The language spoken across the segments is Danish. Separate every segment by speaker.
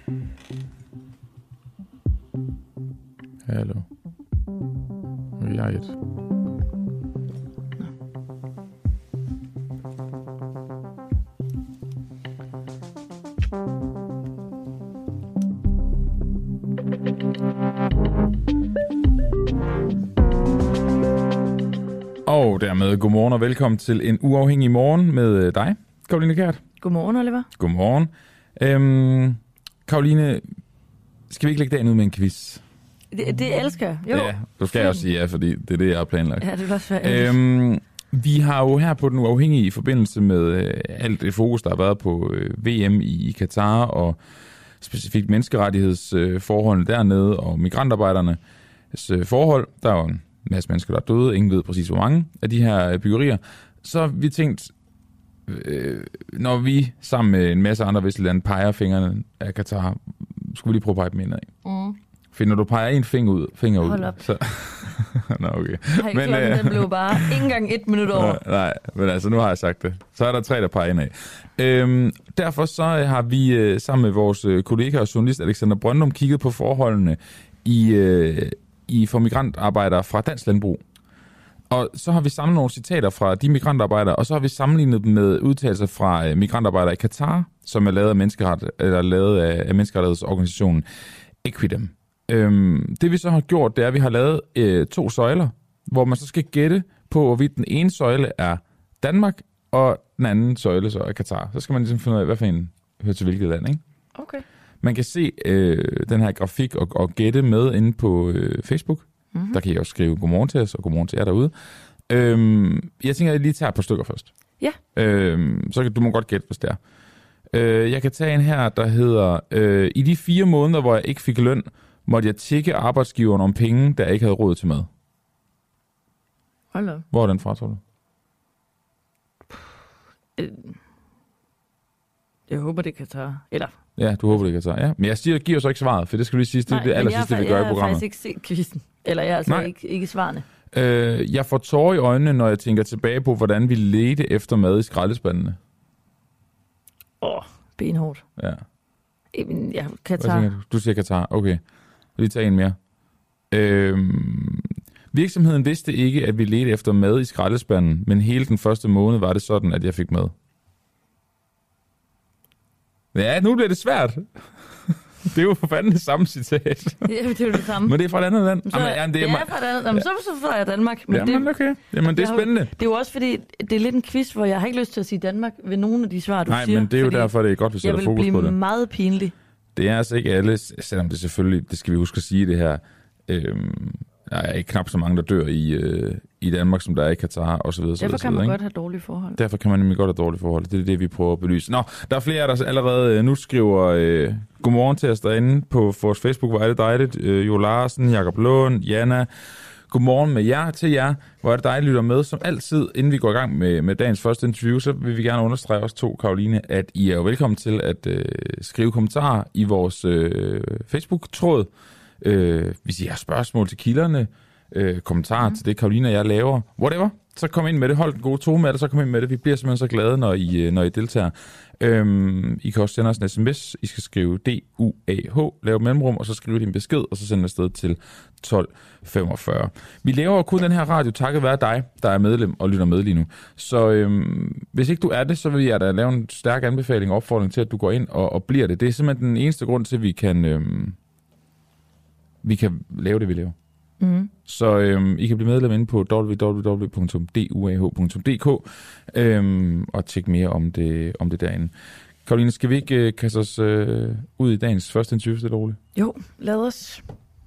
Speaker 1: Hallo. Jeg er et. Og dermed godmorgen og velkommen til en uafhængig morgen med dig, Karoline Kjært.
Speaker 2: Godmorgen, Oliver.
Speaker 1: Godmorgen. Karoline, skal vi ikke lægge dagen ud med en quiz?
Speaker 2: Det elsker jeg. Jo.
Speaker 1: Ja, du skal jeg også sige ja, fordi det er det, jeg har planlagt.
Speaker 2: Ja, det vil også være
Speaker 1: vi har jo her på Den Uafhængige i forbindelse med alt det fokus, der har været på VM i Katar og specifikt menneskerettighedsforholdene dernede og migrantarbejdernes forhold. Der er jo en masse mennesker, der er døde. Ingen ved præcis, hvor mange af de her byggerier. Så har vi tænkt, når vi sammen med en masse andre vestlige lande peger fingrene af Katar, skulle vi lige prøve at pege dem indad. For når du peger en finger ud,
Speaker 2: hold op.
Speaker 1: Så... Nå, okay.
Speaker 2: Men den blev bare ikke engang 1 minut over.
Speaker 1: Nej, men altså, nu har jeg sagt det. Så er der 3, der peger indad. Derfor så har vi sammen med vores kollega og journalist Alexander Brøndum kigget på forholdene for migrantarbejdere fra dansk landbrug. Og så har vi samlet nogle citater fra de migrantarbejdere, og så har vi sammenlignet dem med udtalelser fra migrantarbejdere i Katar, som er lavet af menneskerettighedsorganisationen Equitem. Det vi så har gjort, det er, at vi har lavet 2 søjler, hvor man så skal gætte på, hvorvidt den ene søjle er Danmark, og den anden søjle så er Katar. Så skal man ligesom finde ud af, hvad for en hører til hvilket land, ikke?
Speaker 2: Okay.
Speaker 1: Man kan se den her grafik og gætte med inde på Facebook. Mm-hmm. Der kan I også skrive godmorgen til os, og godmorgen til jer derude. Jeg tænker, at jeg lige tager et par stykker først.
Speaker 2: Ja.
Speaker 1: Så du må godt gætte, hvis det er. Jeg kan tage en her, der hedder, i de 4 måneder, hvor jeg ikke fik løn, måtte jeg tikke arbejdsgiveren om penge, der jeg ikke havde råd til mad.
Speaker 2: Hold op.
Speaker 1: Hvor er den fra, tror du?
Speaker 2: Jeg håber, det kan tage. Eller...
Speaker 1: Ja, du håber, det kan tage. Ja. Men jeg giver så ikke svaret, for det skal du lige sige. Det er det aller sidste, vi gør i programmet.
Speaker 2: Jeg har faktisk ikke set quizzen. Eller jeg er altså ikke svarende.
Speaker 1: Jeg får tårer i øjnene, når jeg tænker tilbage på, hvordan vi ledte efter mad i skraldespandene.
Speaker 2: Benhårdt.
Speaker 1: Ja.
Speaker 2: Jamen, jeg Katar.
Speaker 1: Du siger Katar. Okay. Vi tager en mere. Virksomheden vidste ikke, at vi ledte efter mad i skraldespanden, men hele den første måned var det sådan, at jeg fik mad. Ja, nu bliver det svært. Det er jo for fanden det samme citat.
Speaker 2: Ja, det er jo det samme.
Speaker 1: Men det er fra et andet land.
Speaker 2: Det er fra et andet land. Så får jeg Danmark. Men
Speaker 1: jamen, okay. Jamen, det er spændende.
Speaker 2: Det er jo også fordi, det er lidt en quiz, hvor jeg har ikke lyst til at sige Danmark ved nogle af de svar, du siger.
Speaker 1: Nej, men det er jo derfor, det er godt, vi sætter fokus på det.
Speaker 2: Jeg vil blive meget pinlig.
Speaker 1: Det er altså ikke alle, selvom det selvfølgelig, det skal vi huske at sige det her, der er ikke knap så mange, der dør i Danmark, som der er i Katar, og så videre.
Speaker 2: Derfor kan man godt have dårlige forhold.
Speaker 1: Derfor kan man nemlig godt have dårlige forhold. Det er det, vi prøver at belyse. Nå, der er flere, der allerede nu skriver godmorgen til os derinde på vores Facebook. Hvor er det dejligt. Jo Larsen, Jakob Lund, Jana. Godmorgen med jer til jer. Hvor er det dejligt, lytter med. Som altid, inden vi går i gang med dagens første interview, så vil vi gerne understrege os 2, Karoline, at I er jo velkommen til at skrive kommentarer i vores Facebook-tråd. Hvis I har spørgsmål til kilderne, kommentarer til det, Karoline og jeg laver, whatever, så kom ind med det. Hold den gode tone med det, så kom ind med det. Vi bliver simpelthen så glade, når I deltager. I kan også sende os en sms. I skal skrive DUAH, lave mellemrum, og så skrive din besked, og så sende afsted til 1245. Vi laver kun den her radio, takket være dig, der er medlem og lytter med lige nu. Så hvis ikke du er det, så vil jeg da lave en stærk anbefaling og opfordring til, at du går ind og bliver det. Det er simpelthen den eneste grund til, at vi kan lave det, vi laver. Mm. Så I kan blive medlem inde på www.duah.dk og tjekke mere om det derinde. Karoline, skal vi ikke kaste os ud i dagens første interview, det roligt?
Speaker 2: Jo, lad os.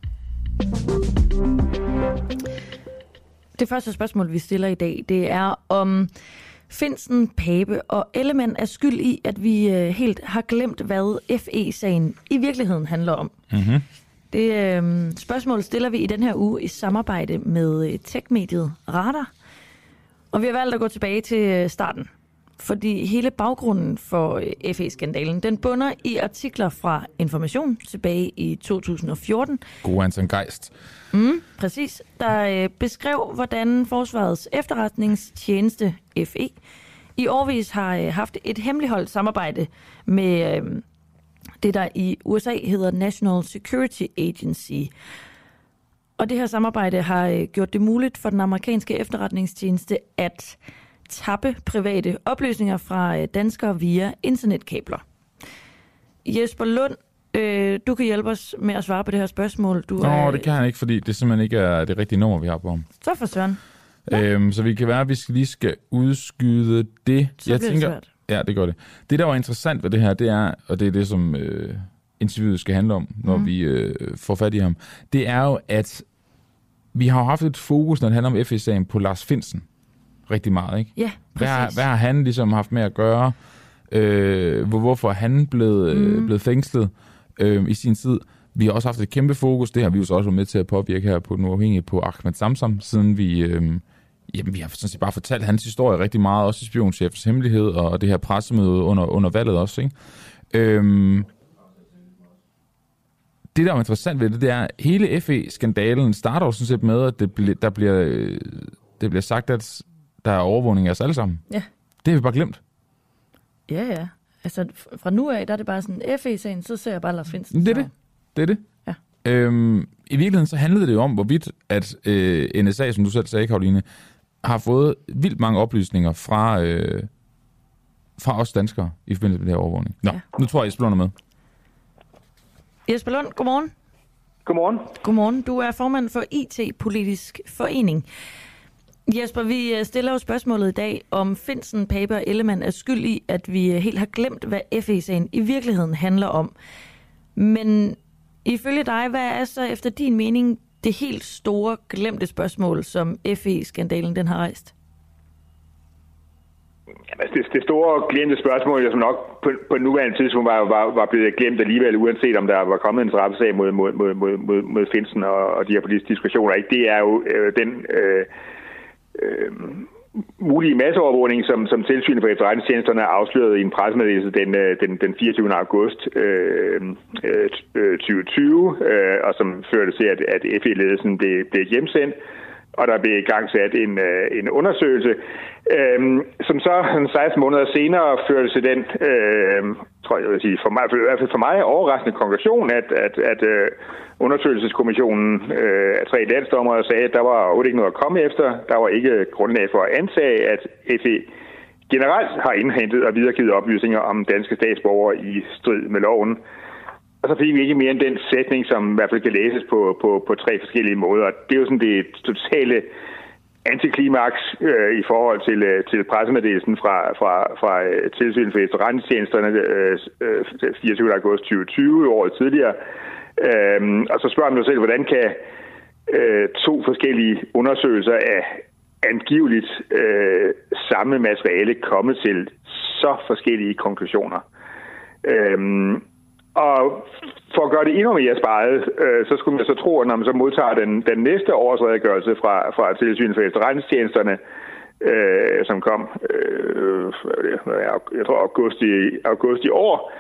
Speaker 2: Det første spørgsmål, vi stiller i dag, det er om Findsen, Pape og Ellemann er skyld i, at vi helt har glemt, hvad FE-sagen i virkeligheden handler om. Mm-hmm. Det spørgsmål stiller vi i den her uge i samarbejde med tech-mediet Radar. Og vi har valgt at gå tilbage til starten. Fordi hele baggrunden for FE-skandalen, den bunder i artikler fra Information tilbage i 2014.
Speaker 1: God Anton Geist.
Speaker 2: Præcis. Der beskrev, hvordan Forsvarets efterretningstjeneste FE i årevis har haft et hemmeligholdt samarbejde med Det, der i USA hedder National Security Agency. Og det her samarbejde har gjort det muligt for den amerikanske efterretningstjeneste at tappe private oplysninger fra danskere via internetkabler. Jesper Lund, du kan hjælpe os med at svare på det her spørgsmål.
Speaker 1: Det kan han ikke, fordi det simpelthen ikke er det rigtige nummer, vi har på ham.
Speaker 2: Så for søren.
Speaker 1: Så vi kan være, at vi lige skal udskyde det.
Speaker 2: Så jeg tænker, det svært.
Speaker 1: Ja, det gør det. Det, der var interessant ved det her, det er, og det er det, som interviewet skal handle om, når vi får fat i ham, det er jo, at vi har haft et fokus, når det handler om FE-sagen, på Lars Findsen. Rigtig meget, ikke?
Speaker 2: Ja, præcis.
Speaker 1: Hvad har han ligesom haft med at gøre? Hvorfor er han blevet fængslet i sin tid? Vi har også haft et kæmpe fokus, det har vi jo så også været med til at påvirke her på Den Uafhængige, på Ahmed Samsam, siden vi har sådan set bare fortalt hans historie rigtig meget, også i Spionchefens hemmelighed, og det her pressemøde under valget også, ikke? Det, der er interessant ved det er, at hele FE-skandalen starter jo sådan set med, at det bliver sagt, at der er overvågning af os alle sammen.
Speaker 2: Ja.
Speaker 1: Det har vi bare glemt.
Speaker 2: Ja. Altså, fra nu af, der er det bare sådan, FE-sagen, så ser jeg bare Lars Findsen.
Speaker 1: Det er det.
Speaker 2: Ja.
Speaker 1: I virkeligheden så handlede det jo om, hvorvidt at NSA, som du selv sagde, Karoline, har fået vildt mange oplysninger fra os danskere i forbindelse med det her overvågning. Nå, Nu tror jeg, Jesper Lund er med.
Speaker 2: Jesper Lund, godmorgen.
Speaker 3: Godmorgen.
Speaker 2: Du er formand for IT-politisk forening. Jesper, vi stiller jo spørgsmålet i dag, om Findsen, Pape og Ellemann er skyld i, at vi helt har glemt, hvad FE-sagen i virkeligheden handler om. Men ifølge dig, hvad er så efter din mening det helt store glemte spørgsmål, som FE-skandalen den har rejst?
Speaker 3: Jamen, det store glemte spørgsmål, som nok på nuværende tidspunkt var blevet glemt alligevel, uanset om der var kommet en straffesag mod Findsen og de her politiske diskussioner, ikke? Det er jo den mulige masseovervågning, som tilsynet for efterretningstjenesterne afslørede i en pressemeddelelse den 24. august 2020, og som førte til, at FE-ledelsen blev hjemsendt, og der blev igangsat en undersøgelse, som så 16 måneder senere førte til den, tror jeg vil sige, i hvert fald for mig overraskende konklusion, at undersøgelseskommissionen af 3 landsdommere sagde, at der var overhovedet ikke noget at komme efter. Der var ikke grundlag for at antage, at FE generelt har indhentet og videregivet oplysninger om danske statsborgere i strid med loven. Og så fik vi ikke mere end den sætning, som i hvert fald kan læses på 3 forskellige måder. Det er jo sådan det totale antiklimaks i forhold til pressemeddelelsen fra tilsynet for efterretningstjenesterne 24. august 2020, året tidligere. Og så spørger man jo selv, hvordan kan 2 forskellige undersøgelser af angiveligt samme materiale komme til så forskellige konklusioner. Og for at gøre det endnu mere sparet, så skulle man så tro, at når man så modtager den næste årsredegørelse fra tilsynet for efterretningstjenesterne, som kom, jeg tror august i år,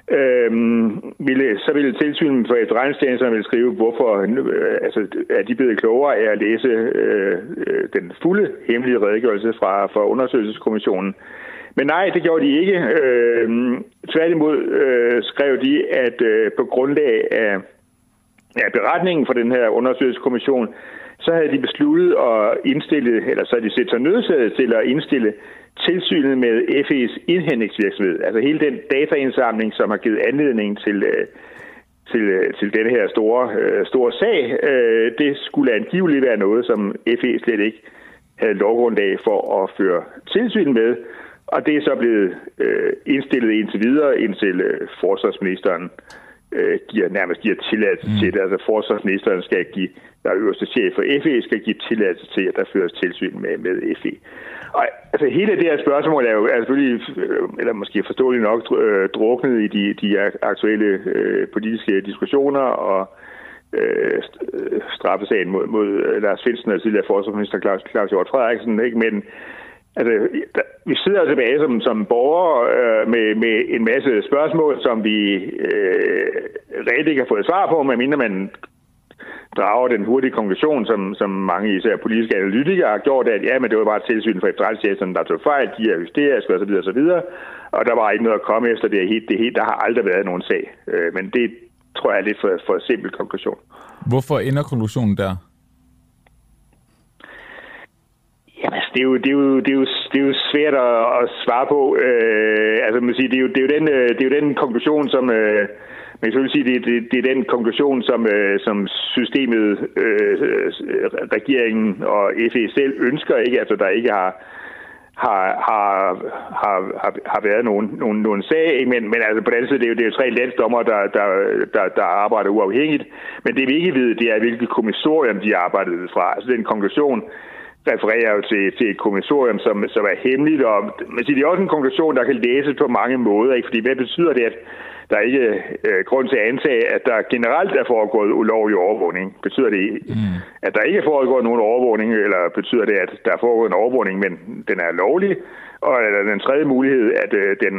Speaker 3: ville tilsynet for efterretningstjenesterne skrive, hvorfor er de blevet klogere af at læse den fulde hemmelige redegørelse fra undersøgelseskommissionen. Men nej, det gjorde de ikke. Tværtimod skrev de, at på grundlag af beretningen for den her undersøgelseskommission, så havde de besluttet at indstille, eller så havde de set sig nødsaget til at indstille tilsynet med FE's indhentningsvirksomhed. Altså hele den dataindsamling, som har givet anledning til denne her store sag, det skulle angiveligt være noget, som FE slet ikke havde lovgrundlag for at føre tilsyn med. Og det er så blevet indstillet indtil videre, indtil forsvarsministeren giver tilladelse til det. Altså forsvarsministeren skal give, der er øverste chef for FE, skal give tilladelse til, at der føres tilsyn med FE. Og altså hele det her spørgsmål er jo selvfølgelig, eller måske forståeligt nok, druknet i de aktuelle politiske diskussioner og straffesagen mod Lars Findsen og tidligere forsvarsminister Claus Hjort Frederiksen, ikke? Men altså, vi sidder tilbage som borgere med en masse spørgsmål, som vi reelt ikke har fået svar på, medmindre man drager den hurtige konklusion, som mange især politiske analytikere har gjort, at ja, men det var bare tilsyn for efterretningstjenesterne, der tog fejl, de er hysteriske osv. osv. Og der var ikke noget at komme efter det. Der har aldrig været nogen sag. Men det tror jeg er lidt for simpel konklusion.
Speaker 1: Hvorfor ender konklusionen der?
Speaker 3: Jamen, altså, det er jo svært at svare på. Altså, man siger, det er jo den konklusion, som man kan sige, det er den konklusion, som systemet, regeringen og FE selv ønsker, ikke? Altså, der ikke har været nogen sag, men altså på den anden side, det er jo 3 landsdommere, der arbejder uafhængigt. Men det vi ikke ved, det er, hvilket kommissorium de arbejder ud fra. Altså den konklusion refererer jo til et kommissorium, som er hemmeligt, og man siger, det er også en konklusion, der kan læses på mange måder, ikke? Fordi hvad betyder det, at der er ikke grund til at antage, at der generelt er foregået ulovlig overvågning? Betyder det, at der ikke er foregået nogen overvågning, eller betyder det, at der er foregået en overvågning, men den er lovlig? Og den tredje mulighed, at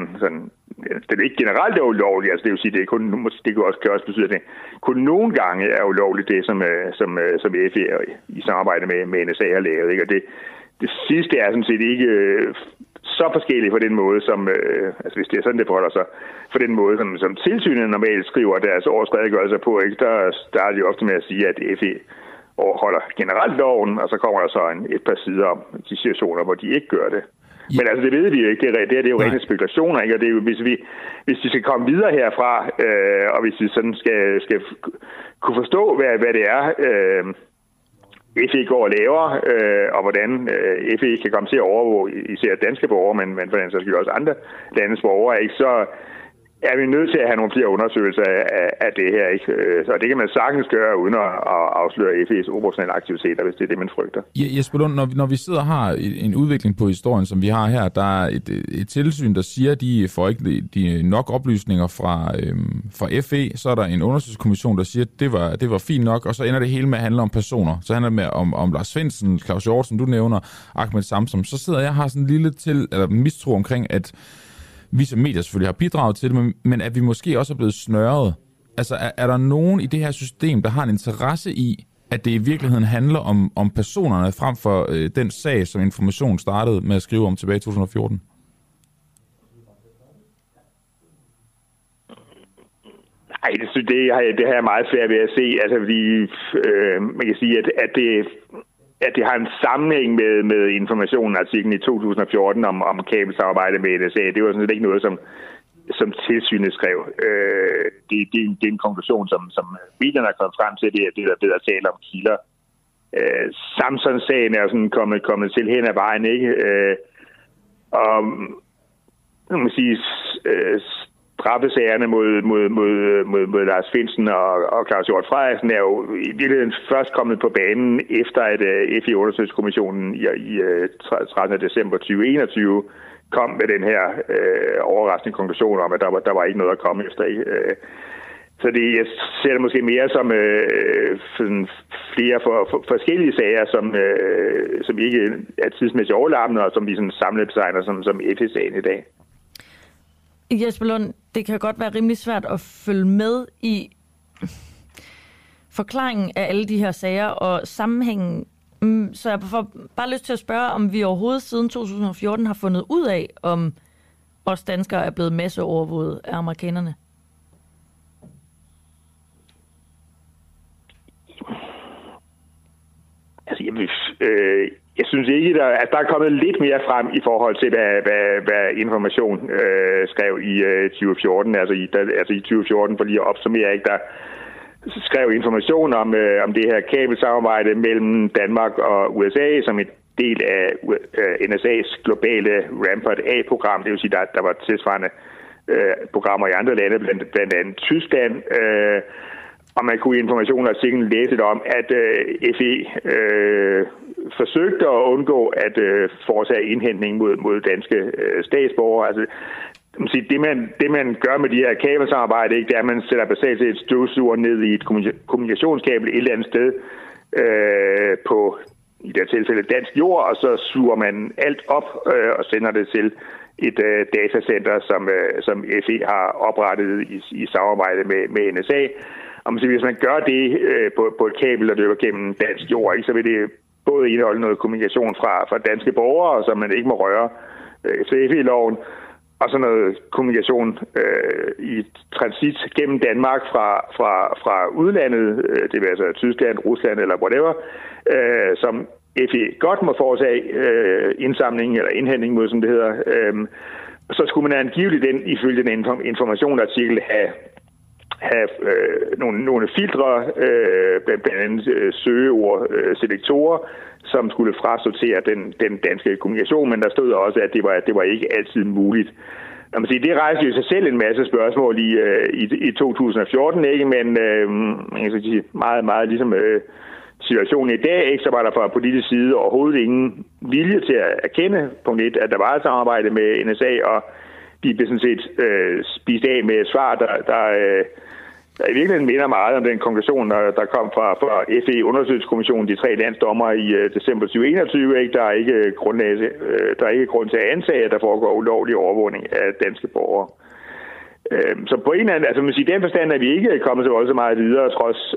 Speaker 3: den ikke generelt er ulovlig, altså det vil sige, det kan også betyde, at det kun nogle gange er ulovligt, det som FE i samarbejde med NSA har lavet, ikke? Og det sidste er sådan set ikke så forskelligt på den måde, som, altså hvis det er sådan, det forholder sig, for den måde, som tilsynet normalt skriver deres årsredegørelser på, ikke? Der starter de ofte med at sige, at FE overholder generelt loven, og så kommer der så et par sider om de situationer, hvor de ikke gør det. Ja. Men altså, det ved vi jo ikke. Det er jo rene spekulationer, ikke? Og det er jo, hvis vi skal komme videre herfra, og hvis vi sådan skal kunne forstå, hvad det er, FE går og laver, og hvordan FE kan komme til at overvåge især danske borgere, men for den så skal også andre landes borgere, ikke? Så er vi nødt til at have nogle flere undersøgelser af det her, ikke? Så det kan man sagtens gøre, uden at afsløre FE's operationelle aktiviteter, hvis det er det, man frygter.
Speaker 1: Jesper Lund, når vi sidder og har en udvikling på historien, som vi har her, der er et tilsyn, der siger, at de får ikke de nok oplysninger fra FE, så er der en undersøgelseskommission, der siger, at det var fint nok, og så ender det hele med at handle om personer. Så handler det med om Lars Findsen, Claus Hjort, som du nævner, Ahmed Samsam. Så sidder jeg og har sådan en lille mistro omkring, at vi som medier selvfølgelig har bidraget til det, men at vi måske også er blevet snørret. Altså, er der nogen i det her system, der har en interesse i, at det i virkeligheden handler om personerne, frem for den sag, som Information startede med at skrive om tilbage i 2014?
Speaker 3: Nej, det har jeg meget svært ved at se. Altså, man kan sige, at det har en sammenhæng med informationen-artiklen i 2014 om kabelsamarbejde med NSA. Det var sådan set ikke noget, som tilsynet skrev. Det er en konklusion, som medierne har kommet frem til, det der bedre tale om kilder. Samson-sagen er sådan kommet til hen ad vejen, ikke? Og man må sige, straffesagerne mod Lars Findsen og Claus Hjort Frederiksen er jo i virkeligheden først kommet på banen efter, at FE-undersøgelseskommissionen i 13. december 2021 kom med den her overraskende konklusion om, at der var ikke noget at komme efter. Så jeg ser det måske mere som flere forskellige sager, som ikke er tidsmæssigt overlappende, og som vi sådan samlet betegner som FE-sagen i dag.
Speaker 2: Jesper Lund, det kan godt være rimelig svært at følge med i forklaringen af alle de her sager og sammenhængen. Så jeg får bare lyst til at spørge, om vi overhovedet siden 2014 har fundet ud af, om os danskere er blevet masseovervåget af amerikanerne.
Speaker 3: Altså, jeg synes ikke, der er kommet lidt mere frem i forhold til, hvad Information skrev i 2014. Altså i 2014, for lige at opsummere, ikke, der skrev Information om det her kabelsamarbejde mellem Danmark og USA som en del af NSA's globale Rampart A-program. Det vil sige, der var tilsvarende programmer i andre lande, blandt andet Tyskland. Og man kunne i Information-artiklen læse om, at FE forsøgte at undgå at foretage indhentning mod danske statsborgere. Altså, det man gør med de her kabelsamarbejde, ikke, det er, at man sætter basalt set et støvsuger ned i et kommunikationskabel et eller andet sted på, i det tilfælde, dansk jord, og så suger man alt op og sender det til et datacenter, som FE har oprettet i samarbejde med NSA. Hvis man gør det på et kabel, der løber gennem dansk jord, ikke, så vil det både indeholde noget kommunikation fra danske borgere, som man ikke må røre efter FE-loven, og så noget kommunikation i transit gennem Danmark fra udlandet, det vil altså Tyskland, Rusland eller whatever, som FE godt må foretage indsamling eller indhentning mod, som det hedder. Så skulle man angiveligt ifølge den informationsartikel have nogle filtre, blandt andet søgeord, som skulle frasortere den danske kommunikation, men der stod også, at det var ikke altid muligt. Det rejste jo i sig selv en masse spørgsmål i 2014, ikke? Men jeg skal sige, meget, meget ligesom situationen i dag, ikke? Så var der fra politisk side overhovedet ingen vilje til at erkende, punkt 1, at der var et samarbejde med NSA, og de blev sådan set spist af med et svar, der i virkeligheden minder meget om den konklusion, der kom fra FE-undersøgelseskommissionen, de 3 landsdommere i december 2021. Ikke? Der er ikke grund til at antage, at der foregår ulovlig overvågning af danske borgere. Så på en eller anden, altså man siger, den forstand er vi ikke kommet så meget videre, trods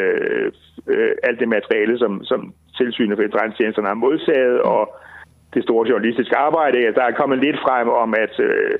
Speaker 3: alt det materiale, som tilsynet for efterretningstjenesterne har modtaget, og det store journalistiske arbejde. Der er kommet lidt frem om, at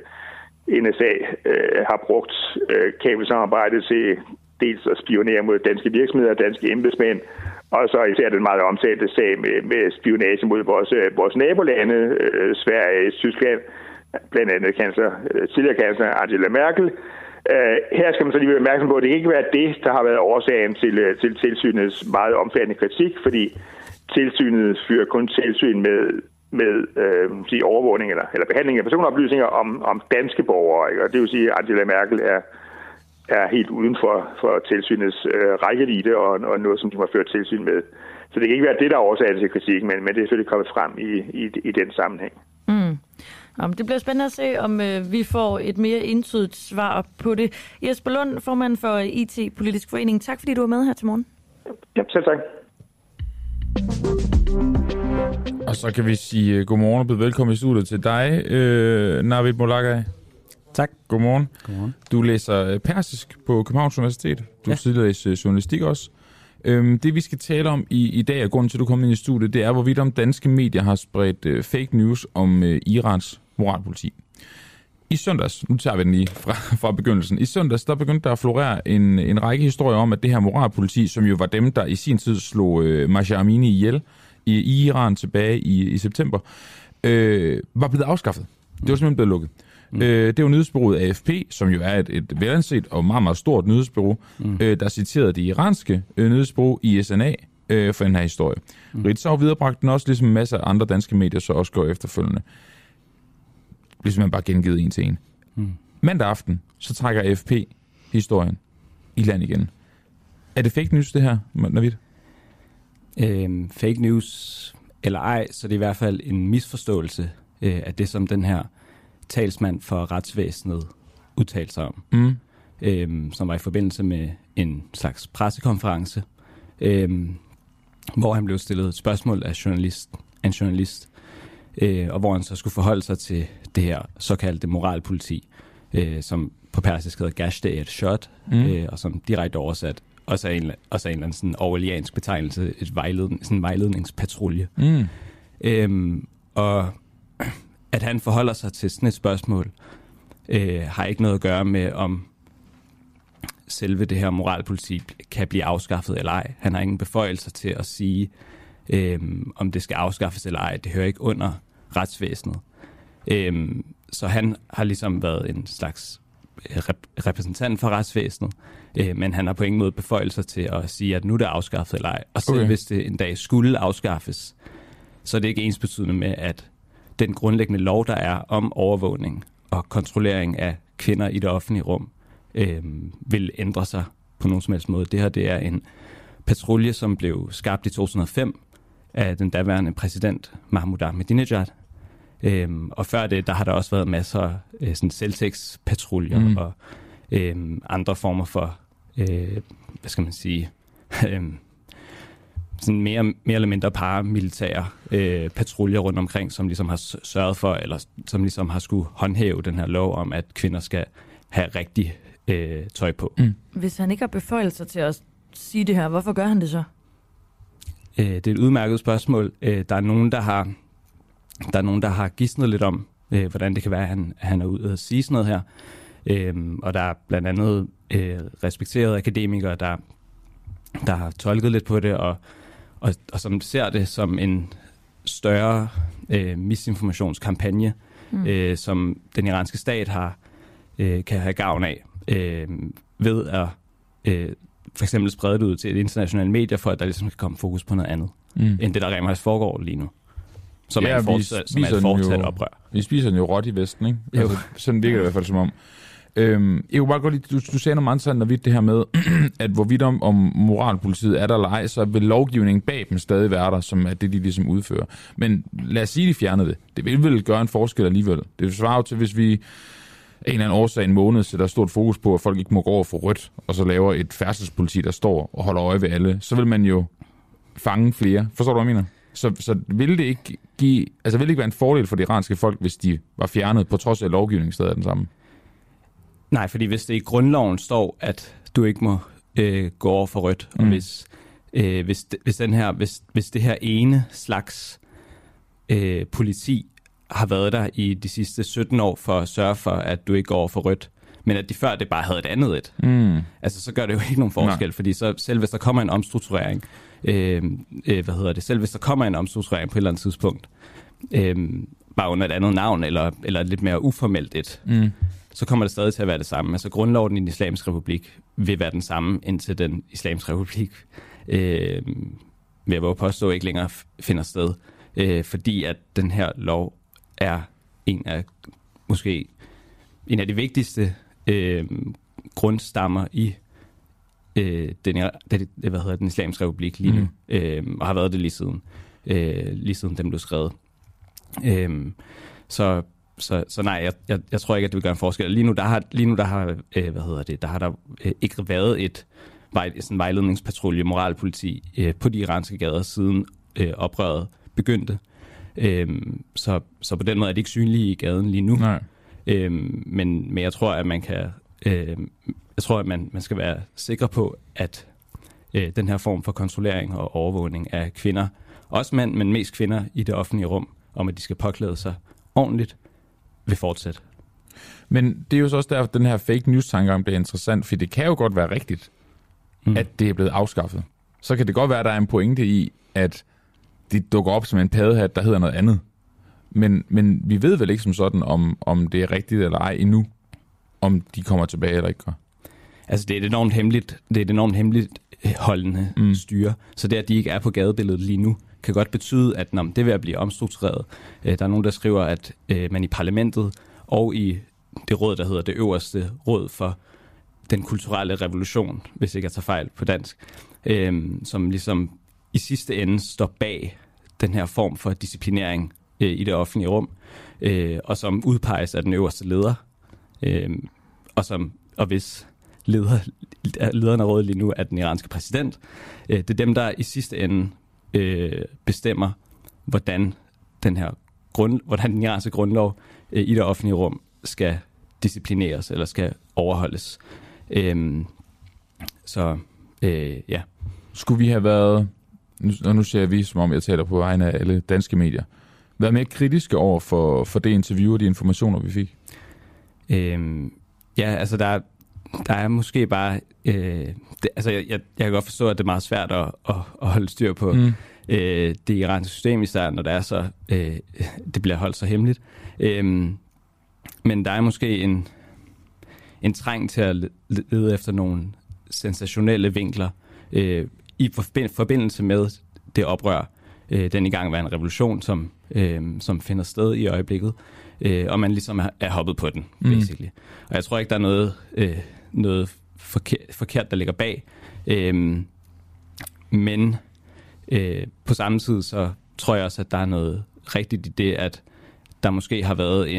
Speaker 3: NSA har brugt kabelsamarbejdet til dels at spionere mod danske virksomheder og danske embedsmænd, og så især den meget omtalte sag med spionage mod vores nabolande, Sverige, Tyskland, blandt andet tidligere kansler Angela Merkel. Her skal man så lige være opmærksom på, at det ikke kan være det, der har været årsagen til tilsynets meget omfattende kritik, fordi tilsynet fører kun tilsyn med overvågning eller behandling af personoplysninger om danske borgere. Ikke? Og det vil sige, at Angela Merkel er helt uden for tilsynets rækkevidde og noget, som de har ført tilsyn med. Så det kan ikke være det, der er årsagen til kritikken, men det er selvfølgelig kommet frem i den sammenhæng.
Speaker 2: Mm. Det bliver spændende at se, om vi får et mere entydigt svar på det. Jesper Lund, formand for IT Politisk Forening. Tak fordi du var med her til morgen.
Speaker 3: Ja, selv tak.
Speaker 1: Og så kan vi sige godmorgen og byde velkommen i studiet til dig, Navid Molakai.
Speaker 4: Tak.
Speaker 1: Godmorgen.
Speaker 4: Godmorgen.
Speaker 1: Du læser persisk på Københavns Universitet. Du har tidligere læst journalistik også. Det vi skal tale om i dag, og grunden til, at du kommer ind i studiet, det er, hvorvidt om danske medier har spredt fake news om Irans moralpoliti. I søndags, nu tager vi den lige fra begyndelsen, i søndags der begyndte der at florere en række historier om, at det her moralpoliti, som jo var dem, der i sin tid slog Mahsa Amini ihjel i Iran tilbage i september, var blevet afskaffet. Det var simpelthen blevet lukket. Det var nyhedsbureauet AFP, som jo er et velanset og meget, meget stort nyhedsbureau, der citerede det iranske nyhedsbureau ISNA for den her historie. Ritzau viderebragte den også, ligesom en masse andre danske medier så også går efterfølgende. Hvis man bare gengivet en til en. Mandag aften, så trækker AFP historien i land igen. Er det fake news, det her, Navid?
Speaker 4: Fake news eller ej, så det er i hvert fald en misforståelse af det, som den her talsmand for retsvæsenet udtalte sig om, som var i forbindelse med en slags pressekonference, hvor han blev stillet et spørgsmål af en journalist, og hvor han så skulle forholde sig til det her såkaldte moralpoliti, som på persisk hedder Gashte Irshad, og som direkte oversat også er en eller anden sådan orwelliansk betegnelse, sådan en vejledningspatrulje. Og at han forholder sig til sådan et spørgsmål, har ikke noget at gøre med, om selve det her moralpoliti kan blive afskaffet eller ej. Han har ingen beføjelser til at sige, om det skal afskaffes eller ej. Det hører ikke under retsvæsenet. Så han har ligesom været en slags repræsentant for retsvæsenet, men han har på ingen måde beføjelser til at sige, at nu er det afskaffet eller ej. Og selv hvis det en dag skulle afskaffes, så er det ikke ensbetydende med, at den grundlæggende lov, der er om overvågning og kontrollering af kvinder i det offentlige rum, vil ændre sig på nogen som helst måde. Det her, det er en patrulje, som blev skabt i 2005 af den daværende præsident Mahmoud Ahmadinejad. Og før det, der har der også været masser af selvtægtspatruljer og andre former for, hvad skal man sige, sådan mere eller mindre paramilitære patruljer rundt omkring, som ligesom har sørget for, eller som ligesom har skulle håndhæve den her lov om, at kvinder skal have rigtig tøj på.
Speaker 2: Hvis han ikke har beføjelser til at sige det her, hvorfor gør han det så?
Speaker 4: Det er et udmærket spørgsmål. Der er nogen, der har gidsnet lidt om, hvordan det kan være, at han er ude at sige sådan noget her. Og der er blandt andet respekterede akademikere, der har tolket lidt på det, og som ser det som en større misinformationskampagne, som den iranske stat kan have gavn af, ved at for eksempel sprede det ud til et internationalt medier, for at der ligesom kan komme fokus på noget andet, end det, der rent faktisk foregår lige nu. Som er et fortsat oprør.
Speaker 1: Vi spiser den jo råt i Vesten, ikke? Altså, sådan virker det i hvert fald som om. Jeg kunne bare godt lide, du sagde noget meget interessant, vidt det her med, at hvorvidt om moralpolitiet er der eller ej, så vil lovgivningen bag dem stadig være der, som er det, de ligesom udfører. Men lad os sige, de fjernede det. Det vil vel gøre en forskel alligevel. Det svarer jo til, hvis vi en eller anden årsag en måned sætter stort fokus på, at folk ikke må gå over for rødt, og så laver et færdselspoliti, der står og holder øje ved alle, så vil man jo fange flere. Forstår du, hvad jeg mener? Så vil det ikke vil det ikke være en fordel for de iranske folk, hvis de var fjernet, på trods af lovgivningen stadig er den samme?
Speaker 4: Nej, fordi hvis det i grundloven står, at du ikke må gå over for rødt, og hvis det her ene slags politi har været der i de sidste 17 år for at sørge for, at du ikke går over for rødt, men at de før det bare havde et andet et. Altså, så gør det jo ikke nogen forskel, fordi så selv hvis der kommer en omstrukturering, selv hvis der kommer en omstrukturering på et eller andet tidspunkt, bare under et andet navn, eller et lidt mere uformelt et, så kommer det stadig til at være det samme. Altså, grundloven i den islamiske republik vil være den samme, indtil den islamiske republik, vil jeg våge påstå, ikke længere finder sted. Fordi at den her lov er en af de vigtigste grundstammer i den islamiske republik lige nu, og har været det lige siden den blev skrevet. Så nej, jeg tror ikke, at det vil gøre en forskel. Lige nu der har der ikke været sådan vejledningspatrulje, moralpoliti på de iranske gader siden oprøret begyndte. Så på den måde er det ikke synlige i gaden lige nu. Men jeg tror, at man kan man skal være sikker på, at den her form for kontrollering og overvågning af kvinder, også mænd, men mest kvinder i det offentlige rum, om at de skal påklæde sig ordentligt, vil fortsætte. Men
Speaker 1: det er jo så også derfor, at den her fake news-tankegang bliver interessant, for det kan jo godt være rigtigt, at det er blevet afskaffet. Så kan det godt være, at der er en pointe i, at det dukker op som en paddehat, der hedder noget andet. Men vi ved vel ikke som sådan, om det er rigtigt eller ej endnu, om de kommer tilbage eller ikke.
Speaker 4: Altså, det er et enormt hemmeligt holdende styre. Så det, at de ikke er på gadebilledet lige nu, kan godt betyde, at det vil blive omstruktureret. Der er nogen, der skriver, at man i parlamentet og i det råd, der hedder det øverste råd for den kulturelle revolution, hvis ikke jeg tager fejl på dansk, som ligesom i sidste ende står bag den her form for disciplinering i det offentlige rum, og som udpeges af den øverste leder, og hvis lederen af rådet lige nu er den iranske præsident. Det er dem, der i sidste ende bestemmer, hvordan den iranske grundlov i det offentlige rum skal disciplineres eller skal overholdes. Ja.
Speaker 1: Skulle vi have været, og nu ser vi, som om jeg taler på vegne af alle danske medier, været mere kritiske over for det interview og de informationer, vi fik?
Speaker 4: Ja, altså der er måske bare... jeg kan godt forstå, at det er meget svært at holde styr på det iranske system, især når det er så... det bliver holdt så hemmeligt. Men der er måske en træng til at lede efter nogle sensationelle vinkler i forbindelse med det oprør, den igangværende revolution, som finder sted i øjeblikket, og man ligesom er hoppet på den, basically. Og jeg tror ikke, der er noget forkert, der ligger bag. Men på samme tid, så tror jeg også, at der er noget rigtigt i det, at der måske har været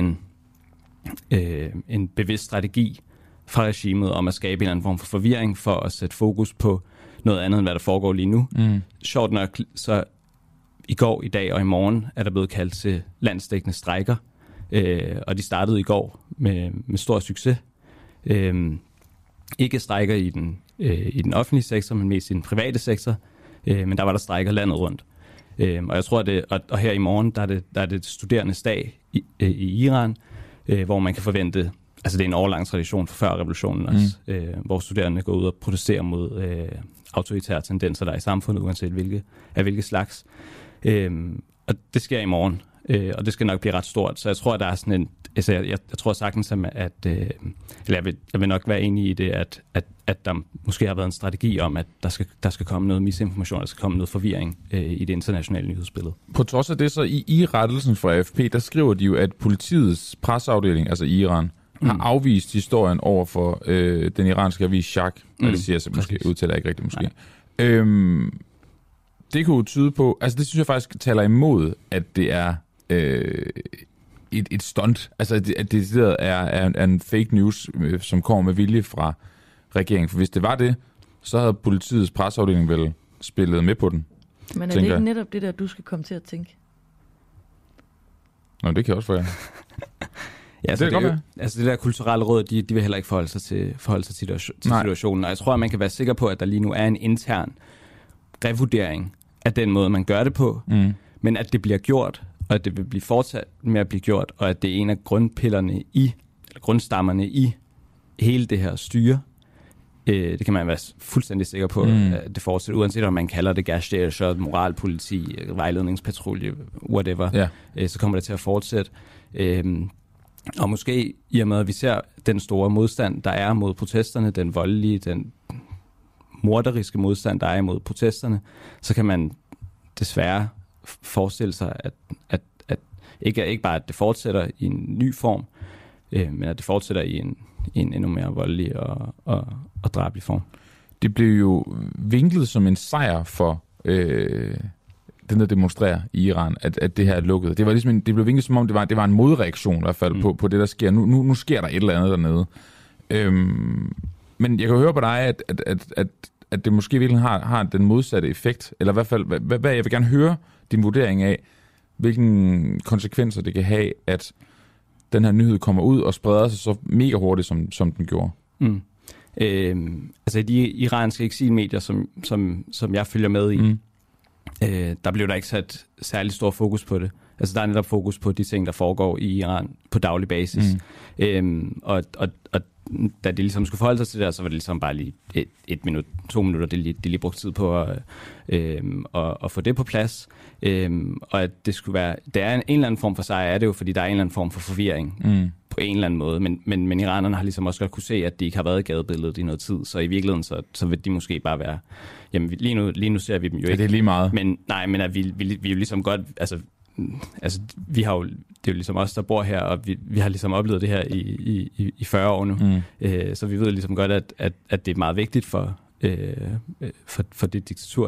Speaker 4: en bevidst strategi fra regimet om at skabe en eller anden form for forvirring for at sætte fokus på noget andet, end hvad der foregår lige nu. Sjovt nok, så i går, i dag og i morgen er der blevet kaldt til landsdækkende strejker, og de startede i går med stor succes. ikke strejker i den offentlige sektor, men mest i den private sektor. Men der var der strejker landet rundt. Og jeg tror, og her i morgen, der er det studerendes dag i Iran, hvor man kan forvente, altså det er en årlang tradition fra før revolutionen også, hvor studerende går ud og protesterer mod autoritære tendenser, der er i samfundet, uanset hvilke slags. Og det sker i morgen, og det skal nok blive ret stort. Så jeg tror, der er sådan en, altså jeg tror sagtens, at eller jeg vil nok være enig i det, at der måske har været en strategi om, at der skal komme noget misinformation, der skal komme noget forvirring i det internationale nyhedsbillede. På
Speaker 1: trods af det, så i rettelsen fra AFP, der skriver de jo, at politiets presseafdeling, altså i Iran, har afvist historien over for den iranske avis Shaq, og det siger jeg måske, udtaler jeg ikke rigtigt måske. Det kunne jo tyde på, altså det synes jeg faktisk taler imod, at det er et stunt, altså at det er en fake news, som kommer med vilje fra regeringen. For hvis det var det, så havde politiets presseafdeling vel spillet med på den.
Speaker 2: Men er det ikke netop det der, du skal komme til at tænke?
Speaker 1: Nå, det kan også være.
Speaker 4: Ja, så det der kulturelle råd, de vil heller ikke forholde sig til situationen. Og jeg tror, at man kan være sikker på, at der lige nu er en intern revurdering af den måde, man gør det på, men at det bliver gjort, og at det vil blive fortsat med at blive gjort, og at det er en af grundstammerne i hele det her styre. Det kan man være fuldstændig sikker på, at det fortsætter, uanset om man kalder det gashdager, moralpoliti, vejledningspatrulje, whatever, så kommer det til at fortsætte. Og måske i og med, at vi ser den store modstand, der er mod protesterne, den voldelige, den morderiske modstand, der er imod protesterne, så kan man desværre forestille sig, at ikke bare at det fortsætter i en ny form, men at det fortsætter i en endnu mere voldelig og drabelig form.
Speaker 1: Det blev jo vinklet som en sejr for den, der demonstrerer i Iran, at det her er lukket. Det var ligesom det blev vinklet som om, det var en modreaktion i hvert fald på det, der sker. Nu sker der et eller andet dernede. Men jeg kan høre på dig, at det måske virkelig har den modsatte effekt, eller i hvert fald, hvad jeg vil gerne høre din vurdering af, hvilke konsekvenser det kan have, at den her nyhed kommer ud og spreder sig så mega hurtigt, som den gjorde.
Speaker 4: Altså i de iranske eksilmedier, som jeg følger med i, der blev der ikke sat særlig stor fokus på det. Altså der er netop fokus på de ting, der foregår i Iran på daglig basis. Og da de ligesom skulle forholde sig til det, så var det ligesom bare lige 1 minut, 2 minutter, de lige brugte tid på at få det på plads. Og at det skulle være, det er en eller anden form for sejr, er det jo, fordi der er en eller anden form for forvirring på en eller anden måde. Men iranerne har ligesom også godt kunne se, at de ikke har været i gadebilledet i noget tid, så i virkeligheden, så vil de måske bare være, jamen lige nu ser vi dem jo ikke.
Speaker 1: Det er lige meget.
Speaker 4: Men at vi jo ligesom godt, altså vi har jo, det er jo ligesom os, der bor her, og vi har ligesom oplevet det her i 40 år nu. Så vi ved ligesom godt, at det er meget vigtigt for det diktatur,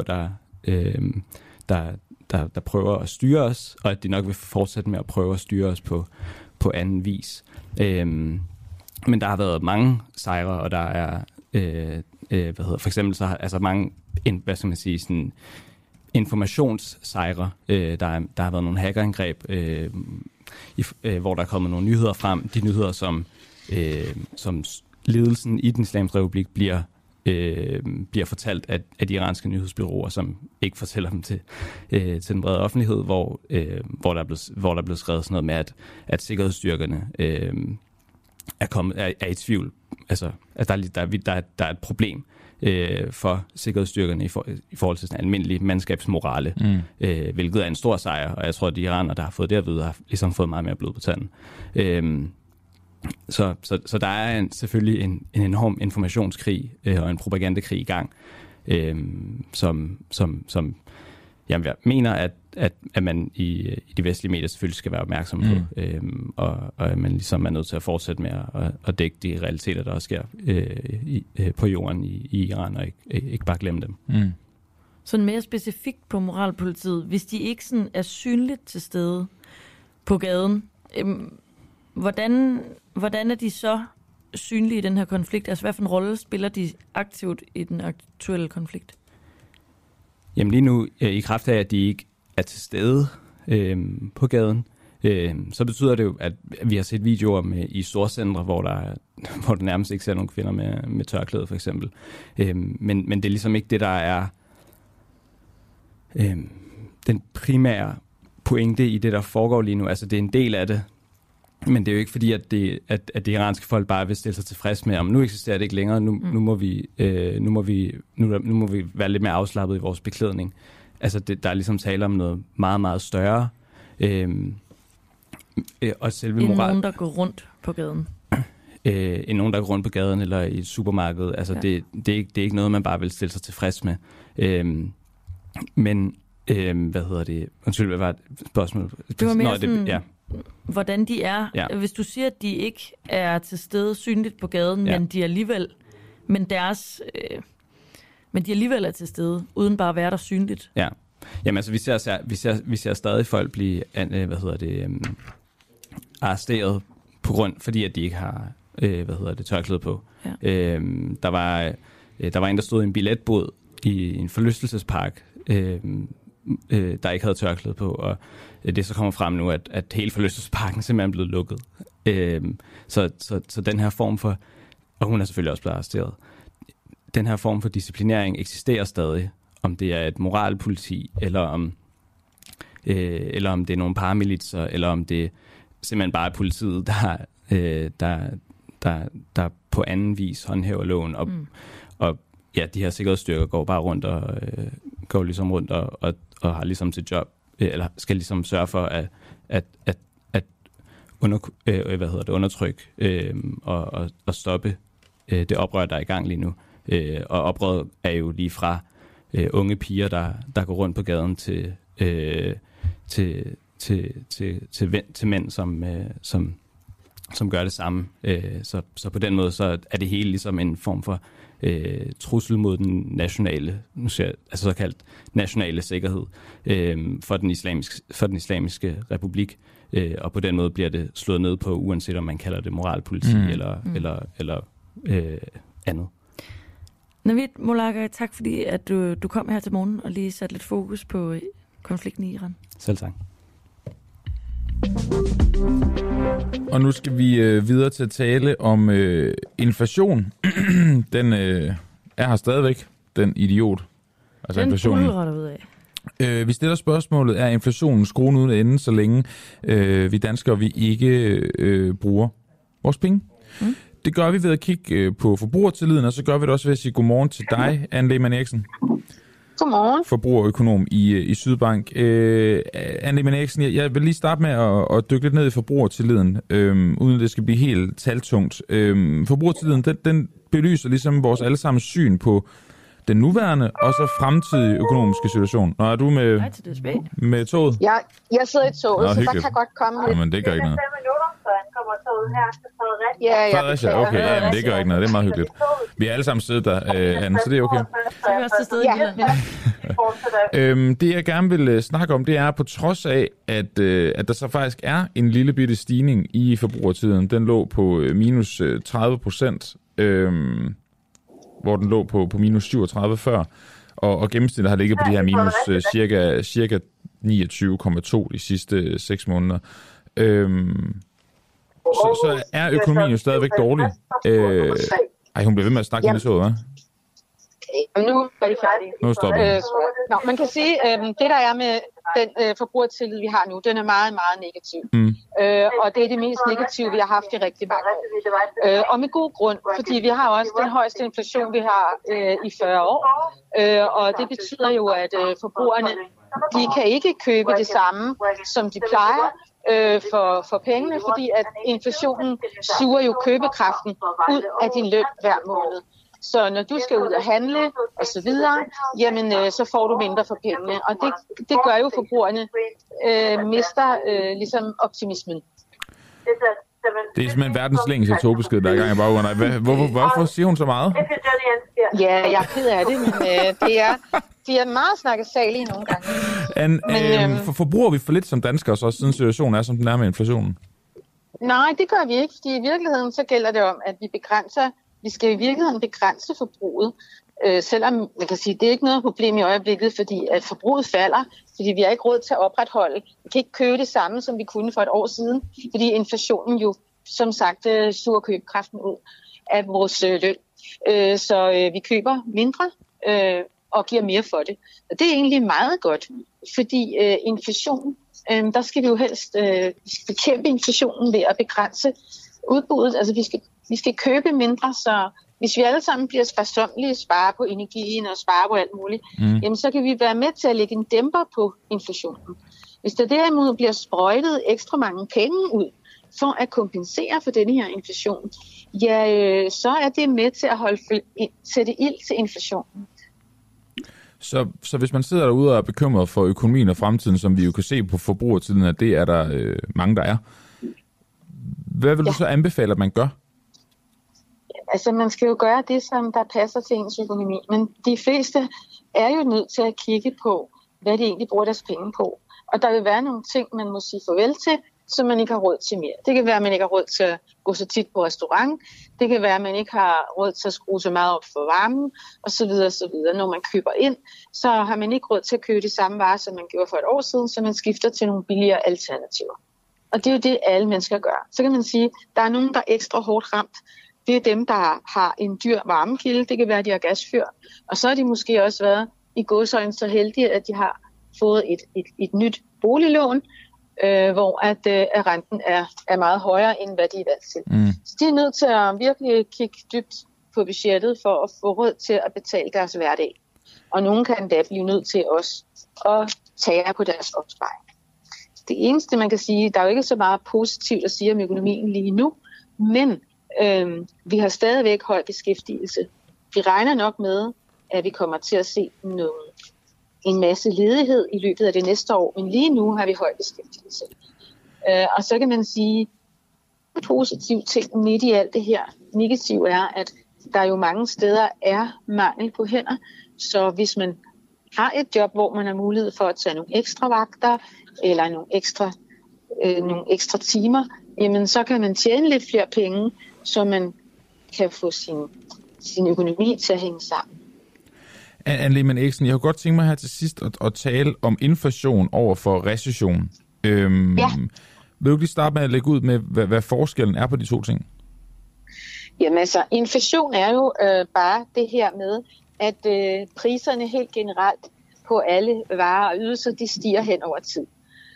Speaker 4: der prøver at styre os, og at de nok vil fortsætte med at prøve at styre os på anden vis. Men der har været mange sejre, og der er for eksempel så har mange, hvad skal man sige, sådan informationssejre. Der har været nogle hackerangreb, hvor der er kommet nogle nyheder frem. De nyheder, som ledelsen i den islamiske republik bliver fortalt af de iranske nyhedsbureauer, som ikke fortæller dem til den brede offentlighed, hvor der er blevet skrevet sådan noget med, at sikkerhedsstyrkerne er i tvivl. Altså, at der er et problem for sikkerhedsstyrkerne i forhold til sådan almindelig mandskabsmorale, hvilket er en stor sejr, og jeg tror, at de iranere, der har fået det at vide, har ligesom fået meget mere blod på tanden. Så der er selvfølgelig en enorm informationskrig og en propagandakrig i gang, som jeg mener, at man i de vestlige medier selvfølgelig skal være opmærksom på, og at man ligesom er nødt til at fortsætte med at dække de realiteter, der også sker på jorden i Iran, og ikke bare glemme dem.
Speaker 2: Sådan mere specifikt på moralpolitiet, hvis de ikke sådan er synligt til stede på gaden, hvordan er de så synlige i den her konflikt? Altså, hvad for en rolle spiller de aktivt i den aktuelle konflikt?
Speaker 4: Jamen lige nu, i kraft af, at de ikke er til stede på gaden, så betyder det jo, at vi har set videoer i storcentre, hvor der nærmest ikke ser nogen kvinder med tørklæde, for eksempel. Men det er ligesom ikke det, der er den primære pointe i det, der foregår lige nu. Altså, det er en del af det, men det er jo ikke fordi, at det iranske folk bare vil stille sig tilfreds med, om nu eksisterer det ikke længere, nu må vi være lidt mere afslappet i vores beklædning. Altså, der er ligesom tale om noget meget, meget større. Og selve
Speaker 2: end nogen, der går rundt på gaden.
Speaker 4: End nogen, der går rundt på gaden eller i et supermarked. Altså, det er ikke noget, man bare vil stille sig tilfreds med. Men, undskyld, hvad var spørgsmålet?
Speaker 2: Det var mere sådan, hvordan de er. Ja. Hvis du siger, at de ikke er til stede synligt på gaden, men de alligevel, men de alligevel er til stede, uden bare at være der synligt.
Speaker 4: Ja. Jamen altså, vi ser stadig folk blive arresteret på grund, fordi at de ikke har tørklæde på. Ja. Der var en, der stod i en billetbod i en forlystelsespark, der ikke havde tørklæde på, og det så kommer frem nu, at hele forlystelsesparken simpelthen er blevet lukket. Så den her form for, og hun er selvfølgelig også blevet arresteret, den her form for disciplinering eksisterer stadig, om det er et moralpoliti, eller om det er nogle paramilitser, eller om det simpelthen bare er politiet, der på anden vis håndhæver loven, og ja, de her sikkerhedsstyrker går bare rundt og har ligesom til job, eller skal ligesom sørge for at undertrykke og stoppe det oprør, der er i gang lige nu. Og oprøret er jo lige fra unge piger, der går rundt på gaden til mænd, som gør det samme. Så på den måde så er det hele ligesom en form for trussel mod den nationale, såkaldt nationale sikkerhed for den islamiske republik. Og på den måde bliver det slået ned på, uanset om man kalder det moralpoliti eller andet.
Speaker 2: Navid Molaga, tak fordi at du kom her til morgen og lige satte lidt fokus på konflikten i Iran.
Speaker 4: Selv tak.
Speaker 1: Og nu skal vi videre til at tale om inflation. Den er her stadigvæk, den idiot. Altså
Speaker 2: den
Speaker 1: inflationen.
Speaker 2: ud af.
Speaker 1: Vi stiller spørgsmålet, er inflationen skruen uden ende, så længe vi danskere vi ikke bruger vores penge? Det gør vi ved at kigge på forbrugertilliden, og så gør vi det også ved at sige godmorgen til dig, Anne Lehmann Eriksen.
Speaker 5: Godmorgen.
Speaker 1: Forbrugerøkonom i Sydbank. Anne Lehmann Eriksen, jeg vil lige starte med at dykke lidt ned i forbrugertilliden, uden det skal blive helt taltungt. Forbrugertilliden, den belyser ligesom vores allesammens syn på den nuværende og så fremtidige økonomiske situation. Nå, er du med toget?
Speaker 5: Ja, jeg sidder i toget, så der kan godt komme lidt.
Speaker 1: Men det gør ikke noget.
Speaker 5: Kommer toget her til Fredericia.
Speaker 1: Fredericia, okay, ja, men det gør ikke noget. Det er meget hyggeligt. Vi er alle sammen siddet der, Anne, så det er okay.
Speaker 2: Så er vi også til stede
Speaker 1: det jeg gerne vil snakke om, det er på trods af, at der så faktisk er en lille bitte stigning i forbrugertiden. Den lå på minus 30%, hvor den lå på minus 37 før. Og gennemsnittet har ligget på de her minus cirka 29,2 de sidste 6 måneder. Så er økonomien jo stadigvæk dårlig. Hun bliver ved med at snakke med så, hva'?
Speaker 5: Nu er det færdigt.
Speaker 1: Nu stopper
Speaker 5: man kan sige, det der er med den forbrugertillid, vi har nu, den er meget, meget negativ. Og det er det mest negative, vi har haft i rigtig mange år. Og med god grund, fordi vi har også den højeste inflation, vi har i 40 år. Og det betyder jo, at forbrugerne, de kan ikke købe det samme, som de plejer. For pengene, fordi at inflationen suger jo købekraften ud af din løn hver måned. Så når du skal ud og handle og så videre, jamen så får du mindre for pengene. Og det gør jo forbrugerne mister ligesom optimismen.
Speaker 1: Det er simpelthen verdens længste togbesked, der er i gang i baggrunden. Hvorfor siger hun så meget?
Speaker 5: Ja, jeg er ked af det, men det er meget snakkesalige nogle gange.
Speaker 1: Forbruger vi for lidt som danskere, så siden situationen er, som den er med inflationen?
Speaker 5: Nej, det gør vi ikke, fordi i virkeligheden så gælder det om, at vi skal i virkeligheden begrænse forbruget. Selvom man kan sige, det er ikke noget problem i øjeblikket, fordi at forbruget falder, fordi vi har ikke råd til at opretholde. Vi kan ikke købe det samme, som vi kunne for et år siden, fordi inflationen jo, som sagt, suger købekraften ud af vores løn. Så vi køber mindre og giver mere for det. Og det er egentlig meget godt, fordi inflation, der skal vi jo helst bekæmpe inflationen ved at begrænse udbuddet. Altså vi skal købe mindre, så hvis vi alle sammen bliver sparsommelige, spare på energien og spare på alt muligt, jamen så kan vi være med til at lægge en dæmper på inflationen. Hvis der derimod bliver sprøjtet ekstra mange penge ud for at kompensere for denne her inflation, ja, så er det med til at sætte ild til inflationen.
Speaker 1: Så hvis man sidder derude og er bekymret for økonomien og fremtiden, som vi jo kan se på forbrugertiden, at det er der mange, der er, hvad vil du så anbefale, at man gør?
Speaker 5: Altså, man skal jo gøre det, som der passer til ens økonomi. Men de fleste er jo nødt til at kigge på, hvad de egentlig bruger deres penge på. Og der vil være nogle ting, man må sige farvel til, som man ikke har råd til mere. Det kan være, at man ikke har råd til at gå så tit på restaurant. Det kan være, at man ikke har råd til at skrue så meget op for varmen, osv. osv. Når man køber ind, så har man ikke råd til at købe de samme varer, som man gjorde for et år siden, så man skifter til nogle billigere alternativer. Og det er jo det, alle mennesker gør. Så kan man sige, at der er nogen, der er ekstra hårdt ramt. Det er dem, der har en dyr varmekilde. Det kan være, at de har gasfyr. Og så har de måske også været i gåseøjne så heldige, at de har fået et nyt boliglån, hvor at renten er meget højere, end hvad de er vant til. Så de er nødt til at virkelig kigge dybt på budgettet for at få råd til at betale deres hverdag. Og nogen kan da blive nødt til også at tage på deres opsparing. Det eneste, man kan sige, der er jo ikke så meget positivt at sige om økonomien lige nu, men vi har stadigvæk høj beskæftigelse. Vi regner nok med, at vi kommer til at se en masse ledighed i løbet af det næste år, men lige nu har vi høj beskæftigelse. Og så kan man sige, en positiv ting midt i alt det her negative er, at der jo mange steder er mangel på hænder, så hvis man har et job, hvor man har mulighed for at tage nogle ekstra vagter, eller nogle ekstra timer, jamen så kan man tjene lidt flere penge, så man kan få sin økonomi til at hænge sammen.
Speaker 1: Anne Lehmann Eriksen, jeg kunne godt tænke mig her til sidst at tale om inflation over for recession. Ja. Vil du lige starte med at lægge ud med, hvad forskellen er på de to ting?
Speaker 5: Jamen altså, inflation er jo bare det her med, at priserne helt generelt på alle varer og ydelser, de stiger hen over tid.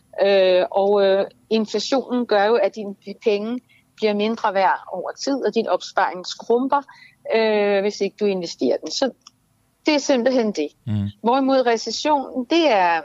Speaker 5: Og inflationen gør jo, at dine penge bliver mindre værd over tid, og din opsparing skrumper, hvis ikke du investerer den. Så det er simpelthen det. Hvorimod recessionen, det er,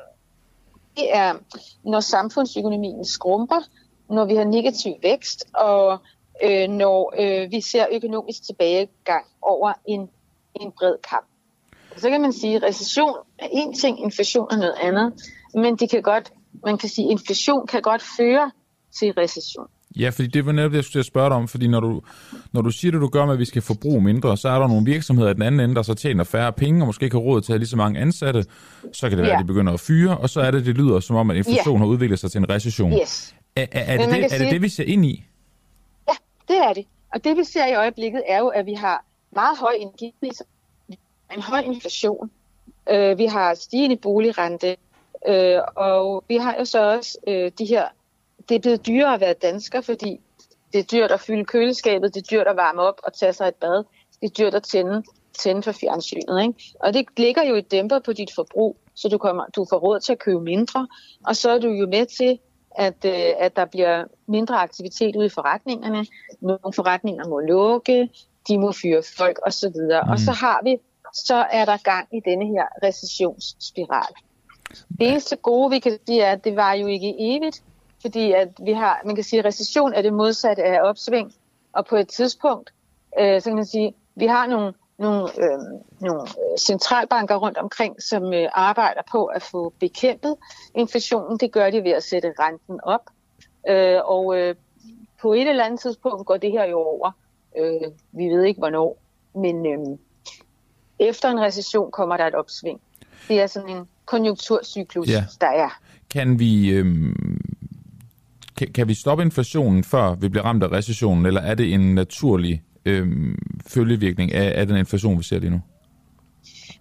Speaker 5: når samfundsøkonomien skrumper, når vi har negativ vækst, og når vi ser økonomisk tilbagegang over en bred kamp. Så kan man sige, at recession er en ting, inflation er noget andet, men man kan sige, at inflation kan godt føre til recession.
Speaker 1: Ja, fordi det var netop det, jeg skulle spørge dig om, fordi når du siger det, du gør med, at vi skal forbruge mindre, så er der nogle virksomheder i den anden ende, der så tjener færre penge, og måske ikke har råd til at have lige så mange ansatte, så kan det være, at de begynder at fyre, og så er det lyder som om, at inflation har udviklet sig til en recession.
Speaker 5: Yes.
Speaker 1: Er det det, vi ser ind i?
Speaker 5: Ja, det er det. Og det, vi ser i øjeblikket, er jo, at vi har meget høj energipriser, en høj inflation, vi har stigende boligrente, og vi har jo så også det er blevet dyrere at være dansker, fordi det er dyrt at fylde køleskabet, det er dyrt at varme op og tage sig et bad, det er dyrt at tænde for fjernsynet, ikke? Og det ligger jo et dæmper på dit forbrug, så du får råd til at købe mindre, og så er du jo med til, at der bliver mindre aktivitet ude i forretningerne. Nogle forretninger må lukke, de må fyre folk osv. Og så er der gang i denne her recessionsspiral. Det eneste gode, vi kan sige, er, at det var jo ikke evigt, fordi at man kan sige, at recession er det modsatte af opsving, og på et tidspunkt, så kan man sige, vi har nogle centralbanker rundt omkring, som arbejder på at få bekæmpet inflationen. Det gør de ved at sætte renten op, og på et eller andet tidspunkt går det her jo over. Vi ved ikke hvornår, men efter en recession kommer der et opsving. Det er sådan en konjunkturcyklus, der er.
Speaker 1: Kan vi stoppe inflationen, før vi bliver ramt af recessionen, eller er det en naturlig følgevirkning af den inflation, vi ser lige nu?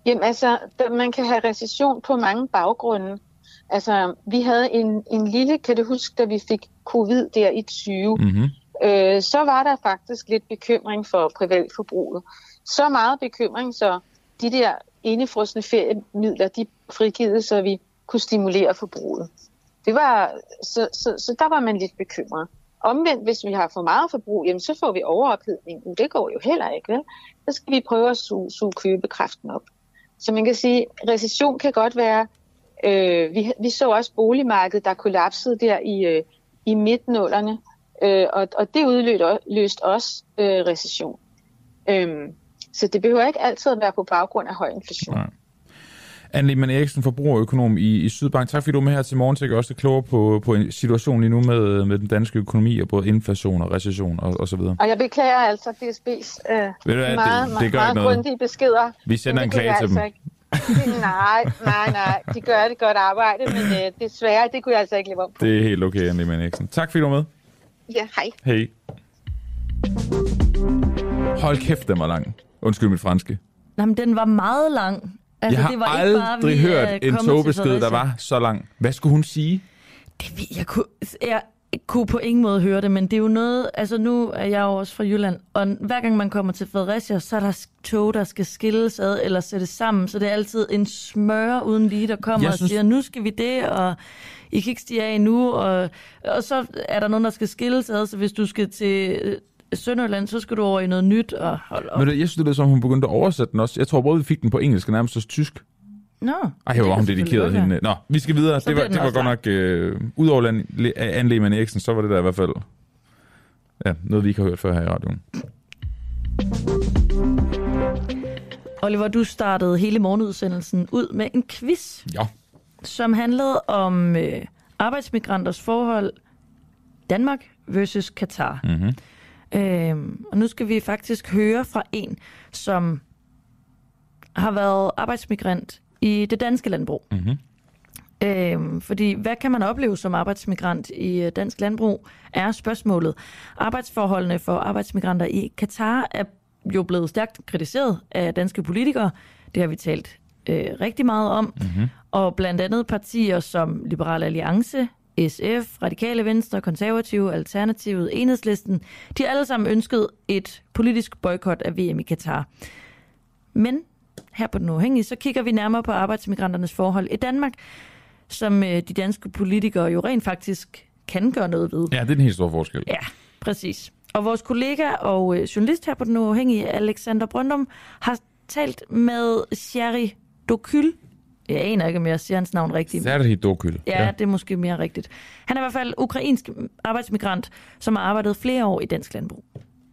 Speaker 5: Jamen altså, man kan have recession på mange baggrunde. Altså, vi havde en lille, kan du huske, da vi fik covid der i 20, så var der faktisk lidt bekymring for privatforbruget. Så meget bekymring, så de der indefrosne feriemidler, de frigivet, så vi kunne stimulere forbruget. Det var, så der var man lidt bekymret. Omvendt, hvis vi har for meget forbrug, jamen, så får vi overophedning. Det går jo heller ikke, vel? Så skal vi prøve at suge købekraften op. Så man kan sige, at recession kan godt være. Vi så også boligmarkedet, der kollapsede der i midt-nullerne, og det udløste også recession. Så det behøver ikke altid at være på baggrund af høj inflation.
Speaker 1: Nej. Anne Lehmann Eriksen, forbrugerøkonom i Sydbank. Tak fordi du er med her til morgen, så jeg kan også klogere på situationen lige nu med den danske økonomi og både inflation og recession og så videre.
Speaker 5: Og jeg beklager altså DSB's meget grundige beskeder.
Speaker 1: Vi sender en klage til dem.
Speaker 5: Nej, de gør det godt arbejde, men desværre, det kunne jeg altså ikke leve op på.
Speaker 1: Det er helt okay, Anne Lehmann Eriksen. Tak fordi du var med.
Speaker 5: Ja, hej.
Speaker 1: Hej. Hold kæft, den var lang. Undskyld mit franske.
Speaker 2: Jamen, den var meget lang. Altså,
Speaker 1: jeg har
Speaker 2: det var
Speaker 1: aldrig
Speaker 2: ikke bare,
Speaker 1: hørt en togbesked, der var så lang. Hvad skulle hun sige?
Speaker 2: Jeg kunne på ingen måde høre det, men det er jo noget... Altså, nu er jeg jo også fra Jylland, og hver gang man kommer til Fredericia, så er der tog, der skal skilles ad eller sættes sammen, så det er altid en smøre uden lige, der kommer og siger, nu skal vi det, og I kan ikke stige af nu, og så er der nogen, der skal skilles ad, så hvis du skal til Sønderjylland, så skal du over i noget nyt, og hold op.
Speaker 1: Men jeg synes, det er som, hun begyndte at oversætte den også. Jeg tror både, vi fik den på engelsk og nærmest også tysk.
Speaker 2: Nå.
Speaker 1: Ej, hvor var hun dedikeret hende. Nå, vi skal videre. Det var godt nok, udover Anne Lehmann Eriksen, så var det der i hvert fald noget, vi ikke har hørt før her i radioen.
Speaker 2: Oliver, du startede hele morgenudsendelsen ud med en quiz, som handlede om arbejdsmigranters forhold Danmark versus Katar. Mm-hmm. Og nu skal vi faktisk høre fra en, som har været arbejdsmigrant i det danske landbrug. Mm-hmm. Fordi hvad kan man opleve som arbejdsmigrant i dansk landbrug, er spørgsmålet. Arbejdsforholdene for arbejdsmigranter i Katar er jo blevet stærkt kritiseret af danske politikere. Det har vi talt rigtig meget om. Mm-hmm. Og blandt andet partier som Liberal Alliance, SF, Radikale Venstre, Konservative, Alternativet, Enhedslisten, de har alle sammen ønsket et politisk boykot af VM i Katar. Men her på Den Uafhængige, så kigger vi nærmere på arbejdsmigranternes forhold i Danmark, som de danske politikere jo rent faktisk kan gøre noget ved.
Speaker 1: Ja, det er den helt store forskel.
Speaker 2: Ja, præcis. Og vores kollega og journalist her på Den Uafhængige, Alexander Brøndum, har talt med Shari Dokyl. Jeg aner ikke, om jeg siger hans navn rigtigt.
Speaker 1: Shari Dokyl.
Speaker 2: Ja, det er måske mere rigtigt. Han er i hvert fald ukrainsk arbejdsmigrant, som har arbejdet flere år i dansk landbrug.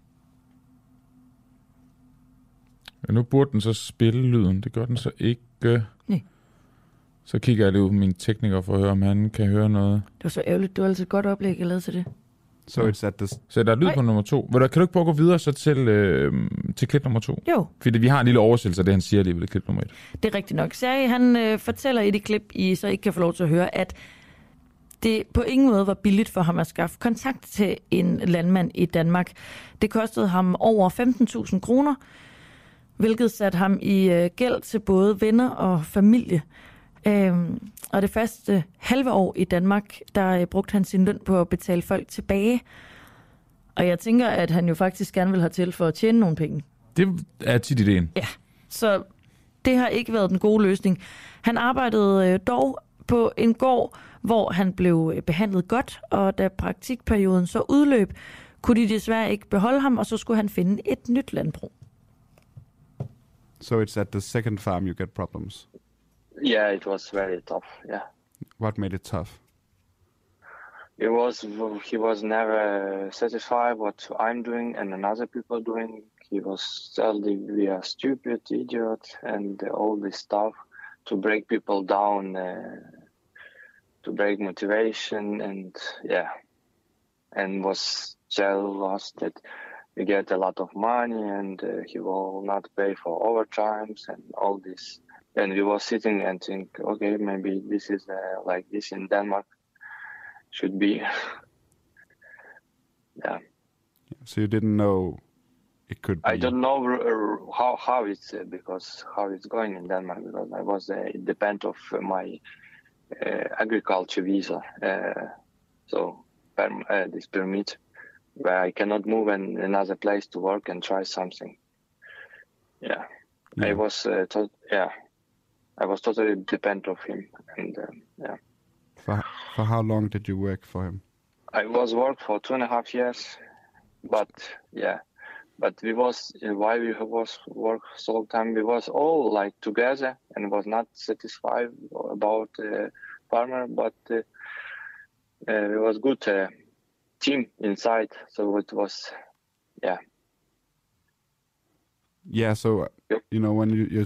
Speaker 1: Ja, nu burde den så spille lyden. Det gør den så ikke.
Speaker 2: Nej.
Speaker 1: Så kigger jeg lige ud på min tekniker for at høre, om han kan høre noget.
Speaker 2: Det var så ærgerligt. Det var altså et godt oplæg, jeg lavede til det.
Speaker 1: Så der er lyd på nummer 2. Kan du ikke prøve at gå videre så til klip nummer 2?
Speaker 2: Jo.
Speaker 1: Fordi vi har en lille oversættelse af det, han siger lige ved klip nummer 1.
Speaker 2: Det er rigtigt nok. Sari, han fortæller i det klip, I så ikke kan få lov til at høre, at det på ingen måde var billigt for ham at skaffe kontakt til en landmand i Danmark. Det kostede ham over 15.000 kroner, hvilket satte ham i gæld til både venner og familie. Og det første halve år i Danmark, der brugte han sin løn på at betale folk tilbage. Og jeg tænker, at han jo faktisk gerne vil have til for at tjene nogle penge.
Speaker 1: Det er tit ideen.
Speaker 2: Ja, så det har ikke været den gode løsning. Han arbejdede dog på en gård, hvor han blev behandlet godt, og da praktikperioden så udløb, kunne de desværre ikke beholde ham, og så skulle han finde et nyt landbrug.
Speaker 6: So it's at the second farm you get problems?
Speaker 7: Yeah, it was very tough, yeah.
Speaker 6: What made it tough?
Speaker 7: He was never satisfied what I'm doing and another people doing. He was telling we are stupid, idiot, and all this stuff to break people down, to break motivation, and was jealous that we get a lot of money and he will not pay for overtimes and all this. And we were sitting and think, okay, maybe this is like this in Denmark should be. Yeah.
Speaker 6: So you didn't know it could be?
Speaker 7: I don't know how it's because how it's going in Denmark, because I was depend of my agriculture visa, so this permit where I cannot move in another place to work and try something. Yeah. I was I was totally dependent of him, and yeah.
Speaker 6: For how long did you work for him?
Speaker 7: I was work for 2.5 years, but we was why we was work so time, we was all like together and was not satisfied about farmer, but it was good team inside, so it was
Speaker 6: Yeah, so you know, when you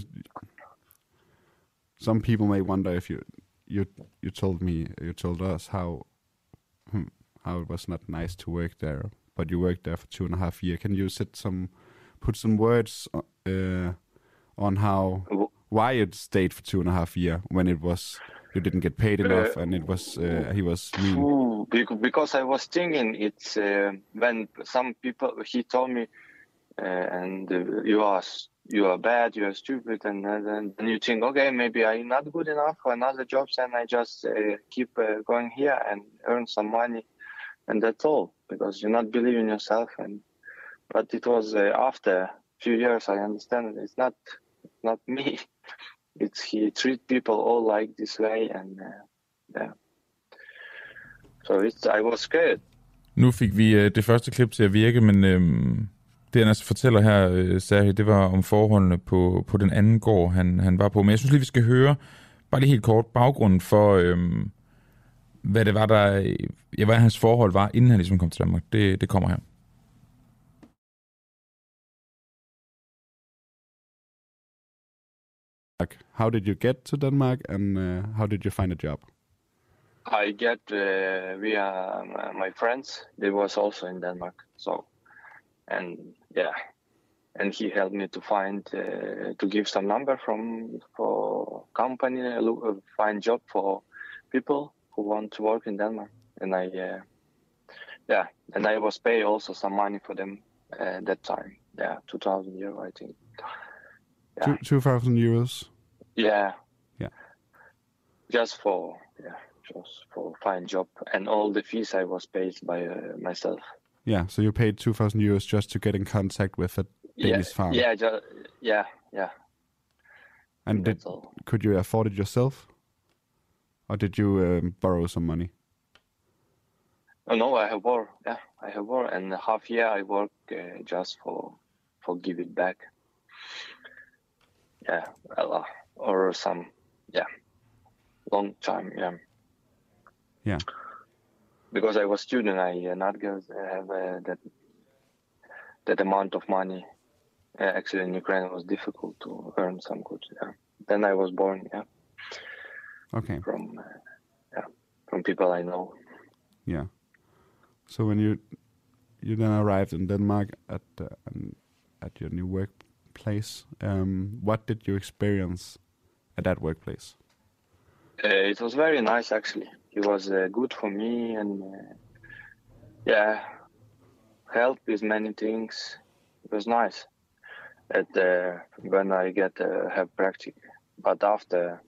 Speaker 6: some people may wonder if you told us how it was not nice to work there, but you worked there for 2.5 years. Can you put some words on why you stayed for 2.5 years when it was you didn't get paid enough and it was he was mean?
Speaker 7: Because I was thinking it's when some people he told me and you are bad, you are stupid, and then you think, okay, maybe I'm not good enough for another job, and I just keep going here and earn some money, and that's all, because you not believe in yourself. But it was after a few years I understand it's not me. It's he treat people all like this way, and so I was scared.
Speaker 1: Nu fik vi det første klip til at virke, men det han altså fortæller her, Serhi, det var om forholdene på den anden gård, han var på. Men jeg synes lige, vi skal høre, bare lige helt kort, baggrunden for, hvad det var, hvad hans forhold var, inden han ligesom kom til Danmark. Det kommer her.
Speaker 6: How did you get to Denmark, and how did you find a job?
Speaker 7: I get via my friends. They was also in Denmark, so. And he helped me to find to give some number for company, find job for people who want to work in Denmark, and I was pay also some money for them that time. 2,000 euro, I think.
Speaker 6: 2,000 euros.
Speaker 7: Yeah.
Speaker 6: Yeah.
Speaker 7: Just for find job, and all the fees I was paid by myself.
Speaker 6: Yeah, so you paid 2,000 euros just to get in contact with a Danish farm.
Speaker 7: Yeah.
Speaker 6: And could you afford it yourself, or did you borrow some money?
Speaker 7: Oh no, I have borrowed. Yeah, I have borrowed, and half year I work just for give it back. Yeah, or some long time.
Speaker 6: Yeah.
Speaker 7: Because I was student, I not have that amount of money. Actually, in Ukraine, it was difficult to earn some good. Yeah. Then I was born. Yeah.
Speaker 6: Okay.
Speaker 7: From people I know.
Speaker 6: Yeah. So when you then arrived in Denmark at your new workplace, what did you experience at that workplace?
Speaker 7: It was very nice, actually. It was good for me, and help with many things. It was nice when I get have practice. But after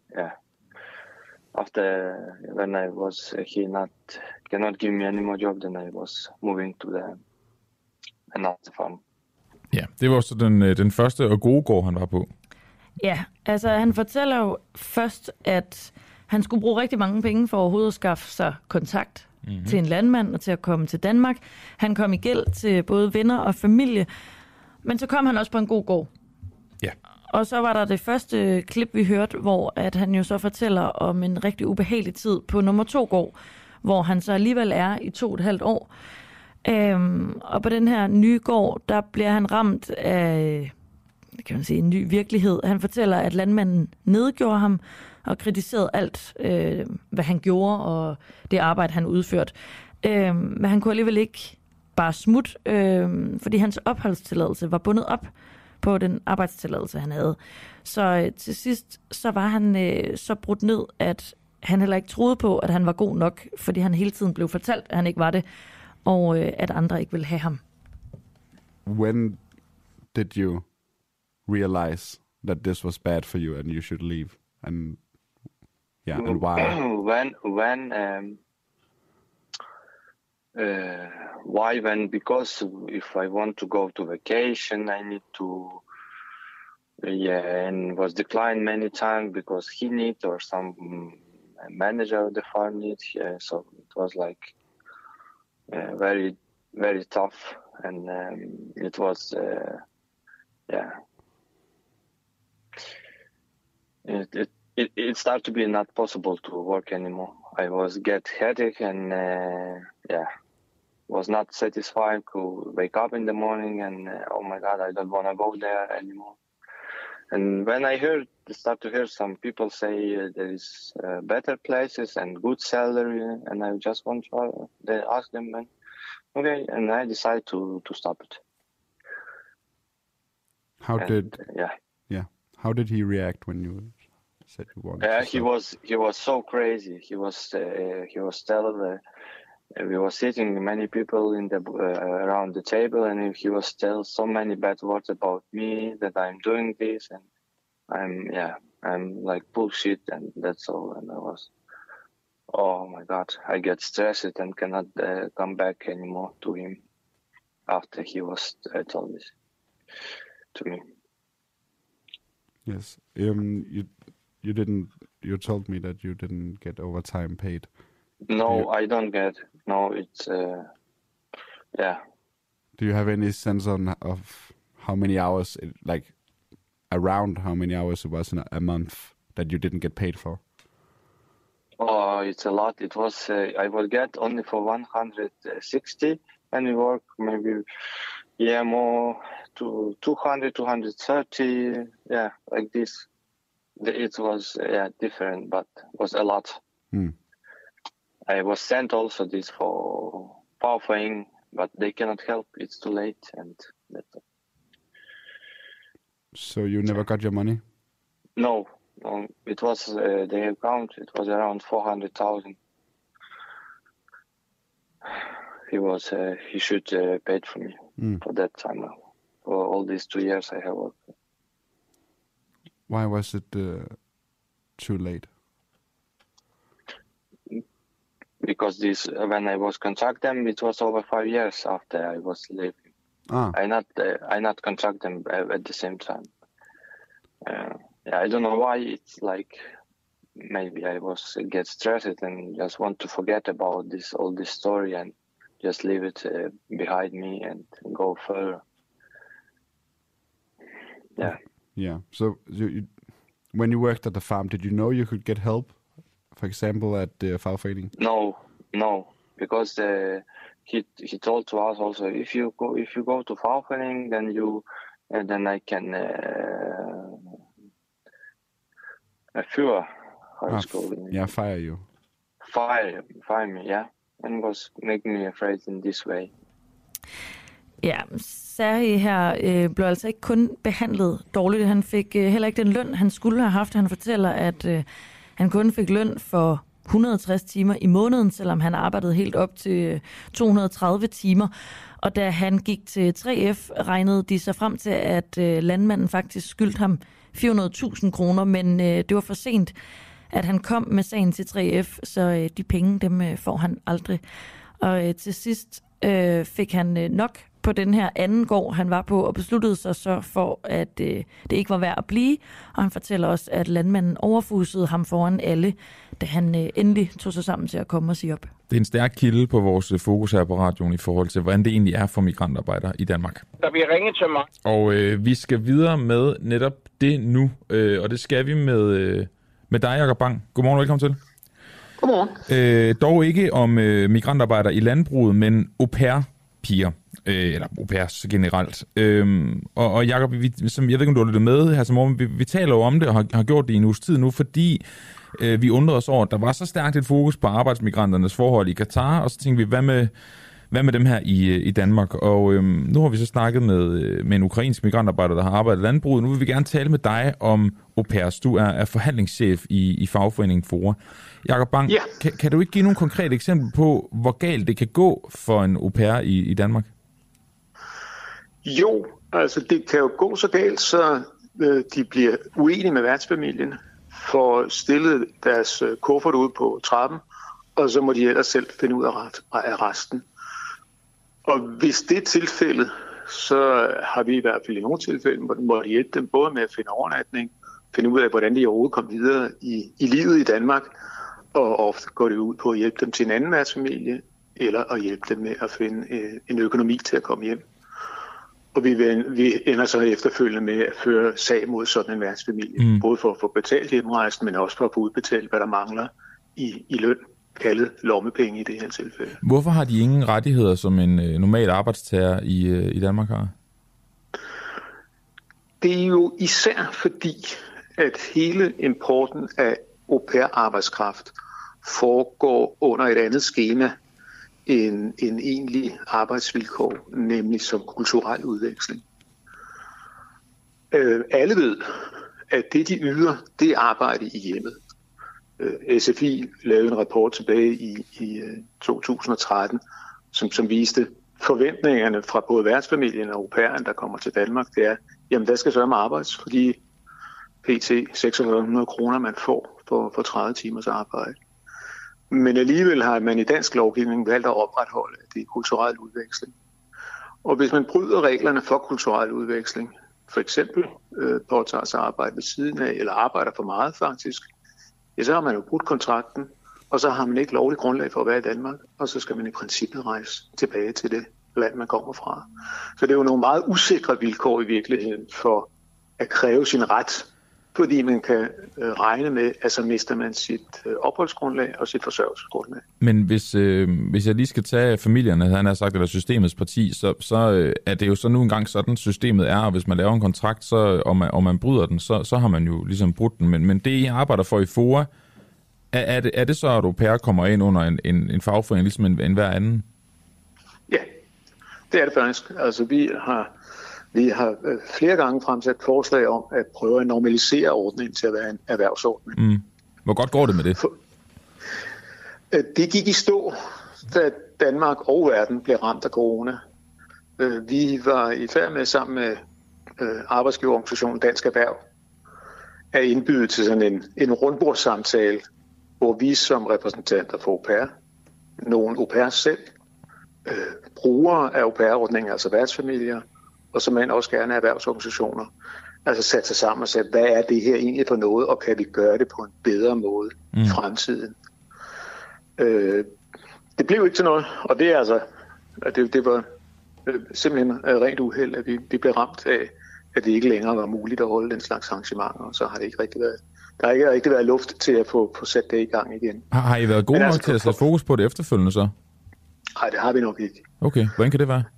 Speaker 7: when I was he cannot give me any more job, then I was moving to another farm.
Speaker 1: Ja, det var så den første og gode gård, han var på.
Speaker 2: Ja, altså han fortæller jo først, at han skulle bruge rigtig mange penge for overhovedet at skaffe sig kontakt til en landmand og til at komme til Danmark. Han kom i gæld til både venner og familie, men så kom han også på en god gård.
Speaker 1: Ja.
Speaker 2: Og så var der det første klip, vi hørte, hvor at han jo så fortæller om en rigtig ubehagelig tid på nummer 2 gård, hvor han så alligevel er i 2,5 år. Og på den her nye gård, der bliver han ramt af, kan man sige, en ny virkelighed. Han fortæller, at landmanden nedgjorde ham og kritiserede alt, hvad han gjorde, og det arbejde, han udførte. Men han kunne alligevel ikke bare smutte, fordi hans opholdstilladelse var bundet op på den arbejdstilladelse, han havde. Så til sidst, så var han så brudt ned, at han heller ikke troede på, at han var god nok, fordi han hele tiden blev fortalt, at han ikke var det, og at andre ikke ville have ham.
Speaker 6: When did you realize that this was bad for you and you should leave? And and why?
Speaker 7: Why? Because if I want to go to vacation, I need to. And was declined many times because he need or some manager of the farm need. So it was like very, very tough, and it was It started to be not possible to work anymore. I was get headache and was not satisfied to wake up in the morning and oh my God, I don't want to go there anymore. And when I start to hear some people say there is better places and good salary, and I just want to ask them, okay, and I decide to stop it.
Speaker 6: How did he react when you said you wanted?
Speaker 7: He was so crazy. He was telling. We were sitting many people in the around the table, and he was tell so many bad words about me that I'm doing this, and I'm like bullshit, and that's all. And I was, oh my God, I get stressed and cannot come back anymore to him after he was told this to me.
Speaker 6: Yes, you told me that you didn't get overtime paid.
Speaker 7: No, I don't get. No, it's
Speaker 6: Do you have any sense of how many hours, around how many hours it was in a month that you didn't get paid for?
Speaker 7: Oh, it's a lot. It was I will get only for 160, and we work maybe more to 200, 230, like this. It was different, but was a lot. I was sent also this for Powerfang, but they cannot help. It's too late, and that's all.
Speaker 6: So you never got your money?
Speaker 7: No. It was the account. It was around 400,000. He should paid for me for that time. For all these 2 years I have worked.
Speaker 6: Why was it too late?
Speaker 7: Because when I was contract them, it was over 5 years after I was leaving. I not contract them at the same time. I don't know why. It's like maybe I get stressed and just want to forget about all this story and just leave it behind me and go further. Yeah.
Speaker 6: Yeah. So when you worked at the farm, did you know you could get help? For example, at the Fagforening?
Speaker 7: No, because he told to us also if you go to Fagforening, then I can
Speaker 6: fire you.
Speaker 7: Fire me, and was making me afraid in this way.
Speaker 2: Ja, Serhij her blev altså ikke kun behandlet dårligt. Han fik heller ikke den løn, han skulle have haft. Han fortæller, at han kun fik løn for 160 timer i måneden, selvom han arbejdede helt op til 230 timer. Og da han gik til 3F, regnede de sig frem til, at landmanden faktisk skyldte ham 400.000 kroner, men det var for sent, at han kom med sagen til 3F, så de penge, dem får han aldrig. Og til sidst fik han nok på den her anden gård, han var på, og besluttede sig så for, at det ikke var værd at blive. Og han fortæller også, at landmanden overfusede ham foran alle, da han endelig tog sig sammen til at komme og sige op.
Speaker 1: Det er en stærk kilde på vores fokus her på radioen i forhold til, hvordan det egentlig er for migrantarbejdere i Danmark.
Speaker 8: Der bliver ringet til mig.
Speaker 1: Og vi skal videre med netop det nu, og det skal vi med dig, Jakob Bang. Godmorgen og velkommen til.
Speaker 8: Godmorgen.
Speaker 1: Dog ikke om migrantarbejdere i landbruget, men au pair-piger. Eller au pairs generelt. Og Jakob, jeg ved ikke, om du har lyttet med her til morgen, vi taler jo om det og har gjort det i en uges tid nu, fordi vi undrede os over, at der var så stærkt et fokus på arbejdsmigranternes forhold i Katar, og så tænkte vi, hvad med dem her i Danmark? Og nu har vi så snakket med en ukrainsk migrantarbejder, der har arbejdet i landbruget. Nu vil vi gerne tale med dig om au pairs. Du er forhandlingschef i Fagforeningen FOA. Jakob Bang, kan du ikke give nogle konkrete eksempler på, hvor galt det kan gå for en au pair i Danmark?
Speaker 8: Jo,
Speaker 9: Altså, det kan jo gå så galt, så de bliver uenige med værtsfamilien, får stillet deres kuffert ud på trappen, og så må de ellers selv finde ud af resten. Og hvis det er tilfældet, så har vi i hvert fald i nogle tilfælde, hvor de hjælpe dem både med at finde overnatning, finde ud af, hvordan de overhovedet kommer videre i livet i Danmark, og ofte går det ud på at hjælpe dem til en anden værtsfamilie, eller at hjælpe dem med at finde en økonomi til at komme hjem. Og vi ender så efterfølgende med at føre sag mod sådan en værtsfamilie, både for at få betalt hjemrejsen, men også for at få udbetalt, hvad der mangler i løn, kaldet lommepenge i det her tilfælde.
Speaker 1: Hvorfor har de ingen rettigheder, som en normal arbejdstager i Danmark har?
Speaker 9: Det er jo især fordi, at hele importen af au pair-arbejdskraft foregår under et andet skema end en egentlig arbejdsvilkår, nemlig som kulturel udveksling. Alle ved, at det de yder, det er arbejde i hjemmet. SFI lavede en rapport tilbage i 2013, som viste forventningerne fra både værtsfamilien og au pairen, der kommer til Danmark, det er, jamen der skal så med arbejds, fordi pt. 600 kroner man får for 30 timers arbejde. Men alligevel har man i dansk lovgivning valgt at opretholde, at det er kulturel udveksling. Og hvis man bryder reglerne for kulturel udveksling, for eksempel påtager sig arbejde ved siden af, eller arbejder for meget faktisk, ja, så har man jo brudt kontrakten, og så har man ikke lovligt grundlag for at være i Danmark, og så skal man i princippet rejse tilbage til det land, man kommer fra. Så det er jo nogle meget usikre vilkår i virkeligheden for at kræve sin ret, fordi man kan regne med, at så mister man sit opholdsgrundlag og sit forsørgelsesgrundlag. Men
Speaker 1: hvis jeg lige skal tage familierne, han har sagt, eller systemets parti, så er det jo så nu engang sådan, systemet er, og hvis man laver en kontrakt, så, og man bryder den, så har man jo ligesom brudt den. Men det, I arbejder for i FOA, er det så, at au pair kommer ind under en fagforening, ligesom en hver anden?
Speaker 9: Ja, det er det faktisk. Altså, vi har flere gange fremsat forslag om at prøve at normalisere ordningen til at være en erhvervsordning.
Speaker 1: Hvor godt går det med det?
Speaker 9: Det gik i stå, da Danmark og verden blev ramt af corona. Vi var i færd med sammen med arbejdsgiverorganisationen Dansk Erhverv at indbyde til sådan en rundbordssamtale, hvor vi som repræsentanter for au pair, nogle au pair selv, brugere af au pair-ordningen, altså værtsfamilier, og som man også gerne erhvervsorganisationer, altså sat sig sammen og sagt, hvad er det her egentlig for noget, og kan vi gøre det på en bedre måde i fremtiden? Det blev ikke til noget, og det er altså, det var simpelthen rent uheld, at vi blev ramt af, at det ikke længere var muligt at holde den slags arrangementer, og så har det ikke rigtig været. Der har ikke rigtig været luft til at få sat det i gang igen.
Speaker 1: Har I været gode nok til at sætte fokus på det efterfølgende så?
Speaker 9: Nej, det har vi nok ikke.
Speaker 1: Okay, hvordan kan det være?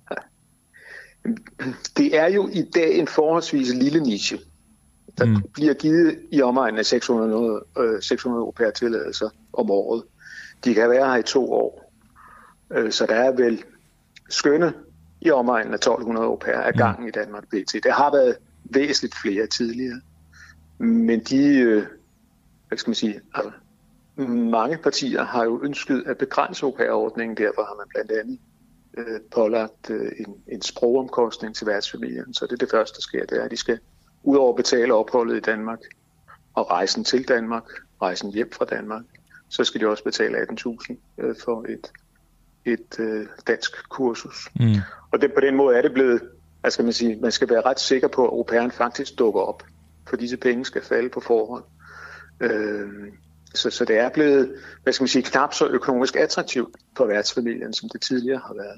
Speaker 9: Det er jo i dag en forholdsvis lille niche. Der bliver givet i omegnen af 600 au pair-tilladelser om året. De kan være her i 2 år. Så der er vel skønne i omegnen af 1200 au pair af gangen i Danmark pt. Det har været væsentligt flere tidligere. Men hvad skal man sige, altså, mange partier har jo ønsket at begrænse au pair-ordningen. Derfor har man blandt andet pålagt en sprogomkostning til værtsfamilien. Så det er det første, der sker, det er, at de skal udover betale opholdet i Danmark og rejsen til Danmark, rejsen hjem fra Danmark, så skal de også betale 18.000 for et dansk kursus. Og på den måde er det blevet, hvad skal man sige, man skal være ret sikker på, at au pairen faktisk dukker op, for disse penge skal falde på forhånd. Så det er blevet, hvad skal man sige, knap så økonomisk attraktivt for værtsfamilien, som det tidligere har været.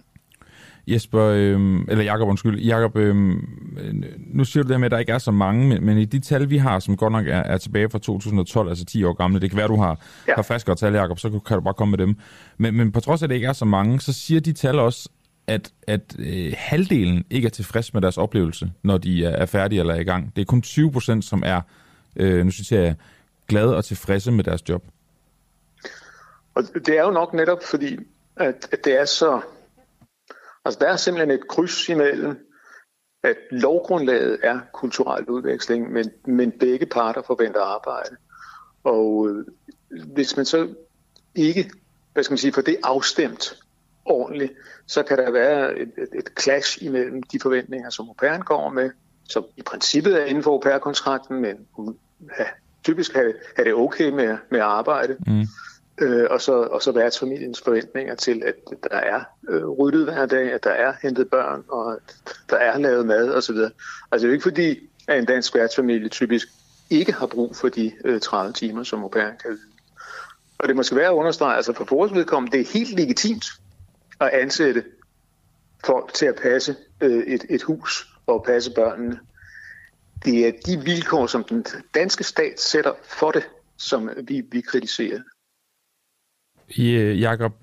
Speaker 1: Jakob, nu siger du det med, at der ikke er så mange, men i de tal, vi har, som godt nok er tilbage fra 2012, altså 10 år gamle, det kan være, du har friskere tal, Jakob, så kan du bare komme med dem. Men på trods af, at det ikke er så mange, så siger de tal også, at halvdelen ikke er tilfreds med deres oplevelse, når de er færdige eller er i gang. Det er kun 20%, som er, nu citerer jeg, glade og tilfredse med deres job.
Speaker 9: Og det er jo nok netop fordi, at det er så... Altså der er simpelthen et kryds imellem, at lovgrundlaget er kulturel udveksling, men begge parter forventer arbejde. Og hvis man så ikke, hvad skal man sige, for det afstemt ordentligt, så kan der være et clash imellem de forventninger, som au pairen kommer med, som i princippet er inden for au pair-kontrakten, men typisk er det okay med at arbejde. Og så værtsfamiliens forventninger til, at der er ryddet hver dag, at der er hentet børn, og at der er lavet mad osv. Altså det er jo ikke fordi, at en dansk værtsfamilie typisk ikke har brug for de 30 timer, som au pairen kan yde. Og det må skal være at understrege, altså for vores vedkommende, det er helt legitimt at ansætte folk til at passe et hus og passe børnene. Det er de vilkår, som den danske stat sætter for det, som vi kritiserer.
Speaker 1: Jakob,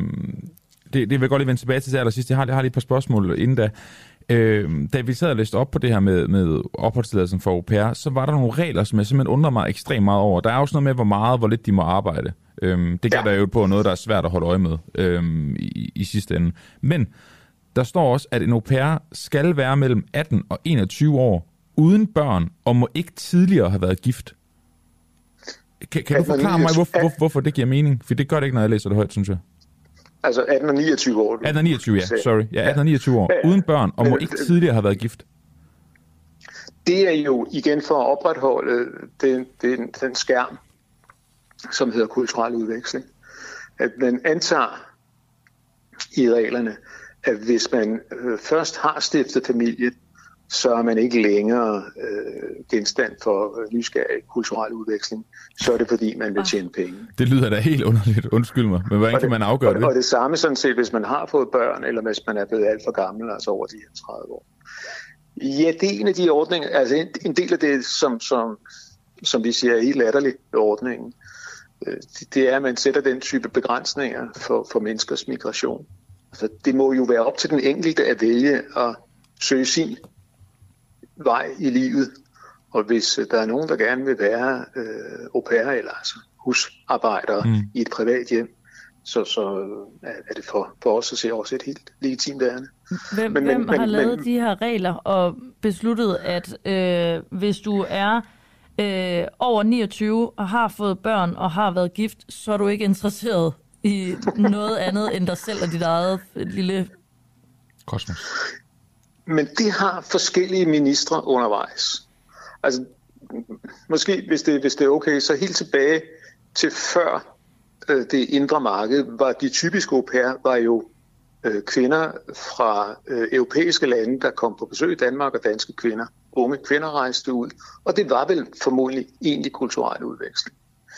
Speaker 1: det vil jeg godt lige vende tilbage til allersidst. Jeg har lige et par spørgsmål inden da. Da vi sad og læste op på det her med opholdstilladelsen for au pair, så var der nogle regler, som jeg simpelthen undrer mig ekstremt meget over. Der er også noget med, hvor lidt de må arbejde. Det gør der jo på noget, der er svært at holde øje med i sidste ende. Men der står også, at en au pair skal være mellem 18 og 21 år, uden børn, og må ikke tidligere have været gift. Kan du forklare mig, hvorfor det giver mening? For det gør det ikke, når jeg læser det højt, synes jeg.
Speaker 9: Altså 18 og 29 år.
Speaker 1: 18 og 29, ja. Sorry. Ja, 18 og 29 år. Uden børn, og må ikke tidligere have været gift.
Speaker 9: Det er jo igen for at opretholde den skærm, som hedder kulturel udveksling. At man antager i reglerne, at hvis man først har stiftet familie, så er man ikke længere genstand for nysgerrig kulturel udveksling. Så er det fordi, man vil tjene penge.
Speaker 1: Det lyder da helt underligt, undskyld mig. Men hvordan kan man afgøre det?
Speaker 9: Og det samme sådan set, hvis man har fået børn, eller hvis man er blevet alt for gammel, altså over de her 30 år. Ja, det er en af de ordninger, altså en del af det, som vi siger er helt latterligt ved ordningen, det er, at man sætter den type begrænsninger for menneskers migration. Altså, det må jo være op til den enkelte at vælge at søge sin vej i livet. Og hvis der er nogen, der gerne vil være au pair eller altså husarbejdere i et privat hjem, så er det for os at se også et helt legitimt ærne.
Speaker 2: Hvem har lavet de her regler og besluttet, at hvis du er over 29 og har fået børn og har været gift, så er du ikke interesseret i noget andet end dig selv og dit eget lille
Speaker 1: kosmos?
Speaker 9: Men det har forskellige ministre undervejs. Altså, måske, hvis det er okay, så helt tilbage til før det indre marked, var de typiske au pair, var jo kvinder fra europæiske lande, der kom på besøg i Danmark, og danske kvinder. Unge kvinder rejste ud, og det var vel formodentlig egentlig kulturel udveksling.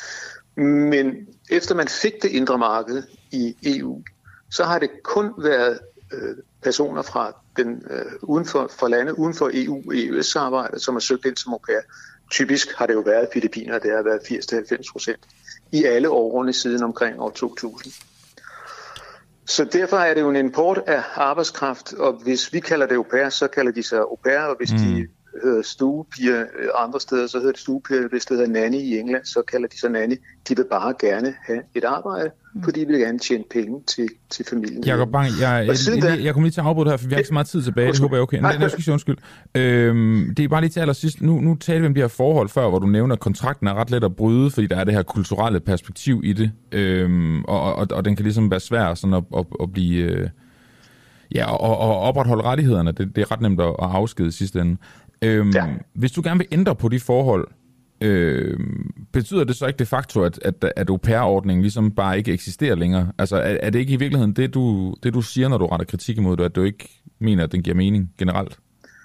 Speaker 9: Men efter man fik det indre marked i EU, så har det kun været personer fra fra lande uden for EU og EØS-samarbejdet, som har søgt ind som au pair. Typisk har det jo været Filippiner, det har været 80-90% i alle årene siden omkring år 2000. Så derfor er det jo en import af arbejdskraft, og hvis vi kalder det au pair, så kalder de sig au pair, og hvis de hedder stuepiger andre steder, så hedder det stuepiger. Hvis det hedder nanny i England, så kalder de sig nanny. De vil bare gerne have et arbejde, fordi de vil gerne tjene penge til familien.
Speaker 1: Jakob Bang, jeg kommer lige til at afbryde her, for vi har ikke så meget tid tilbage. Det håber jeg okay. Nej, jeg skal sige undskyld. Det er bare lige til allersidst. Nu taler vi om de her forhold før, hvor du nævner, at kontrakten er ret let at bryde, fordi der er det her kulturelle perspektiv i det. Og den kan ligesom være svær sådan at blive... og opretholde rettighederne. Det er ret nemt at afskede i sidste ende. Hvis du gerne vil ændre på de forhold, betyder det så ikke de facto, at au pair-ordningen ligesom bare ikke eksisterer længere? Altså er det ikke i virkeligheden det du siger, når du retter kritik imod det, at du ikke mener, at den giver mening generelt?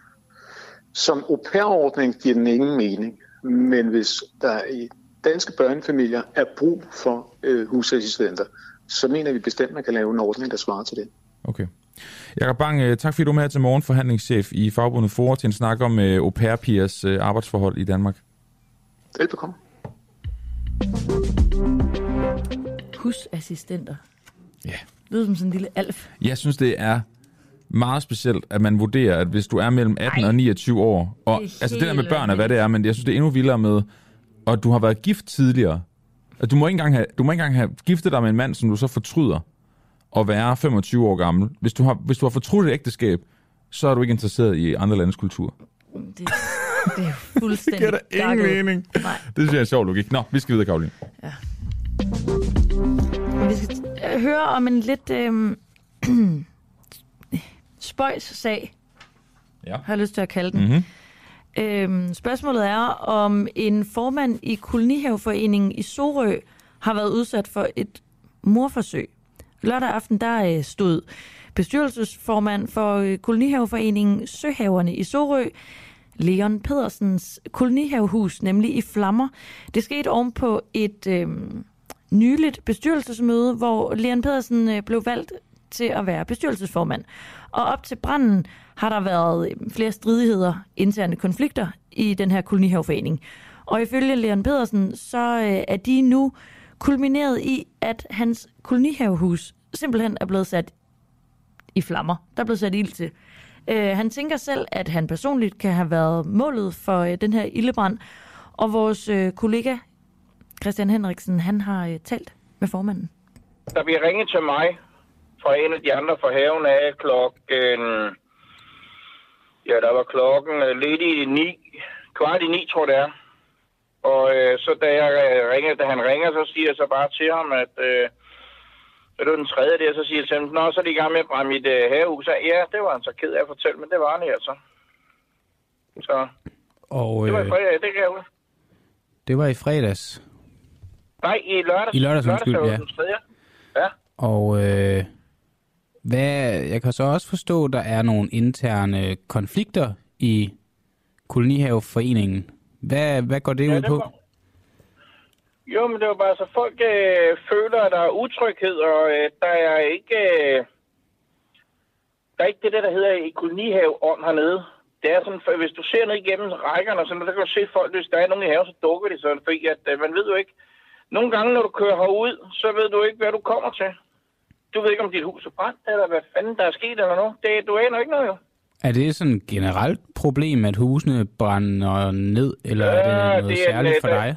Speaker 9: Som au pair-ordning giver den ingen mening, men hvis der i danske børnefamilier er brug for husassistenter, så mener vi bestemt, at man kan lave en ordning, der svarer til det.
Speaker 1: Okay. Jakob Bang, tak fordi du er med her til morgen, forhandlingschef i Fagbundet FOA, til en snak om au pair-pigers arbejdsforhold i Danmark.
Speaker 9: Velbekomme.
Speaker 2: Husassistenter.
Speaker 1: Ja.
Speaker 2: Lyder som sådan en lille alf.
Speaker 1: Jeg synes, det er meget specielt, at man vurderer, at hvis du er mellem 18 og 29 år, og altså det der med børn er, hvad det er, men jeg synes, det er endnu vildere med, og du har været gift tidligere. At du må ikke engang have giftet dig med en mand, som du så fortryder at være 25 år gammel. Hvis du har fortrudt et ægteskab, så er du ikke interesseret i andre landes kultur.
Speaker 2: Det er fuldstændig
Speaker 1: det giver da ingen mening. Nej. Det synes jeg er en sjov logik. Nå, vi skal videre, Karoline.
Speaker 2: Ja. Vi skal høre om en lidt spøjs-sag,
Speaker 1: ja.
Speaker 2: har jeg lyst til at kalde den. Spørgsmålet er, om en formand i Kolonihaveforeningen i Sorø har været udsat for et mordforsøg. Lørdag aften, der stod bestyrelsesformand for Kolonihaveforeningen Søhaverne i Sorø, Leon Pedersens kolonihavehus, nemlig i flammer. Det skete ovenpå et nyligt bestyrelsesmøde, hvor Leon Pedersen blev valgt til at være bestyrelsesformand. Og op til branden har der været flere stridigheder, interne konflikter i den her kolonihaveforening. Og ifølge Leon Pedersen, så er de nu kulmineret i, at hans kolonihavehus simpelthen er blevet sat i flammer. Der er blevet sat ild til. Han tænker selv, at han personligt kan have været målet for den her ildebrand. Og vores kollega Christian Henriksen, han har talt med formanden.
Speaker 8: Der bliver ringet til mig fra en af de andre fra haven af klokken... Ja, der var klokken lidt i 9. Kvart i 9, tror jeg det er. Og så da han ringer, så siger jeg så bare til ham, at... det var den tredje der, så siger jeg til ham, nå, så er de i gang med at brænde mit havehus af. Ja, det var han så ked af at fortælle, men det var han altså. Så
Speaker 10: og,
Speaker 8: det var i fredag, det kan jeg huske.
Speaker 10: Det var i fredags?
Speaker 8: Nej, i lørdags.
Speaker 10: I lørdags, undskyld, ja.
Speaker 8: Den tredje. Ja.
Speaker 10: Og jeg kan så også forstå, at der er nogle interne konflikter i Kolonihaveforeningen. Hvad går det ud på?
Speaker 8: Jo, men det var bare så folk føler, at der er utryghed, og der er ikke det der hedder i kolonihaveånd hernede. Det er sådan, hvis du ser ned igennem rækkerne, så kan du se folk, hvis der er nogen i haven, så dukker de sådan, fordi at man ved jo ikke. Nogle gange, når du kører herud, så ved du ikke, hvad du kommer til. Du ved ikke, om dit hus er brændt, eller hvad fanden der er sket eller noget. Du aner ikke noget jo.
Speaker 10: Er det sådan et generelt problem, at husene brænder ned, eller er det noget særligt for dig?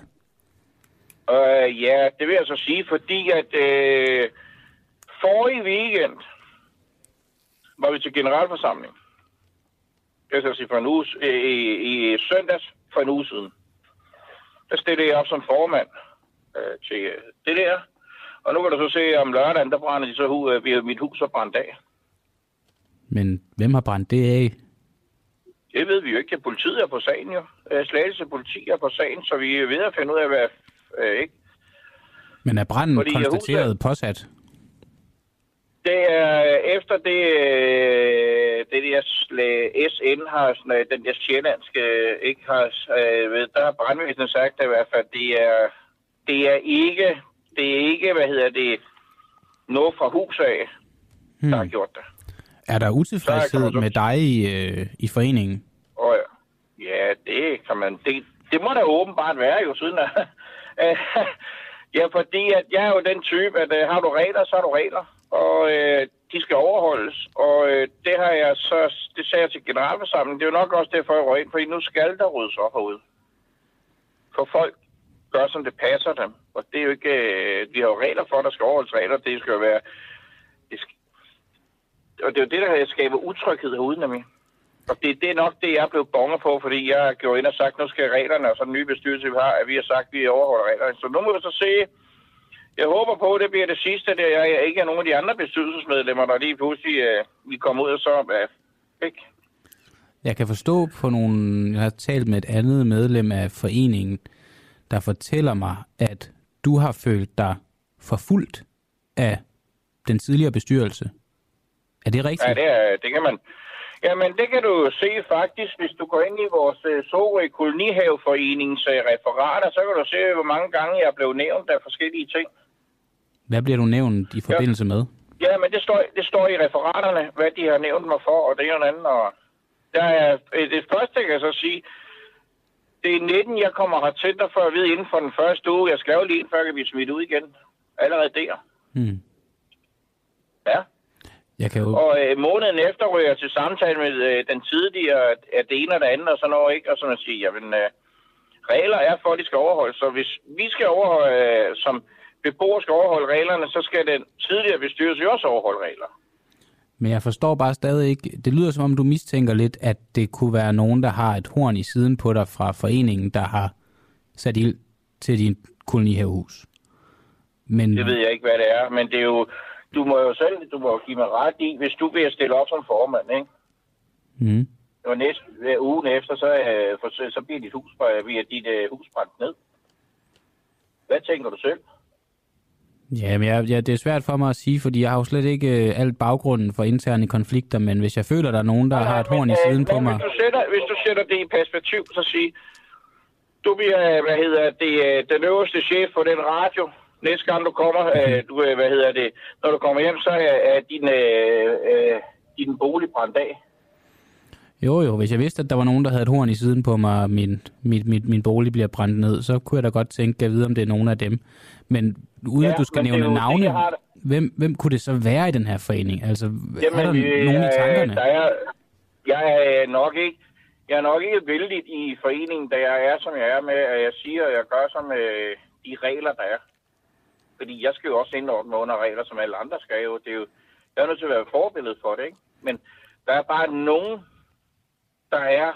Speaker 8: Ja, det vil jeg så sige, fordi at forrige weekend var vi til generalforsamling. Det vil sige for en uge, i søndags for en uge siden. Der stillede jeg op som formand til det der. Og nu kan du så se, om lørdagen, der brænder de så mit hus og brændt af. Men
Speaker 10: hvem har brændt det af?
Speaker 8: Det ved vi jo ikke. Politiet er på sagen jo. Slagelse politi er på sagen, så vi er ved at finde ud af, hvad ikke.
Speaker 10: Men er branden konstateret påsat?
Speaker 8: Det er efter det der SN har sådan, den der sjællandske ikke har der har brandvæsenet sagt at i hvert fald det er ikke noget fra hus af, der har gjort det.
Speaker 10: Er der utilfredshed med dig i foreningen?
Speaker 8: Ja, det kan man. Det må da åbenbart være jo siden af. Ja, fordi at jeg er jo den type, at har du regler, så har du regler. Og de skal overholdes. Og det har jeg så, det sagde jeg til generalforsamlingen. Det er jo nok også derfor, jeg røg ind, fordi nu skal der ryddes op herude. For folk gør, som det passer dem. Og det er jo ikke... vi har jo regler for, at der skal overholdes regler. Det skal jo være... Og det er jo det, der skaber utryghed herude, nemlig. Og det er nok det, jeg er blevet bonger på, fordi jeg gjorde ind og sagt, nu skal reglerne, og så den nye bestyrelse, vi har, at vi har sagt, at vi overholder reglerne. Så nu må vi så se... Jeg håber på, at det bliver det sidste, der jeg ikke er nogen af de andre bestyrelsesmedlemmer, der lige pludselig vi kommer ud og så... ikke?
Speaker 10: Jeg kan forstå på nogle... Jeg har talt med et andet medlem af foreningen, der fortæller mig, at du har følt dig forfulgt af den tidligere bestyrelse. Er det rigtigt?
Speaker 8: Ja, det kan man... Jamen, det kan du se faktisk, hvis du går ind i vores Sorø Kolonihaveforeningens referater, så kan du se, hvor mange gange jeg er blevet nævnt af forskellige ting.
Speaker 10: Hvad bliver du nævnt i forbindelse med?
Speaker 8: Ja, men det står i referaterne, hvad de har nævnt mig for, og det er jo en anden. Og der er det første, jeg kan så sige, det er 19, jeg kommer hertil, der får at vide inden for den første uge. Jeg skal jo lige ind, før jeg kan blive smidt ud igen. Allerede der. Ja. Og måneden efter ryger jeg til samtale med den tidligere, at det ene og det andet og sådan noget, ikke? Og så man siger, jamen, regler er for, at de skal overholdes. Så hvis vi skal overholde, som beboere skal overholde reglerne, så skal den tidligere bestyrelse også overholde regler.
Speaker 10: Men jeg forstår bare stadig ikke, det lyder som om du mistænker lidt, at det kunne være nogen, der har et horn i siden på dig fra foreningen, der har sat ild til din kolonihavehus. Men...
Speaker 8: Det ved jeg ikke, hvad det er, men det er jo... du må jo give mig ret i, hvis du vil stille op som formand, ikke?
Speaker 10: Mm.
Speaker 8: Og ugen efter, så bliver dit hus brændt ned. Hvad tænker du selv?
Speaker 10: Jamen, det er svært for mig at sige, fordi jeg har jo slet ikke alt baggrunden for interne konflikter, men hvis jeg føler, der er nogen, der har et horn i siden på mig...
Speaker 8: Hvis du sætter det i perspektiv, så sig, du bliver, den øverste chef for den radio. Næste gang du kommer, når du kommer hjem, så er din bolig brændt af.
Speaker 10: Jo, hvis jeg vidste, at der var nogen, der havde et horn i siden på mig, og min bolig bliver brændt ned, så kunne jeg da godt tænke, at vide, om det er nogen af dem. Men uden at du skal nævne navne, hvem kunne det så være i den her forening? Altså, er der nogen i tankerne?
Speaker 8: Jeg er nok ikke vældig i foreningen, da jeg er, som jeg er med, at jeg siger, at jeg gør som de regler, der er. Fordi jeg skal jo også indordne under regler, som alle andre skal jo. Jeg er nødt til at være forbillede for det, ikke? Men der er bare nogen, der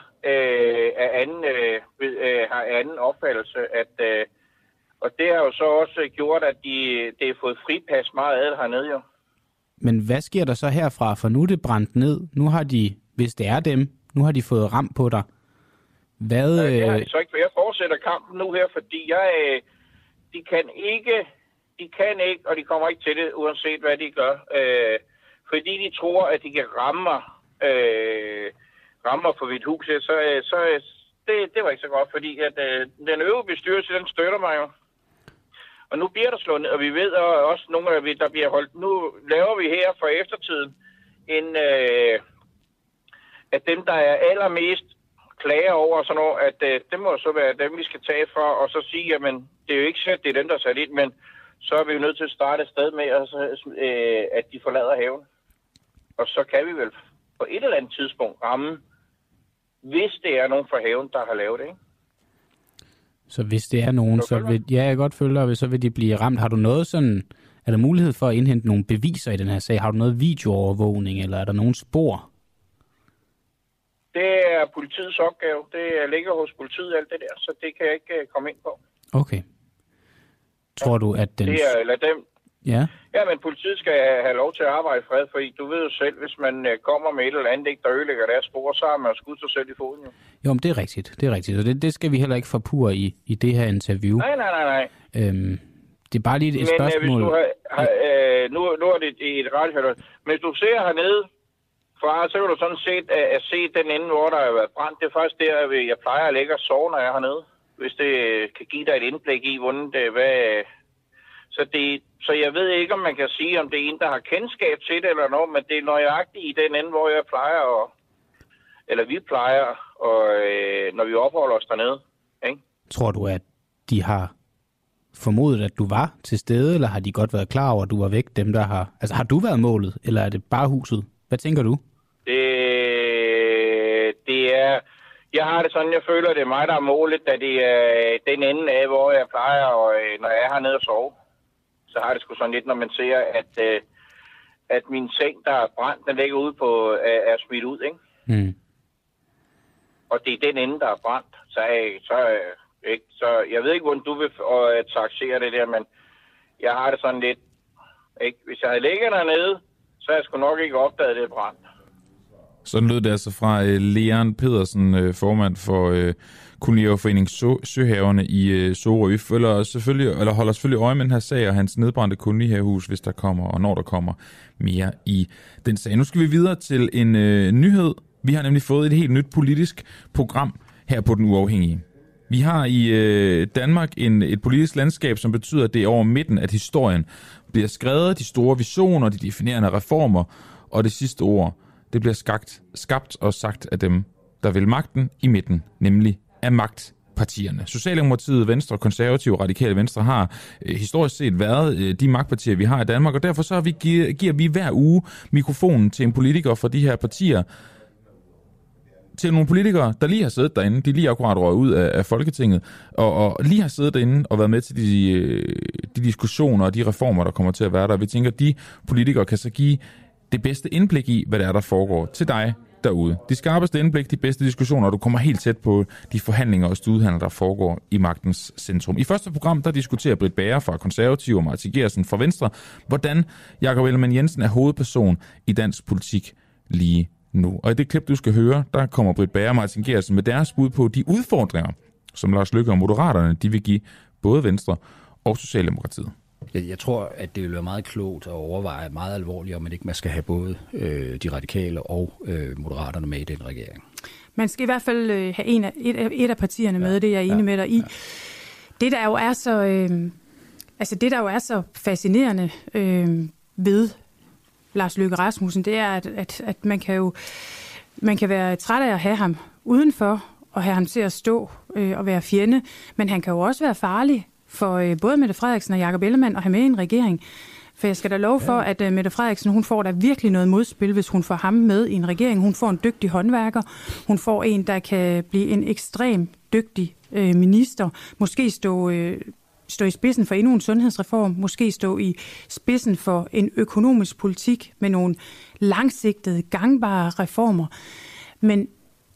Speaker 8: har anden opfattelse, at og det har jo så også gjort, at det er fået fripas meget af det hernede jo.
Speaker 10: Men hvad sker der så herfra? For nu er det brændt ned. Nu har de, hvis det er dem, nu har de fået ram på dig. Hvad?
Speaker 8: Det har de så ikke, for jeg fortsætter kampen nu her, fordi de kan ikke, og de kommer ikke til det, uanset hvad de gør. Fordi de tror, at de kan ramme mig på mit hus, så det var ikke så godt, fordi at den øvrige bestyrelse, den støtter mig jo. Og nu bliver der slået ned, og vi ved også nogle af der bliver holdt. Nu laver vi her for eftertiden at dem, der er allermest klager over sådan noget, at det må så være dem, vi skal tage for, og så sige, jamen, det er jo ikke så, det er dem, der er sat ind, men så er vi jo nødt til at starte et sted med, at de forlader haven. Og så kan vi vel på et eller andet tidspunkt ramme, hvis det er nogen fra haven, der har lavet det, ikke?
Speaker 10: Så hvis det er nogen, så vil... Ja, jeg godt følger, og så vil de blive ramt. Har du noget sådan... Er der mulighed for at indhente nogle beviser i den her sag? Har du noget videoovervågning, eller er der nogen spor?
Speaker 8: Det er politiets opgave. Det ligger hos politiet, alt det der, så det kan jeg ikke komme ind på.
Speaker 10: Okay. Tror du, at den...
Speaker 8: Det er, eller dem...
Speaker 10: Ja.
Speaker 8: Ja, men politiet skal have lov til at arbejde i fred, fordi du ved jo selv, hvis man kommer med et eller andet, ikke, der ødelægger deres spor, så har man skudt sig selv i foden jo. Jo, men
Speaker 10: det er rigtigt. Det er rigtigt. Og det skal vi heller ikke forpure i det her interview.
Speaker 8: Nej.
Speaker 10: Det er bare lige et spørgsmål.
Speaker 8: Nu er det et radiohøjde. Men hvis du ser hernede fra, så kan du sådan set at se den ende, hvor der har været brændt. Det er faktisk der, jeg plejer at lægge og sove, når jeg er hernede. Hvis det kan give dig et indblik i, hvordan det Så jeg ved ikke, om man kan sige, om det er en, der har kendskab til det eller noget, men det er nøjagtigt i den ende, hvor jeg plejer, eller vi plejer, når vi opholder os dernede. Ikke?
Speaker 10: Tror du, at de har formodet, at du var til stede, eller har de godt været klar over, at du var væk, dem der har... Altså, har du været målet, eller er det bare huset? Hvad tænker du?
Speaker 8: Det er... Jeg har det sådan, jeg føler, at det er mig, der er målet, da det er den ende af, hvor jeg plejer, og når jeg er hernede og sove. Så har det sgu sådan lidt, når man ser, at min seng, der er brændt, den ligger ude på, er smidt ud, ikke?
Speaker 10: Mm.
Speaker 8: Og det er den ende, der er brændt. Så jeg ved ikke, hvordan du vil taxere det der, men jeg har det sådan lidt, ikke? Hvis jeg havde ligget dernede, så havde jeg sgu nok ikke opdaget, det brændt.
Speaker 1: Sådan lød det altså fra Leon Pedersen, formand for Kolonihaveforeningen Søhaverne i Sorø. Vi holder selvfølgelig øje med den her sag og hans nedbrændte kolonihavehus, hvis der kommer, og når der kommer mere i den sag. Nu skal vi videre til en nyhed. Vi har nemlig fået et helt nyt politisk program her på Den Uafhængige. Vi har i Danmark et politisk landskab, som betyder, at det er over midten, at historien bliver skrevet, de store visioner, de definerende reformer, og det sidste ord, det bliver skabt og sagt af dem, der vil magten i midten, nemlig af magtpartierne. Socialdemokratiet, Venstre, Konservative og Radikale Venstre har historisk set været de magtpartier, vi har i Danmark, og derfor så giver vi hver uge mikrofonen til en politiker fra de her partier, til nogle politikere, der lige har siddet derinde, de lige akkurat røget ud af Folketinget, og lige har siddet derinde og været med til de diskussioner og de reformer, der kommer til at være der. Vi tænker, at de politikere kan så give det bedste indblik i, hvad det er, der foregår til dig derude. De skarpeste indblik, de bedste diskussioner, og du kommer helt tæt på de forhandlinger og studehandler, der foregår i magtens centrum. I første program, der diskuterer Britt Bager fra Konservative og Martin Geertsen fra Venstre, hvordan Jakob Ellemann-Jensen er hovedperson i dansk politik lige nu. Og i det klip, du skal høre, der kommer Britt Bager og Martin Geertsen med deres bud på de udfordringer, som Lars Løkke og Moderaterne, de vil give både Venstre og Socialdemokratiet.
Speaker 11: Jeg tror, at det vil være meget klogt at overveje meget alvorligt, om man ikke skal have både de radikale og Moderaterne med i den regering.
Speaker 12: Man skal i hvert fald have et af partierne med, det er jeg enig med dig i. Ja. Det, der jo er så fascinerende ved Lars Løkke Rasmussen, det er, at man kan være træt af at have ham udenfor, og have ham til at stå og være fjende, men han kan jo også være farlig for både Mette Frederiksen og Jakob Ellemann at have med i en regering. For jeg skal da love for, at Mette Frederiksen, hun får da virkelig noget modspil, hvis hun får ham med i en regering. Hun får en dygtig håndværker. Hun får en, der kan blive en ekstrem dygtig minister. Måske stå i spidsen for endnu en sundhedsreform. Måske stå i spidsen for en økonomisk politik med nogle langsigtede, gangbare reformer. Men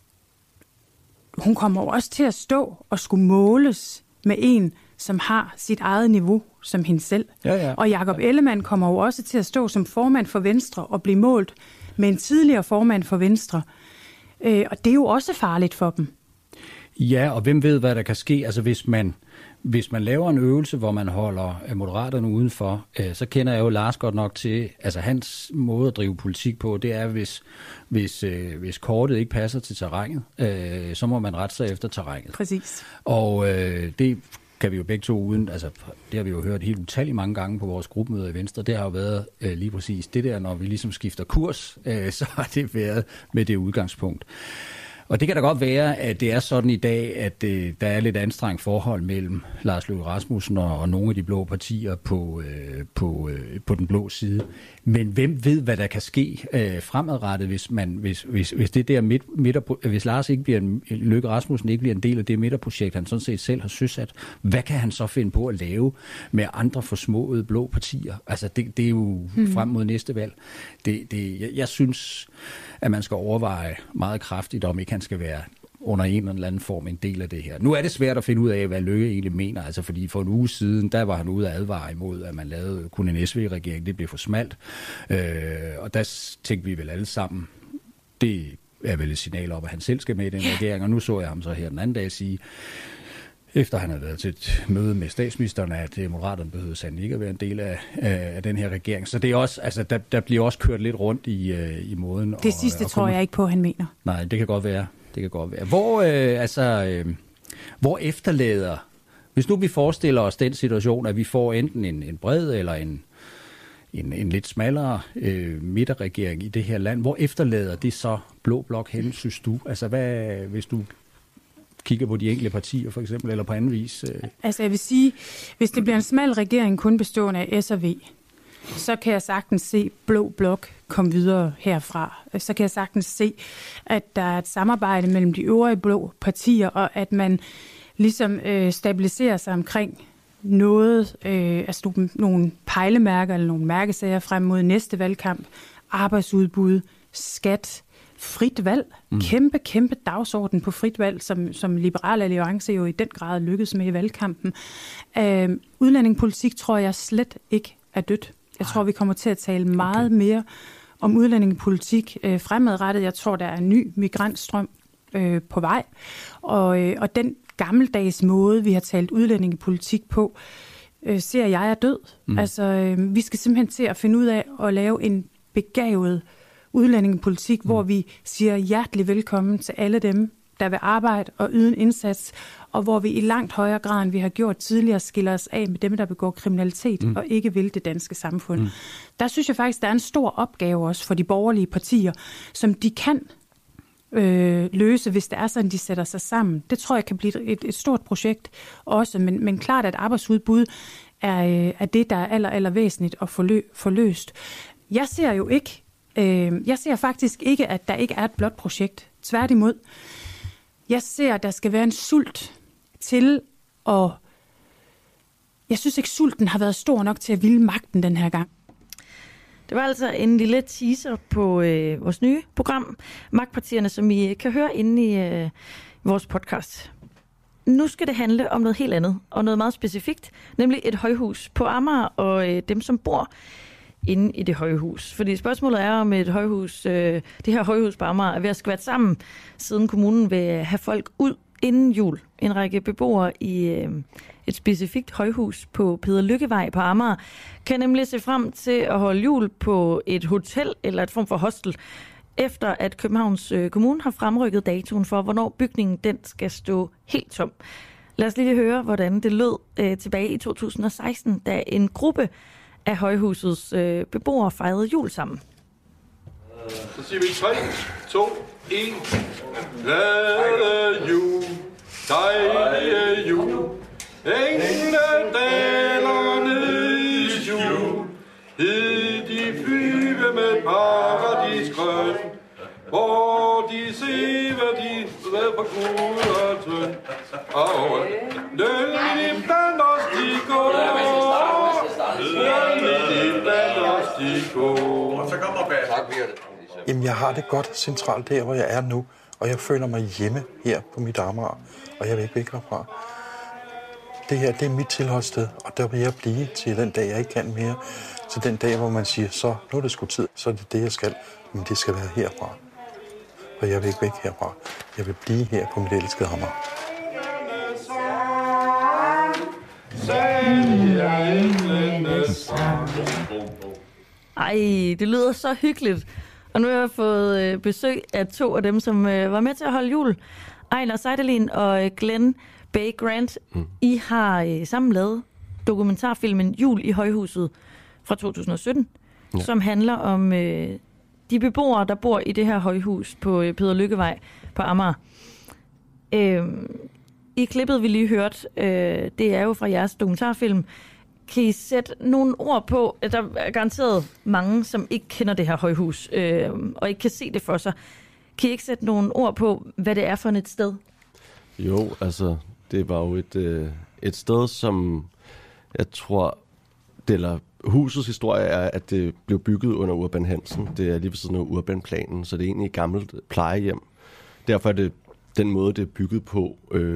Speaker 12: hun kommer også til at stå og skulle måles med en, som har sit eget niveau som hende selv. Ja. Og Jakob Ellemann kommer jo også til at stå som formand for Venstre og blive målt med en tidligere formand for Venstre. Og det er jo også farligt for dem.
Speaker 11: Ja, og hvem ved, hvad der kan ske? Altså hvis man laver en øvelse, hvor man holder Moderaterne udenfor, så kender jeg jo Lars godt nok til, altså hans måde at drive politik på, det er, hvis kortet ikke passer til terrænet, så må man rette sig efter terrænet.
Speaker 12: Præcis.
Speaker 11: Og det kan vi jo begge to uden, altså det har vi jo hørt helt utallige mange gange på vores gruppemøder i Venstre, det har jo været lige præcis det der, når vi ligesom skifter kurs, så har det været med det udgangspunkt. Og det kan da godt være, at det er sådan i dag, at der er lidt anstrengt forhold mellem Lars Løkke Rasmussen og nogle af de blå partier på den blå side. Men hvem ved, hvad der kan ske fremadrettet, hvis det der hvis Lars ikke bliver Løkke Rasmussen ikke bliver en del af det midterprojekt, han sådan set selv har søsat, hvad kan han så finde på at lave med andre forsmåede blå partier? Altså det er jo frem mod næste valg. Jeg synes, at man skal overveje meget kraftigt, om ikke han skal være under en eller anden form en del af det her. Nu er det svært at finde ud af, hvad Løkke egentlig mener. Altså fordi for en uge siden, der var han ude at advare imod, at man lavede kun en SV-regering. Det blev for smalt. Og der tænkte vi vel alle sammen, det er vel et signal op, at han selv skal med i den regering. Og nu så jeg ham så her den anden dag sige, efter han havde været til et møde med statsministeren, at Moderaterne behøvede sandelig ikke at være en del af den her regering. Så det er også, altså der bliver også kørt lidt rundt i måden.
Speaker 12: Det sidste tror jeg ikke på, han mener. Nej,
Speaker 11: det kan godt være. Hvor efterlader, hvis nu vi forestiller os den situation, at vi får enten en bred eller en lidt smallere midterregering i det her land, hvor efterlader det så blå blok hen, synes du? Altså hvis du kigger på de enkelte partier for eksempel, eller på anden vis?
Speaker 12: Altså jeg vil sige, hvis det bliver en smal regering kun bestående af S og V, så kan jeg sagtens se blå blok komme videre herfra. Så kan jeg sagtens se, at der er et samarbejde mellem de øvrige blå partier, og at man ligesom stabiliserer sig omkring noget, altså nogle pejlemærker eller nogle mærkesager frem mod næste valgkamp, arbejdsudbud, skat, frit valg. Kæmpe dagsorden på frit valg, som Liberal Alliance jo i den grad lykkedes med i valgkampen. Udlændingepolitik tror jeg slet ikke er dødt. Jeg tror, vi kommer til at tale meget mere om udlændingepolitik fremadrettet. Jeg tror, der er en ny migrantstrøm på vej. Og den gammeldags måde, vi har talt udlændingepolitik på, ser jeg er død. Altså, vi skal simpelthen til at finde ud af at lave en begavet udlændingepolitik, hvor vi siger hjertelig velkommen til alle dem, der vil arbejde og yde en indsats, og hvor vi i langt højere grad, end vi har gjort tidligere, skiller os af med dem, der begår kriminalitet og ikke vil det danske samfund. Der synes jeg faktisk, der er en stor opgave også for de borgerlige partier, som de kan løse, hvis det er sådan, de sætter sig sammen. Det tror jeg kan blive et stort projekt også, men klart, at arbejdsudbud er det, der er aller væsentligt at få løst. Jeg ser faktisk ikke, at der ikke er et blot projekt. Tværtimod. Jeg ser, at der skal være en sult til at... Jeg synes ikke, sulten har været stor nok til at ville magten den her gang.
Speaker 2: Det var altså en lille teaser på vores nye program, Magtpartierne, som I kan høre inde i vores podcast. Nu skal det handle om noget helt andet, og noget meget specifikt, nemlig et højhus på Amager, og dem, som bor inde i det højhus. Fordi spørgsmålet er, om et højhus, det her højhus på Amager er ved at skvætte sammen, siden kommunen vil have folk ud inden jul. En række beboere i et specifikt højhus på Peder Lykkevej på Amager kan nemlig se frem til at holde jul på et hotel eller et form for hostel, efter at Københavns Kommune har fremrykket datoen for, hvornår bygningen den skal stå helt tom. Lad os lige høre, hvordan det lød tilbage i 2016, da en gruppe af højhusets beboere fejrede jul sammen.
Speaker 13: Så siger vi 3, 2, 1. Glade jul, dejlige jul. Engle daler ned i jul. Hed de flyve med paradisgrøn, hvor de sever de ved på Gud og tøn. Og lønlig blandt os de går, lønlig blandt os de går. Og så kommer bag.
Speaker 14: Jamen, jeg har det godt centralt der, hvor jeg er nu, og jeg føler mig hjemme her på mit Amager, og jeg vil ikke væk herfra. Det her, det er mit tilholdssted, og der vil jeg blive til den dag, jeg ikke kan mere. Til den dag, hvor man siger, så nu er det sgu tid, så er det det, jeg skal. Men det skal være herfra. Og jeg vil ikke væk herfra. Jeg vil blive her på mit elskede Amager.
Speaker 2: Ej, det lyder så hyggeligt. Og nu har jeg fået besøg af 2 af dem, som var med til at holde jul. Ejner Seidelin og Glenn Bay Grant. I har sammen lavet dokumentarfilmen Jul i Højhuset fra 2017, som handler om de beboere, der bor i det her højhus på Peder Lykkevej på Amager. I klippet, vi lige hørte, det er jo fra jeres dokumentarfilm. Kan I sætte nogle ord på, at der er garanteret mange, som ikke kender det her højhus, og ikke kan se det for sig. Kan I ikke sætte nogle ord på, hvad det er for et sted?
Speaker 15: Jo, altså, det var jo et sted, som jeg tror, husets historie er, at det blev bygget under Urban Hansen. Det er lige ved siden af Urbanplanen, så det er egentlig et gammelt plejehjem. Derfor er det den måde, det er bygget på,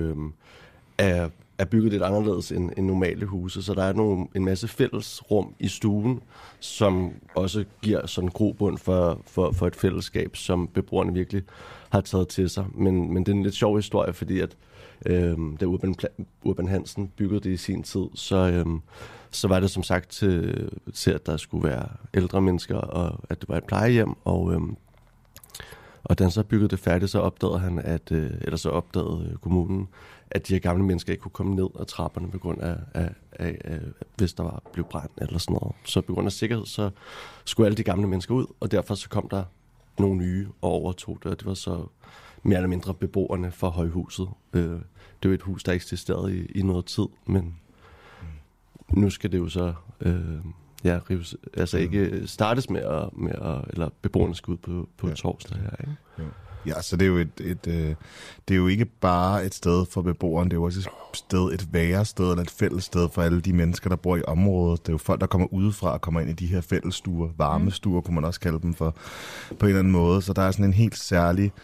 Speaker 15: er bygget lidt anderledes end normale huse. Så der er en masse fællesrum i stuen, som også giver sådan en grobund for et fællesskab, som beboerne virkelig har taget til sig. Men det er en lidt sjov historie, fordi at da Urban Hansen byggede det i sin tid, så var det som sagt til at der skulle være ældre mennesker, og at det var et plejehjem, og da han så byggede det færdigt, så opdagede kommunen, at de her gamle mennesker ikke kunne komme ned ad trapperne på grund af hvis der blev brændt eller sådan noget. Så på grund af sikkerhed, så skulle alle de gamle mennesker ud, og derfor så kom der nogle nye og overtog det, og det var så mere eller mindre beboerne for højhuset. Det er jo et hus, der eksisterede i noget tid, men nu skal det jo så rives, altså ikke startes med eller beboerne skal ud på torsdag her, ikke?
Speaker 16: Jo. Ja, så det er jo det er jo ikke bare et sted for beboerne, det er jo også et værested eller et fælles sted for alle de mennesker, der bor i området. Det er jo folk, der kommer udefra og kommer ind i de her fællesstuer, varmestuer, kunne man også kalde dem for, på en eller anden måde. Så der er sådan en helt særlig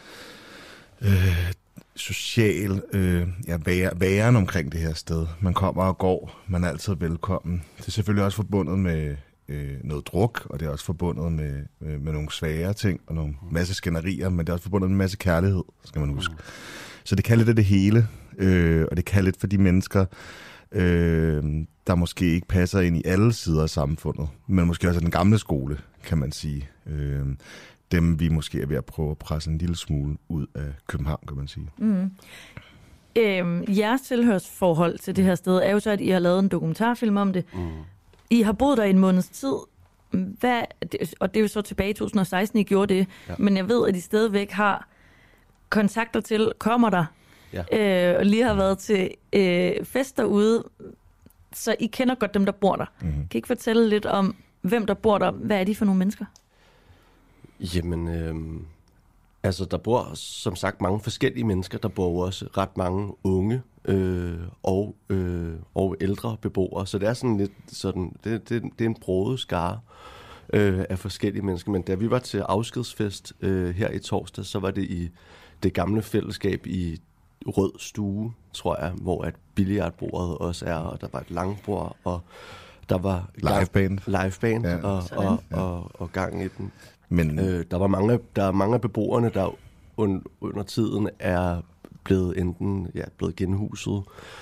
Speaker 16: social væren omkring det her sted. Man kommer og går, man er altid velkommen. Det er selvfølgelig også forbundet med noget druk, og det er også forbundet med nogle svære ting, og nogle masse skænderier, men det er også forbundet med en masse kærlighed, skal man huske. Så det kan lidt af det hele, og det kan lidt for de mennesker, der måske ikke passer ind i alle sider af samfundet, men måske også den gamle skole, kan man sige. Dem vi måske er ved at prøve at presse en lille smule ud af København, kan man sige.
Speaker 2: Jeres tilhørsforhold til det her sted er jo så, at I har lavet en dokumentarfilm om det. I har boet der i en måneds tid. Og det er jo så tilbage i 2016, I gjorde det. Ja. Men jeg ved, at I stadigvæk har kontakter til, kommer der, og lige har været til fester ude. Så I kender godt dem, der bor der. Kan I ikke fortælle lidt om, hvem der bor der? Hvad er de for nogle mennesker?
Speaker 15: Jamen, altså der bor som sagt mange forskellige mennesker. Der bor også ret mange unge og ældre beboere. Så det er sådan lidt sådan, det er en broget skare. af forskellige mennesker. Men da vi var til afskedsfest her i torsdag, så var det i det gamle fællesskab i Rød Stue, tror jeg, hvor at billiardbordet også er, og der var et langbord, og der var liveband og gang i den. Men der er mange af beboerne, der under tiden er blevet enten blevet genhuset.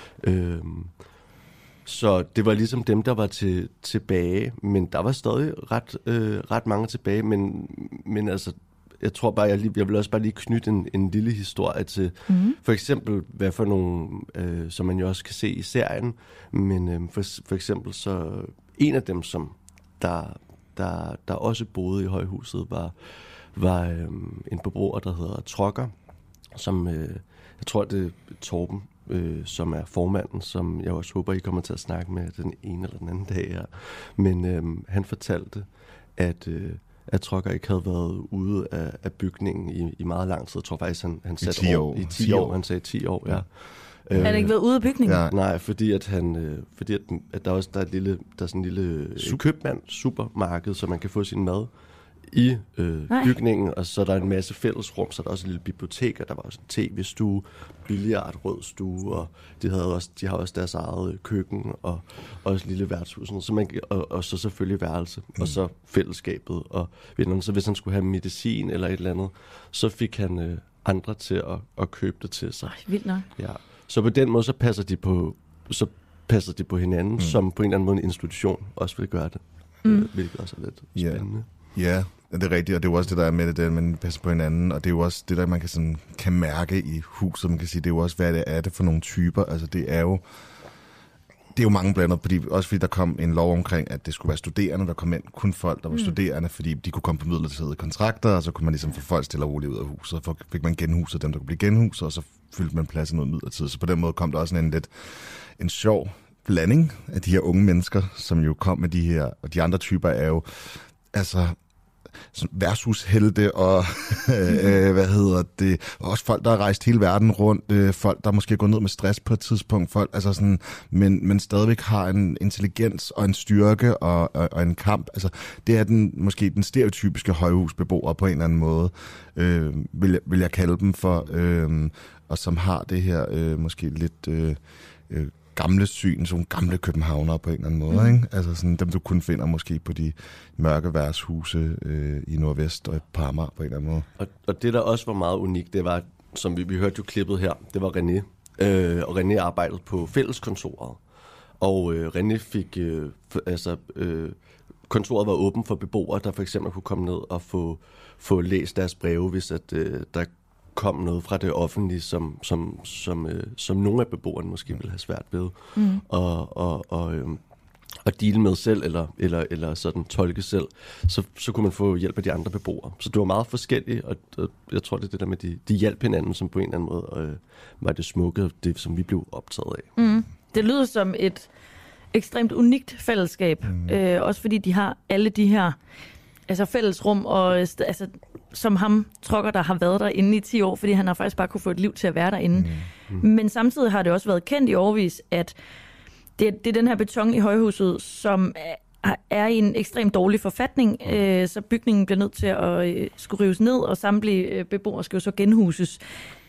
Speaker 15: Så det var ligesom dem, der var tilbage, men der var stadig ret mange tilbage, men altså jeg tror bare, jeg vil også bare lige knytte en lille historie til, for eksempel, hvad for nogle, som man jo også kan se i serien, men for eksempel så en af dem, som der også boede i højhuset, var en beboer, der hedder Trocker, som, jeg tror, det er Torben, som er formanden, som jeg også håber, I kommer til at snakke med den ene eller den anden dag her. Men han fortalte, at Trocker ikke havde været ude af bygningen i meget lang tid. Jeg tror faktisk, han satte
Speaker 16: 10 år.
Speaker 15: I 10 år. Han sagde 10 år, ja.
Speaker 2: Han har ikke været ude af bygningen?
Speaker 15: Ja. Nej, fordi at der er sådan en lille købmand, supermarked, så man kan få sin mad i bygningen, og så er der en masse fællesrum, så er der også et lille bibliotek, og der var også en tv-stue, billiard, rød stue, og de har også deres eget køkken, og også et lille værtshus, og så selvfølgelig værelse, og så fællesskabet, og vennerne. Så hvis han skulle have medicin eller et eller andet, så fik han andre til at købe det til sig.
Speaker 2: Vildt nok.
Speaker 15: Ja. Så på den måde, så passer de på hinanden, som på en eller anden måde en institution også vil gøre det, hvilket også er lidt spændende.
Speaker 16: Ja, det er rigtigt, og det er jo også det, der er med det, at man passer på hinanden, og det er jo også det, der man kan mærke i huset, man kan sige, det er jo også, hvad det er for nogle typer, altså det er jo mange blandet, fordi der kom en lov omkring, at det skulle være studerende, der kom ind, kun folk, der var studerende, fordi de kunne komme på midlertidige kontrakter, og så kunne man ligesom få folk stille og roligt ud af huset, så fik man genhuset dem, der kunne blive genhuset, og så fyldte man pladsen ud midlertidigt, så på den måde kom der også en sjov blanding af de her unge mennesker, som jo kom med de her, og de andre typer er jo, altså værtshushelte og også folk, der har rejst hele verden rundt, folk, der måske går ned med stress på et tidspunkt, folk, altså sådan, men stadigvæk har en intelligens og en styrke og en kamp. Altså, det er måske den stereotypiske højhusbeboer på en eller anden måde, vil jeg kalde dem for, og som har det her måske lidt gamle syn, sådan gamle københavnere på en eller anden måde, ikke? Altså sådan dem, du kun finder måske på de mørke værtshuse i Nordvest og på Amager på en eller anden måde.
Speaker 15: Og det, der også var meget unikt, det var, som vi hørte jo klippet her, det var René. Og René arbejdede på fælleskontoret. Og René fik, kontoret var åben for beboere, der for eksempel kunne komme ned og få læst deres breve, hvis at der kom noget fra det offentlige, som nogle af beboerne måske ville have svært ved at deale med selv, eller sådan tolke selv, så kunne man få hjælp af de andre beboere. Så det var meget forskelligt, og jeg tror, det er det der med, de hjalp hinanden, som på en eller anden måde var det smukke, det som vi blev optaget af.
Speaker 2: Det lyder som et ekstremt unikt fællesskab, også fordi de har alle de her fællesrum, og som ham, Trocker, der har været derinde i 10 år, fordi han har faktisk bare kunne få et liv til at være derinde. Men samtidig har det også været kendt i årevis, at det er den her beton i højhuset, som er i en ekstremt dårlig forfatning, så bygningen bliver nødt til at skulle rives ned, og samtlige beboere skal jo så genhuses.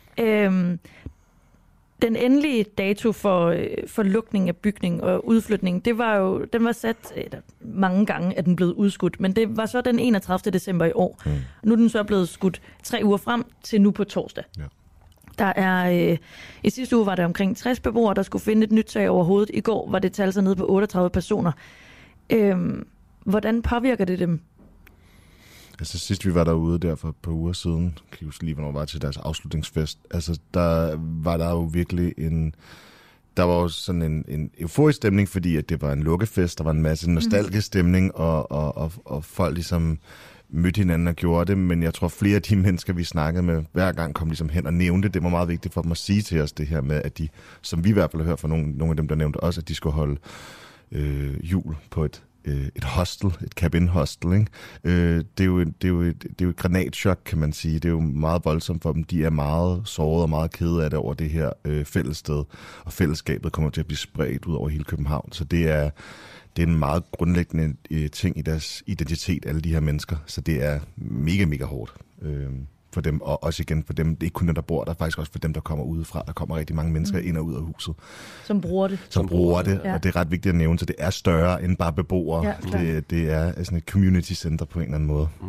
Speaker 2: Den endelige dato for lukning af bygning og udflytning, den var sat mange gange, at den blev udskudt, men det var så den 31. december i år. Nu er den så blevet skudt 3 uger frem til nu på torsdag. Ja. Der er, i sidste uge var der omkring 60 beboere, der skulle finde et nyt tag over hovedet. I går var det tal så nede på 38 personer. Hvordan påvirker det dem?
Speaker 16: Altså sidst vi var derude der for et par uger siden, kan jeg huske lige, hvornår var til deres afslutningsfest, altså der var der jo virkelig der var jo sådan en euforisk stemning, fordi at det var en lukkefest, der var en masse nostalgisk stemning, og folk ligesom mødte hinanden og gjorde det, men jeg tror flere af de mennesker, vi snakkede med, hver gang kom ligesom hen og nævnte, det var meget vigtigt for dem at sige til os det her med, at de, som vi i hvert fald har hørt fra nogle af dem, der nævnte også, at de skulle holde jul på et et hostel, et cabin hostel, ikke? Det er jo et granatchok, kan man sige. Det er jo meget voldsomt for dem. De er meget såret og meget kede af det over det her fællessted, og fællesskabet kommer til at blive spredt ud over hele København. Så det er en meget grundlæggende ting i deres identitet, alle de her mennesker. Så det er mega, mega hårdt for dem, og også igen for dem, det er ikke kun dem, der bor der, faktisk også for dem, der kommer udefra. Der kommer rigtig mange mennesker ind og ud af huset.
Speaker 2: Som bruger det.
Speaker 16: Ja. Og det er ret vigtigt at nævne, så det er større end bare beboere. Ja, det er sådan et community center på en eller anden måde.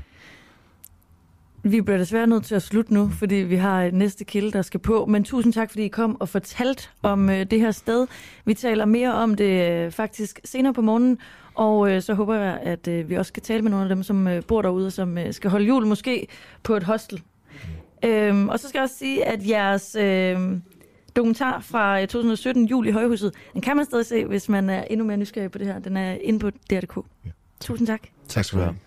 Speaker 2: Vi bliver desværre nødt til at slutte nu, fordi vi har et næste kilde, der skal på. Men tusind tak, fordi I kom og fortalte om det her sted. Vi taler mere om det faktisk senere på morgenen, og så håber jeg, at vi også skal tale med nogle af dem, som bor derude, og som skal holde jul måske på et hostel. Og så skal jeg også sige, at jeres dokumentar fra 2017, Jul i Højhuset, den kan man stadig se, hvis man er endnu mere nysgerrig på det her. Den er inde på DR.dk. Ja. Tusind tak.
Speaker 16: Tak skal du have.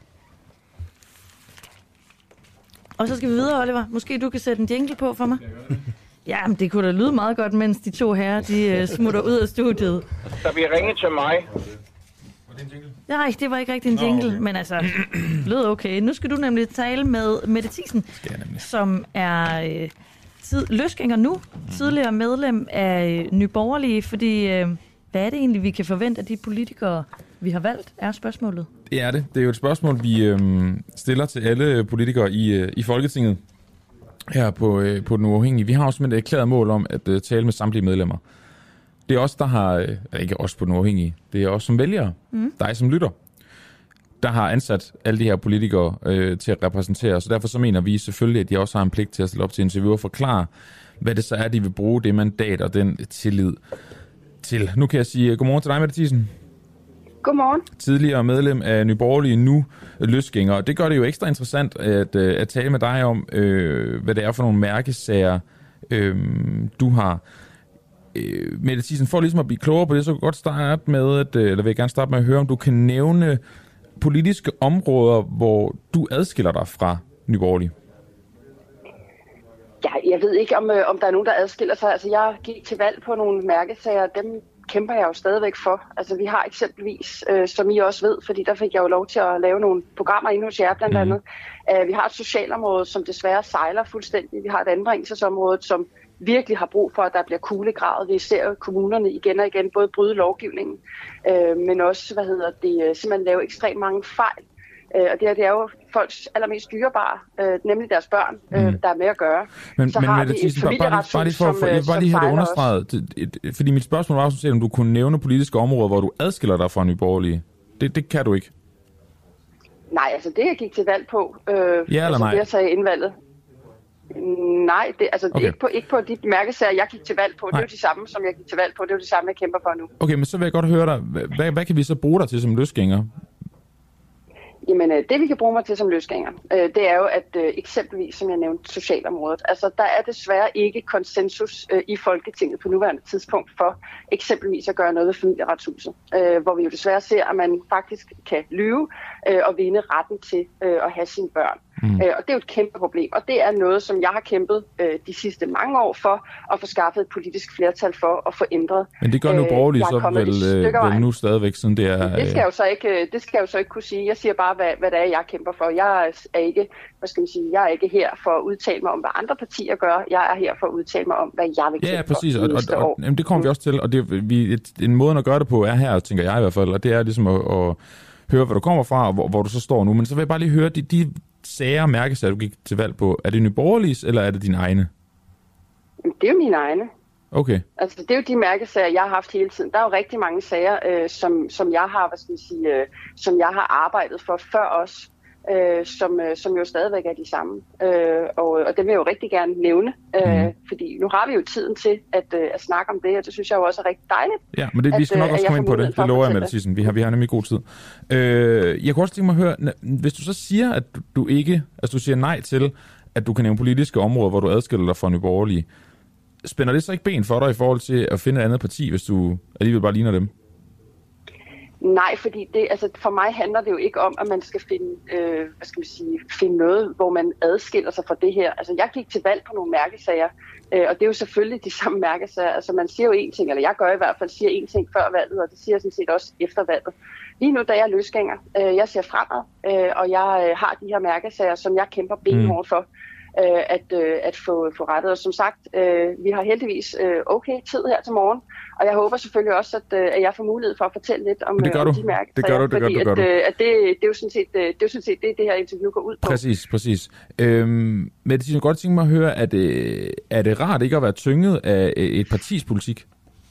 Speaker 2: Og så skal vi videre, Oliver. Måske du kan sætte en jingle på for mig? Ja, men det kunne da lyde meget godt, mens de to herrer, de smutter ud af studiet.
Speaker 8: Der bliver ringet til mig.
Speaker 2: Nej, det var ikke rigtig en jingle, okay. Men altså, lød okay. Nu skal du nemlig tale med Mette Thiesen, som er løsgænger nu, tidligere medlem af Nye Borgerlige, fordi hvad er det egentlig, vi kan forvente af de politikere, vi har valgt, er spørgsmålet? Det er det. Det er jo et spørgsmål, vi stiller til alle politikere i Folketinget her på Den Uafhængige. Vi har også et erklæret mål om at tale med samtlige medlemmer. Det er os, der har, ikke os på Den Uafhængige, det er os som vælgere, dig som lytter, der har ansat alle de her politikere til at repræsentere os. Så derfor så mener vi selvfølgelig, at de også har en pligt til at stille op til interview og forklare, hvad det så er, de vil bruge det mandat og den tillid til. Nu kan jeg sige godmorgen til dig, Mette Thiesen.
Speaker 17: Godmorgen.
Speaker 1: Tidligere medlem af Nye Borgerlige, nu løsgænger. Det gør det jo ekstra interessant at tale med dig om, hvad det er for nogle mærkesager, du har. Mette Thiesen, for ligesom at blive klogere på det, så kan jeg godt starte med, eller vil jeg gerne starte med at høre, om du kan nævne politiske områder, hvor du adskiller dig fra Nye Borgerlige.
Speaker 17: Ja, jeg ved ikke, om der er nogen, der adskiller sig. Altså, jeg gik til valg på nogle mærkesager, dem kæmper jeg jo stadigvæk for. Altså, vi har eksempelvis, som I også ved, fordi der fik jeg jo lov til at lave nogle programmer inde hos jer blandt andet. Vi har et socialområde, som desværre sejler fuldstændig. Vi har et anbringelsesområde, som virkelig har brug for, at der bliver kuglegravet. Vi ser jo kommunerne igen og igen både bryde lovgivningen, men også, simpelthen lave ekstremt mange fejl. Og det er jo folks allermest dyrebare, nemlig deres børn, der er med at gøre.
Speaker 1: Men
Speaker 17: har
Speaker 1: Mette Thiesen, bare lige have det understreget, fordi mit spørgsmål var også, om du kunne nævne politiske områder, hvor du adskiller dig fra Nye Borgerlige. Det kan du ikke.
Speaker 17: Nej, altså det jeg gik til valg på,
Speaker 1: ja eller nej?
Speaker 17: Det jeg sagde indvalget. Nej, det er ikke på de mærkesager, jeg gik til valg på. Nej. Det er jo de samme, som jeg gik til valg på. Det er jo det samme, jeg kæmper for nu.
Speaker 1: Okay, men så vil jeg godt høre dig. Hvad kan vi så bruge dig til som løsgænger?
Speaker 17: Jamen, det vi kan bruge mig til som løsgænger, det er jo, at eksempelvis, som jeg nævnte, socialområdet, altså der er desværre ikke konsensus i Folketinget på nuværende tidspunkt for eksempelvis at gøre noget ved Familieretshuset, hvor vi jo desværre ser, at man faktisk kan lyve og vinde retten til at have sine børn. Og det er jo et kæmpe problem, og det er noget, som jeg har kæmpet de sidste mange år for at få skaffet et politisk flertal for at få ændret.
Speaker 1: Men det gør nu Borgerlige så vel nu stadigvæk, sådan det er...
Speaker 17: Det skal jeg jo så ikke kunne sige. Jeg siger bare, hvad det er, jeg kæmper for. Jeg er ikke, jeg er ikke her for at udtale mig om, hvad andre partier gør. Jeg er her for at udtale mig om, hvad jeg vil kæmpe
Speaker 1: præcis.
Speaker 17: for næste år.
Speaker 1: Jamen, det kommer vi også til, og en måde at gøre det på er her, tænker jeg i hvert fald, og det er ligesom at høre, hvor du kommer fra, og hvor du så står nu. Men så vil jeg bare lige høre, de sager og mærkesager, du gik til valg på, er det Nye Borgerliges, eller er det dine egne?
Speaker 17: Det er jo mine egne.
Speaker 1: Okay.
Speaker 17: Altså, det er jo de mærkesager, jeg har haft hele tiden. Der er jo rigtig mange sager, som jeg har, som jeg har arbejdet for før os, som jo stadigvæk er de samme. Og det vil jeg jo rigtig gerne nævne, fordi nu har vi jo tiden til at snakke om det, og det synes jeg jo også er rigtig dejligt.
Speaker 1: Ja, men vi skal nok også komme ind på det. Det lover jeg, Mette Thiesen. Vi har nemlig god tid. Jeg kunne også tænke mig at høre, hvis du så siger, at du ikke, altså du siger nej til, at du kan nævne politiske områder, hvor du adskiller dig fra Nye Borgerlige, spænder det så ikke ben for dig i forhold til at finde et andet parti, hvis du alligevel bare ligner dem?
Speaker 17: Nej, fordi for mig handler det jo ikke om, at man skal finde, finde noget, hvor man adskiller sig fra det her. Altså, jeg gik til valg på nogle mærkesager, og det er jo selvfølgelig de samme mærkesager. Altså, man siger jo én ting, eller jeg gør i hvert fald, siger én ting før valget, og det siger jeg sådan set også efter valget. Lige nu, da jeg er løsgænger, jeg ser fremad, og jeg har de her mærkesager, som jeg kæmper benhårdt for. At få rettet. Og som sagt, vi har heldigvis okay tid her til morgen, og jeg håber selvfølgelig også, at jeg får mulighed for at fortælle lidt om, de mærker.
Speaker 1: Det gør du.
Speaker 17: Det er jo sådan set det her interview går ud på.
Speaker 1: Præcis. Men det synes jeg godt tænke mig at høre, er det rart ikke at være tynget af et partis politik?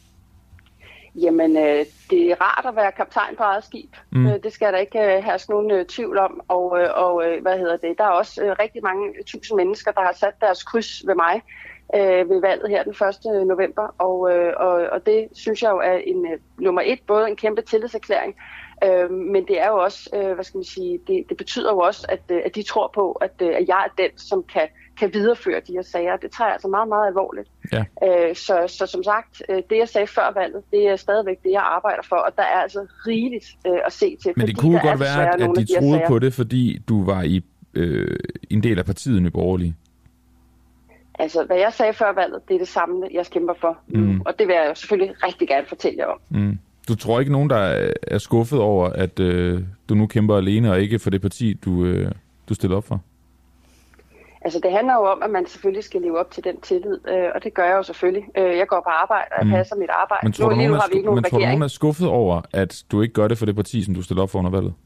Speaker 17: Jamen, det er rart at være kaptajn på eget skib. Det skal der ikke herske nogen tvivl om. Og der er også rigtig mange tusind mennesker, der har sat deres kryds ved mig ved valget her den 1. november. Og det synes jeg jo er nummer 1, både en kæmpe tillidserklæring, men det er jo også, det betyder jo også, at de tror på, at jeg er den, som kan videreføre de her sager. Det tager jeg altså meget, meget alvorligt. Ja. Så som sagt, det jeg sagde før valget, det er stadigvæk det, jeg arbejder for, og der er altså rigeligt at se til.
Speaker 1: Men det kunne godt være, at de troede på det, fordi du var i en del af partiet Nye Borgerlige.
Speaker 17: Altså, hvad jeg sagde før valget, det er det samme, jeg kæmper for. Og det vil jeg jo selvfølgelig rigtig gerne fortælle jer om.
Speaker 1: Du tror ikke nogen, der er skuffet over, at du nu kæmper alene, og ikke for det parti, du stiller op for?
Speaker 17: Altså, det handler jo om, at man selvfølgelig skal leve op til den tillid, og det gør jeg jo selvfølgelig. Jeg går på arbejde, og jeg passer mit arbejde.
Speaker 1: Men tror du, nogen er skuffet over, at du ikke gør det for det parti, som du stiller op for under valget?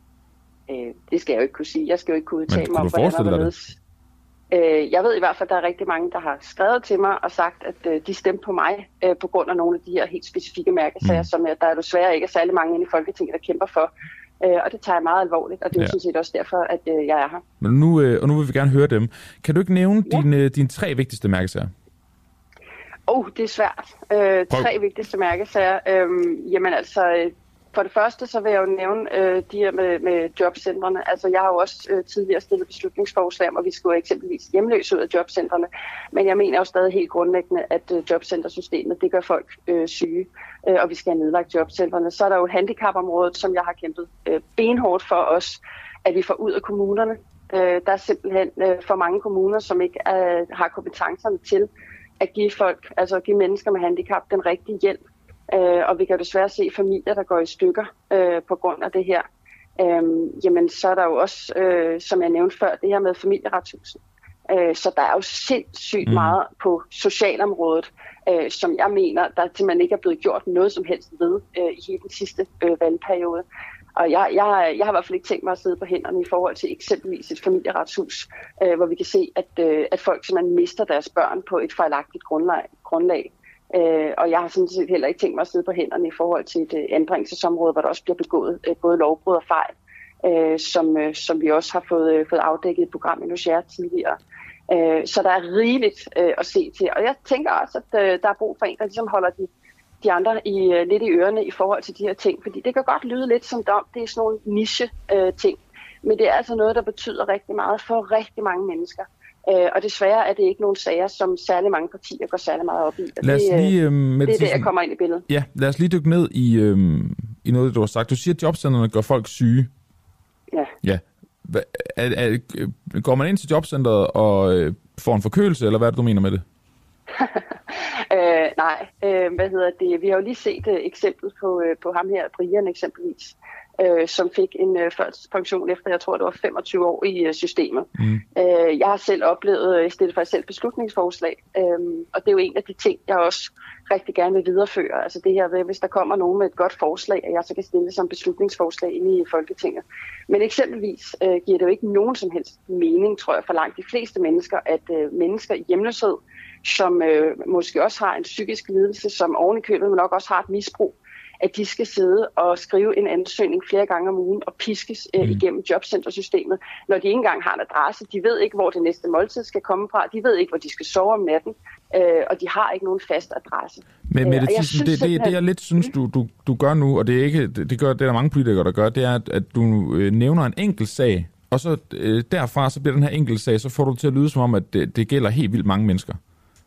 Speaker 17: Det skal jeg jo ikke kunne sige. Jeg skal jo ikke kunne udtale mig
Speaker 1: om, hvordan det er.
Speaker 17: Jeg ved i hvert fald, at der er rigtig mange, der har skrevet til mig og sagt, at de stemte på mig på grund af nogle af de her helt specifikke mærkesager, som der er desværre ikke særlig mange inde i Folketinget, der kæmper for. Og det tager jeg meget alvorligt, og det er jo sådan set også derfor, at jeg er her.
Speaker 1: Men nu vil vi gerne høre dem. Kan du ikke nævne dine 3 vigtigste mærkesager?
Speaker 17: Det er svært. 3 vigtigste mærkesager. Jamen altså, for det første så vil jeg jo nævne de her med jobcentrene. Altså jeg har jo også tidligere stillet beslutningsforslag om, at vi skulle eksempelvis hjemløse ud af jobcentrene. Men jeg mener jo stadig helt grundlæggende, at jobcentersystemet, det gør folk syge, og vi skal have nedlagt jobcentrene. Så er der jo handicapområdet, som jeg har kæmpet benhårdt for os, at vi får ud af kommunerne. Der er simpelthen for mange kommuner, som ikke har kompetencerne til at give folk, altså give mennesker med handicap den rigtige hjælp. Og vi kan jo desværre se familier, der går i stykker på grund af det her. Jamen, så er der jo også, som jeg nævnte før, det her med familieretshuset. Så der er jo sindssygt meget på socialområdet, som jeg mener, der simpelthen ikke er blevet gjort noget som helst ved i hele den sidste valgperiode. Og jeg har i hvert fald ikke tænkt mig at sidde på hænderne i forhold til eksempelvis et familieretshus, hvor vi kan se, at folk simpelthen mister deres børn på et fejlagtigt grundlag. Og jeg har sådan set heller ikke tænkt mig at sidde på hænderne i forhold til et anbringelsesområde, hvor der også bliver begået både lovbrud og fejl, som vi også har fået afdækket i et program i Nushare tidligere. Så der er rigeligt at se til. Og jeg tænker også, at der er brug for en, der ligesom holder de andre lidt i ørerne i forhold til de her ting. Fordi det kan godt lyde lidt som om, det er sådan nogle niche-ting. Men det er altså noget, der betyder rigtig meget for rigtig mange mennesker. Og desværre er det ikke nogen sager, som særlig mange partier går særlig meget op i. Og det er det, jeg kommer ind i billedet.
Speaker 1: Ja, lad os lige dykke ned i noget, du har sagt. Du siger, at jobcentrene gør folk syge. Ja. Går man ind til jobcentret og får en forkølelse, eller hvad er det, du mener med det?
Speaker 17: Nej, vi har jo lige set et eksempel på ham her, Brian eksempelvis, som fik en førtidspension efter, jeg tror, det var 25 år i systemet. Jeg har selv oplevet, stillet for selv beslutningsforslag, og det er jo en af de ting, jeg også rigtig gerne vil videreføre. Altså det her ved, hvis der kommer nogen med et godt forslag, at jeg så kan stille det som beslutningsforslag inde i Folketinget. Men eksempelvis giver det jo ikke nogen som helst mening, tror jeg, for langt de fleste mennesker, at mennesker i hjemløshed, som måske også har en psykisk lidelse, som oven i købet, men nok også har et misbrug, at de skal sidde og skrive en ansøgning flere gange om ugen og piskes igennem jobcentersystemet, når de ikke engang har en adresse. De ved ikke, hvor det næste måltid skal komme fra. De ved ikke, hvor de skal sove om natten. Og de har ikke nogen fast adresse.
Speaker 1: Men det jeg lidt synes, du gør nu, og det er der mange politikere, der gør, det er, at du nævner en enkelt sag, og så derfra så bliver den her enkelt sag, så får du til at lyde som om, at det gælder helt vildt mange mennesker.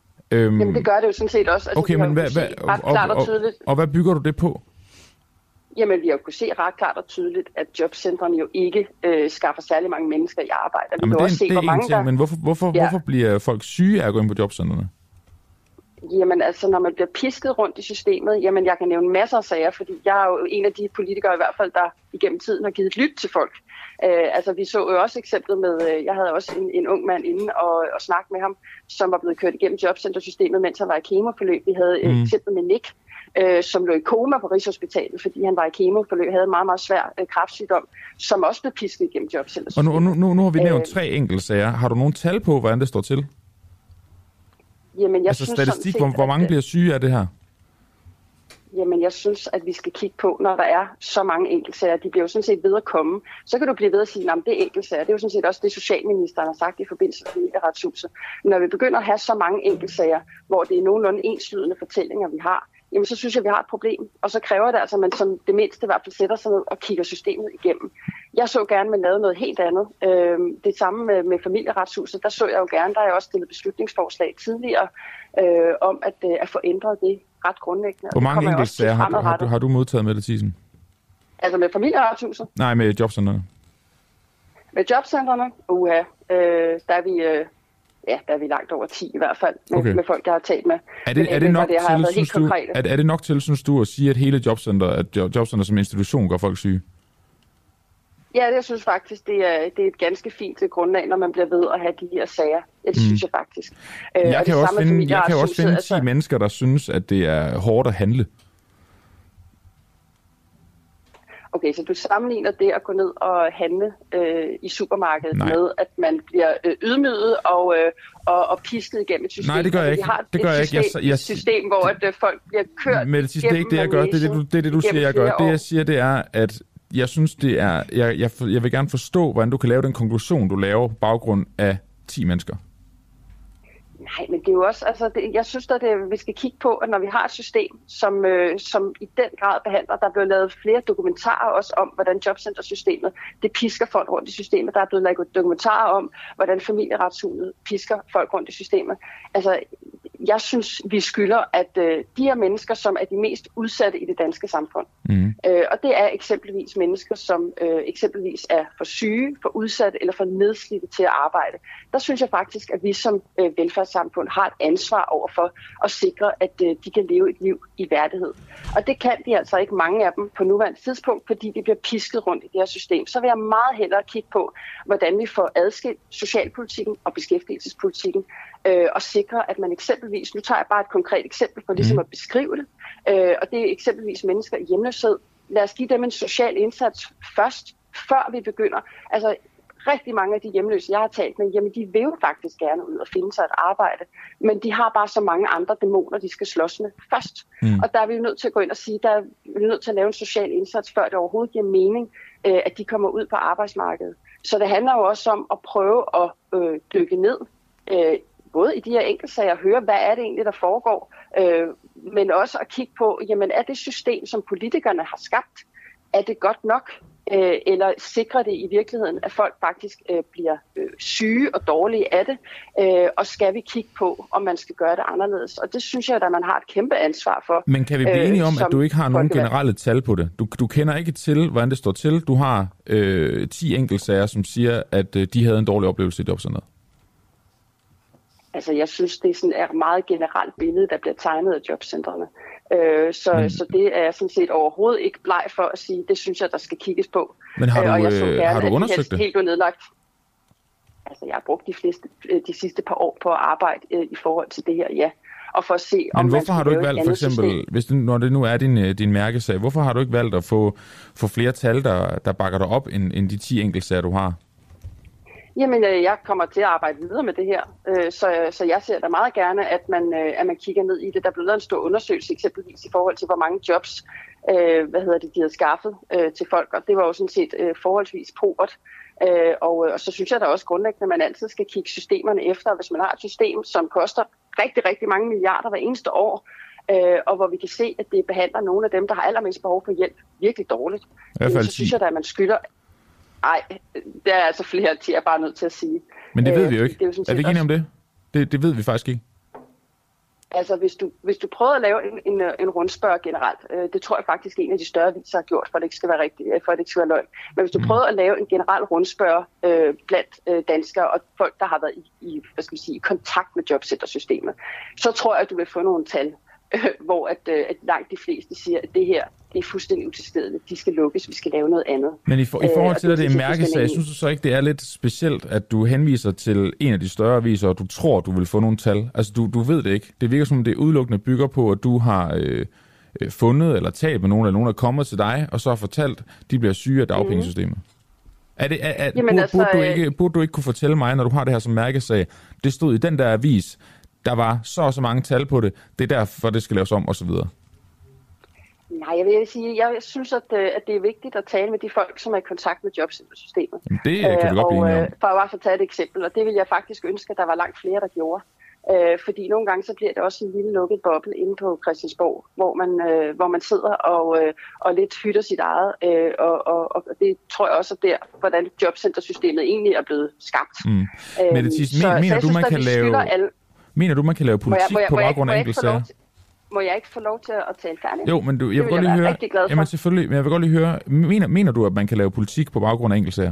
Speaker 17: Jamen det gør det jo sådan set også. Altså,
Speaker 1: okay, men og hvad bygger du det på?
Speaker 17: Jamen, vi har jo kunnet se ret klart og tydeligt, at jobcentrene jo ikke skaffer særlig mange mennesker i arbejde. Vi
Speaker 1: men
Speaker 17: kan også se, hvor mange
Speaker 1: ting, men hvorfor bliver folk syge af at gå ind på jobcentrene?
Speaker 17: Jamen altså, når man bliver pisket rundt i systemet, jamen jeg kan nævne masser af sager, fordi jeg er jo en af de politikere i hvert fald, der igennem tiden har givet et lyt til folk. Altså vi så jo også eksemplet med, jeg havde også en ung mand inde og snakke med ham, som var blevet kørt igennem jobcentersystemet, mens han var i kemoforløb. Vi havde et eksempel med Nick, som lå i koma på Rigshospitalet, fordi han var i kemoforløb, havde en meget, meget svær kræftsygdom, som også blev pisket igennem jobcentersystemet.
Speaker 1: Og nu har vi nævnt 3 enkeltsager. Har du nogen tal på, hvordan det står til?
Speaker 17: Jamen,
Speaker 1: altså synes, statistik, hvor mange bliver syge af det her?
Speaker 17: Jamen, jeg synes, at vi skal kigge på, når der er så mange enkeltsager. De bliver jo sådan set ved at komme. Så kan du blive ved at sige, at det er enkeltsager. Det er jo sådan set også det, socialministeren har sagt i forbindelse med Familieretshuset. Når vi begynder at have så mange enkeltsager, hvor det er nogenlunde enslydende fortællinger, vi har, jamen så synes jeg, vi har et problem. Og så kræver det altså, at man som det mindste i hvert fald sætter sig ned og kigger systemet igennem. Jeg så gerne, at man lavede noget helt andet. Det samme med Familieretshuset, der så jeg jo gerne, der er også stillet beslutningsforslag tidligere om at få ændret det ret grundlæggende.
Speaker 1: Hvor mange enkeltsager har du modtaget, Mette Thiesen?
Speaker 17: Altså med Familieretshuset?
Speaker 1: Nej, med jobcentrene.
Speaker 17: Med jobcentrene? Der er vi langt over 10 i hvert fald, med folk, jeg har talt med.
Speaker 1: Er det nok til, synes du, at sige, at hele jobcenter som institution gør folk syge?
Speaker 17: Ja, det jeg synes faktisk, det er et ganske fint grundlag, når man bliver ved at have de her sager. Det synes jeg faktisk.
Speaker 1: Jeg kan også finde 10 mennesker, der synes, at det er hårdt at handle.
Speaker 17: Okay, så du sammenligner det at gå ned og handle i supermarkedet med, at man bliver ydmyget og pisket igennem et system.
Speaker 1: Nej, det gør jeg ikke.
Speaker 17: Vi har et system, hvor at folk bliver kørt
Speaker 1: men det er ikke det, jeg gør. Det er det, du siger, jeg gør. Det, jeg siger, det er, at jeg synes, det er... Jeg vil gerne forstå, hvordan du kan lave den konklusion, du laver på baggrund af 10 mennesker.
Speaker 17: Nej, men det er jo også, altså jeg synes at vi skal kigge på, at når vi har et system, som i den grad behandler, der er blevet lavet flere dokumentarer også om, hvordan jobcentersystemet, det pisker folk rundt i systemet. Der er blevet lavet dokumentarer om, hvordan Familieretshuset pisker folk rundt i systemet. Altså, jeg synes, vi skylder, at de her mennesker, som er de mest udsatte i det danske samfund, og det er eksempelvis mennesker, som eksempelvis er for syge, for udsatte eller for nedslidte til at arbejde. Der synes jeg faktisk, at vi som velfærdssamfund har et ansvar overfor at sikre, at de kan leve et liv i værdighed. Og det kan de altså ikke, mange af dem på nuværende tidspunkt, fordi de bliver pisket rundt i det her system. Så vil jeg meget hellere kigge på, hvordan vi får adskilt socialpolitikken og beskæftigelsespolitikken, og sikre, at man eksempelvis, nu tager jeg bare et konkret eksempel for ligesom at beskrive det, og det er eksempelvis mennesker i hjemløshed. Lad os give dem en social indsats først, før vi begynder. Altså, rigtig mange af de hjemløse, jeg har talt med, jamen de vil jo faktisk gerne ud og finde sig et arbejde, men de har bare så mange andre dæmoner, de skal slås med først. Og der er vi jo nødt til at gå ind og sige, der er vi nødt til at lave en social indsats, før det overhovedet giver mening, at de kommer ud på arbejdsmarkedet. Så det handler jo også om at prøve at dykke ned, både i de her enkeltsager og høre, hvad er det egentlig, der foregår, men også at kigge på, jamen er det system, som politikerne har skabt, er det godt nok? Eller sikrer det i virkeligheden, at folk faktisk bliver syge og dårlige af det, og skal vi kigge på, om man skal gøre det anderledes. Og det synes jeg, at man har et kæmpe ansvar for.
Speaker 1: Men kan vi blive enige om, at du ikke har nogen generelle tal på det? Du kender ikke til, hvordan det står til. Du har 10 enkeltsager, som siger, at de havde en dårlig oplevelse i jobcenteret.
Speaker 17: Altså, jeg synes, det sådan er et meget generelt billede, der bliver tegnet af jobcentrene. Så det er jeg sådan set overhovedet ikke bleg for at sige, det synes jeg, der skal kigges på.
Speaker 1: Men har du undersøgt det?
Speaker 17: Helt nedlagt. Altså, jeg har brugt de sidste par år på at arbejde i forhold til det her, ja. Og for at se, om
Speaker 1: hvorfor har du ikke valgt, for eksempel, når det nu er din mærkesag, hvorfor har du ikke valgt at få flere tal, der bakker dig op, end de 10 enkeltsager, du har?
Speaker 17: Jamen, jeg kommer til at arbejde videre med det her, så jeg ser da meget gerne, at man kigger ned i det. Der er blevet lavet en stor undersøgelse eksempelvis i forhold til, hvor mange jobs de havde skaffet til folk, og det var jo sådan set forholdsvis pobert. Og så synes jeg da også grundlæggende, at man altid skal kigge systemerne efter. Hvis man har et system, som koster rigtig, rigtig mange milliarder hver eneste år, og hvor vi kan se, at det behandler nogle af dem, der har allermest behov for hjælp, virkelig dårligt, så synes jeg da, at man skylder... Nej, det er altså flere til, jeg er bare nødt til at sige.
Speaker 1: Men det ved vi jo ikke. Er vi ikke enige om det? Det ved vi faktisk ikke.
Speaker 17: Altså, hvis du prøver at lave en rundspørg generelt, det tror jeg faktisk en af de større aviser har gjort, for det ikke skal være rigtigt, for det ikke skal være løgn. Men hvis du prøver at lave en generel rundspørg blandt danskere og folk, der har været i kontakt med jobcentersystemet, så tror jeg, at du vil få nogle tal, hvor at langt de fleste siger, at det her det er fuldstændig utilstedeligt. De skal lukkes, vi skal lave noget andet.
Speaker 1: Men i forhold til, at det er en mærkesag, synes du så ikke, det er lidt specielt, at du henviser til en af de større aviser, og du tror, du vil få nogle tal? Altså, du ved det ikke. Det virker som, det udelukkende bygger på, at du har fundet eller talt med nogen, eller nogen er kommet til dig, og så har fortalt, at de bliver syge af dagpengesystemet. Burde du ikke kunne fortælle mig, når du har det her som mærkesag, det stod i den der avis, der var så mange tal på det, det er derfor, det skal laves om, osv.?
Speaker 17: Nej, jeg vil sige, jeg synes, at det er vigtigt at tale med de folk, som er i kontakt med jobcentersystemet.
Speaker 1: Det kan vi godt blive enige om.
Speaker 17: For at bare tage et eksempel, og det vil jeg faktisk ønske, at der var langt flere, der gjorde. Fordi nogle gange så bliver det også en lille lukket boble inde på Christiansborg, hvor man sidder og lidt hytter sit eget. Og det tror jeg også er der, hvordan jobcentersystemet egentlig er blevet skabt.
Speaker 1: Men mener du, man kan lave politik på baggrund af enkeltsager?
Speaker 17: Må jeg ikke få lov til at tale færdigt?
Speaker 1: Jo, men jeg vil godt lige høre. Jamen selvfølgelig, men jeg vil godt lige høre. Mener du, at man kan lave politik på baggrund af enkeltsager?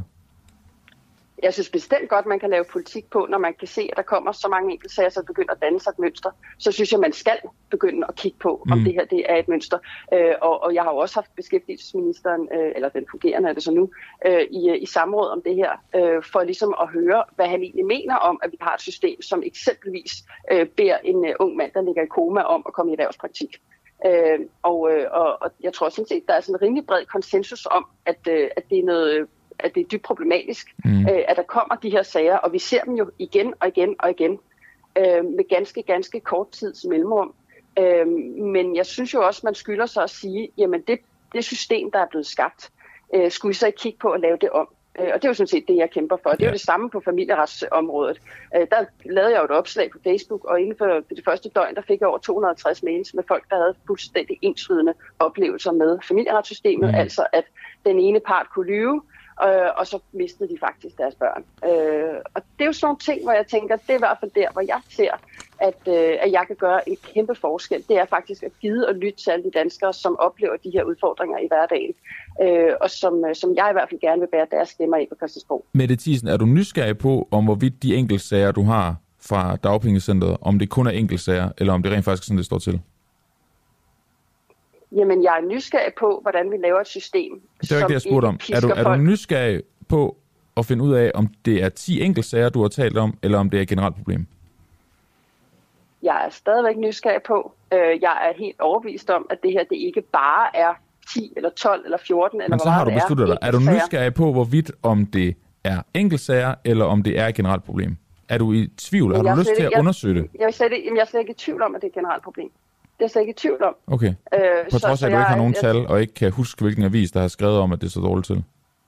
Speaker 17: Jeg synes bestemt godt, man kan lave politik på, når man kan se, at der kommer så mange enkeltsager, så begynder at danne sig et mønster. Så synes jeg, man skal begynde at kigge på, om det her det er et mønster. Og jeg har jo også haft beskæftigelsesministeren, eller den fungerende er det så nu, i samråd om det her, for ligesom at høre, hvad han egentlig mener om, at vi har et system, som eksempelvis beder en ung mand, der ligger i koma, om at komme i erhvervspraktik. Og jeg tror sådan set, der er sådan en rimelig bred konsensus om, at det er noget... at det er dybt problematisk, at der kommer de her sager, og vi ser dem jo igen og igen og igen, med ganske kort tids mellemrum. Men jeg synes jo også, man skylder sig at sige, jamen det system, der er blevet skabt, skulle vi så ikke kigge på at lave det om. Og det er jo sådan set det, jeg kæmper for. Det er jo det samme på familieretsområdet. Der lavede jeg jo et opslag på Facebook, og inden for det første døgn, der fik jeg over 250 mails med folk, der havde fuldstændig ensydende oplevelser med familieretssystemet, altså at den ene part kunne lyve, og så mistede de faktisk deres børn. Og det er jo sådan nogle ting, hvor jeg tænker, det er i hvert fald der, hvor jeg ser, at jeg kan gøre en kæmpe forskel. Det er faktisk at gide og lytte til alle de danskere, som oplever de her udfordringer i hverdagen, og som jeg i hvert fald gerne vil bære deres stemmer i på Christiansborg.
Speaker 1: Mette Thiesen, er du nysgerrig på, om hvorvidt de enkeltsager, du har fra dagpengecentret, om det kun er enkeltsager, eller om det rent faktisk sådan, det står til?
Speaker 17: Jamen, jeg er nysgerrig på, hvordan vi laver et system,
Speaker 1: det er ikke det, jeg spurgte om. Er du nysgerrig på at finde ud af, om det er 10 enkeltsager, du har talt om, eller om det er et generelt problem?
Speaker 17: Jeg er stadigvæk nysgerrig på. Jeg er helt overbevist om, at det her det ikke bare er 10 eller 12 eller 14 eller
Speaker 1: men så har du besluttet dig. Er du nysgerrig på, hvorvidt om det er enkeltsager, eller om det er et generelt problem? Er du i tvivl? Har du lyst til at undersøge det?
Speaker 17: Jeg er slet ikke i tvivl om, at det er et generelt problem. Det er slet ikke i tvivl om.
Speaker 1: Okay. På trods af, at du ikke har nogen tal, og ikke kan huske, hvilken avis, der har skrevet om, at det er så dårligt til?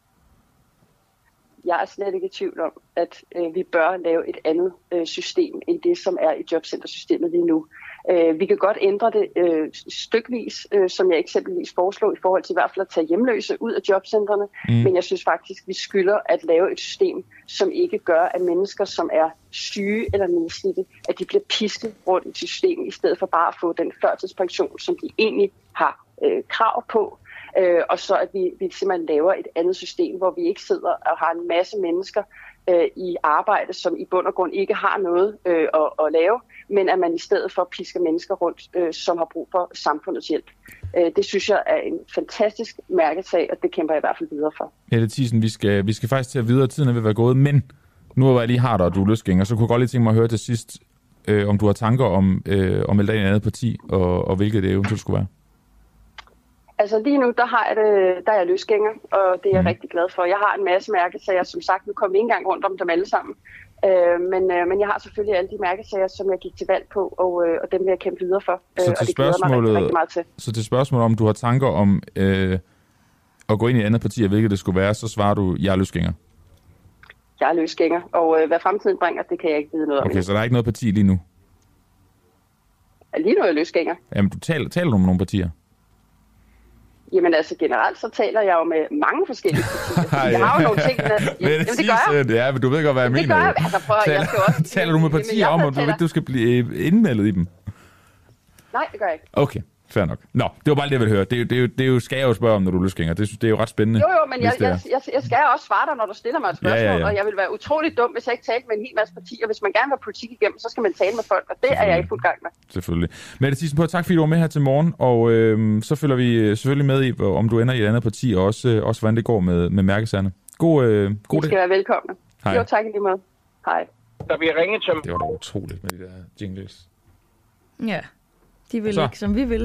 Speaker 17: Jeg er slet ikke i tvivl om, at vi bør lave et andet system, end det, som er i jobcentersystemet lige nu. Vi kan godt ændre det stykvis, som jeg eksempelvis foreslog, i forhold til i hvert fald at tage hjemløse ud af jobcentrene. Men jeg synes faktisk, vi skylder at lave et system, som ikke gør, at mennesker, som er syge eller nedslidte, at de bliver pisket rundt i systemet, i stedet for bare at få den førtidspension, som de egentlig har krav på. Og så at vi simpelthen laver et andet system, hvor vi ikke sidder og har en masse mennesker i arbejde, som i bund og grund ikke har noget at lave, men at man i stedet for pisker mennesker rundt, som har brug for samfundets hjælp. Det synes jeg er en fantastisk mærkesag, og det kæmper jeg i hvert fald videre for.
Speaker 1: Mette Thiesen, vi skal faktisk til at videre, tiden er ved at være gået, men nu hvor jeg lige har dig, og du er løsgænger, så kunne jeg godt lige tænke mig at høre til sidst, om du har tanker om at melde dig i et andet parti, og hvilket det eventuelt skulle være.
Speaker 17: Altså lige nu, der er jeg løsgænger, og det er jeg rigtig glad for. Jeg har en masse mærkesager, som sagt, nu kommer vi ikke engang rundt om dem alle sammen. Men jeg har selvfølgelig alle de mærkesager, som jeg gik til valg på, og dem vil jeg kæmpe videre for. Og det glæder mig rigtig meget til.
Speaker 1: Så til spørgsmålet om du har tanker om at gå ind i et andet parti, og hvilket det skulle være, så svarer du, jeg er løsgænger.
Speaker 17: Jeg er løsgænger, og hvad fremtiden bringer, det kan jeg ikke vide noget om.
Speaker 1: Okay, så der er ikke noget parti lige nu?
Speaker 17: Lige nu er jeg løsgænger.
Speaker 1: Jamen, du taler du med nogle partier?
Speaker 17: Jamen altså generelt så taler jeg jo med mange forskellige partier. Jeg har jo nogle ting,
Speaker 1: jamen det gør jeg. Ja, men du ved godt, hvad jeg mener.
Speaker 17: Det gør jeg. Altså, jeg skal også,
Speaker 1: taler du med partier om, at du skal blive indmeldet i dem?
Speaker 17: Nej, det gør jeg ikke.
Speaker 1: Okay, fair nok. Nå, det var bare det, jeg ville høre. Det er jo, skal jeg jo spørge om, når du er løsgænger. Det er jo ret spændende.
Speaker 17: Jo, men jeg skal også svare dig, når du stiller mig et spørgsmål, og jeg vil være utrolig dum, hvis jeg ikke talte med en hel masse partier. Hvis man gerne vil have politik igennem, så skal man tale med folk, og det er jeg i fuld gang med.
Speaker 1: Selvfølgelig. Mette Thiesen på, tak fordi du var med her til morgen, og så følger vi selvfølgelig med i, om du ender i et andet parti, og også hvordan det går med mærkesagerne. God
Speaker 17: I skal være velkomne.
Speaker 1: Hej.
Speaker 17: Jo, tak i lige måde. Hej.
Speaker 8: Der bliver ringet til...
Speaker 1: Det var da utroligt med de der jingles.
Speaker 2: Ja, de vil ikke, som vi vil.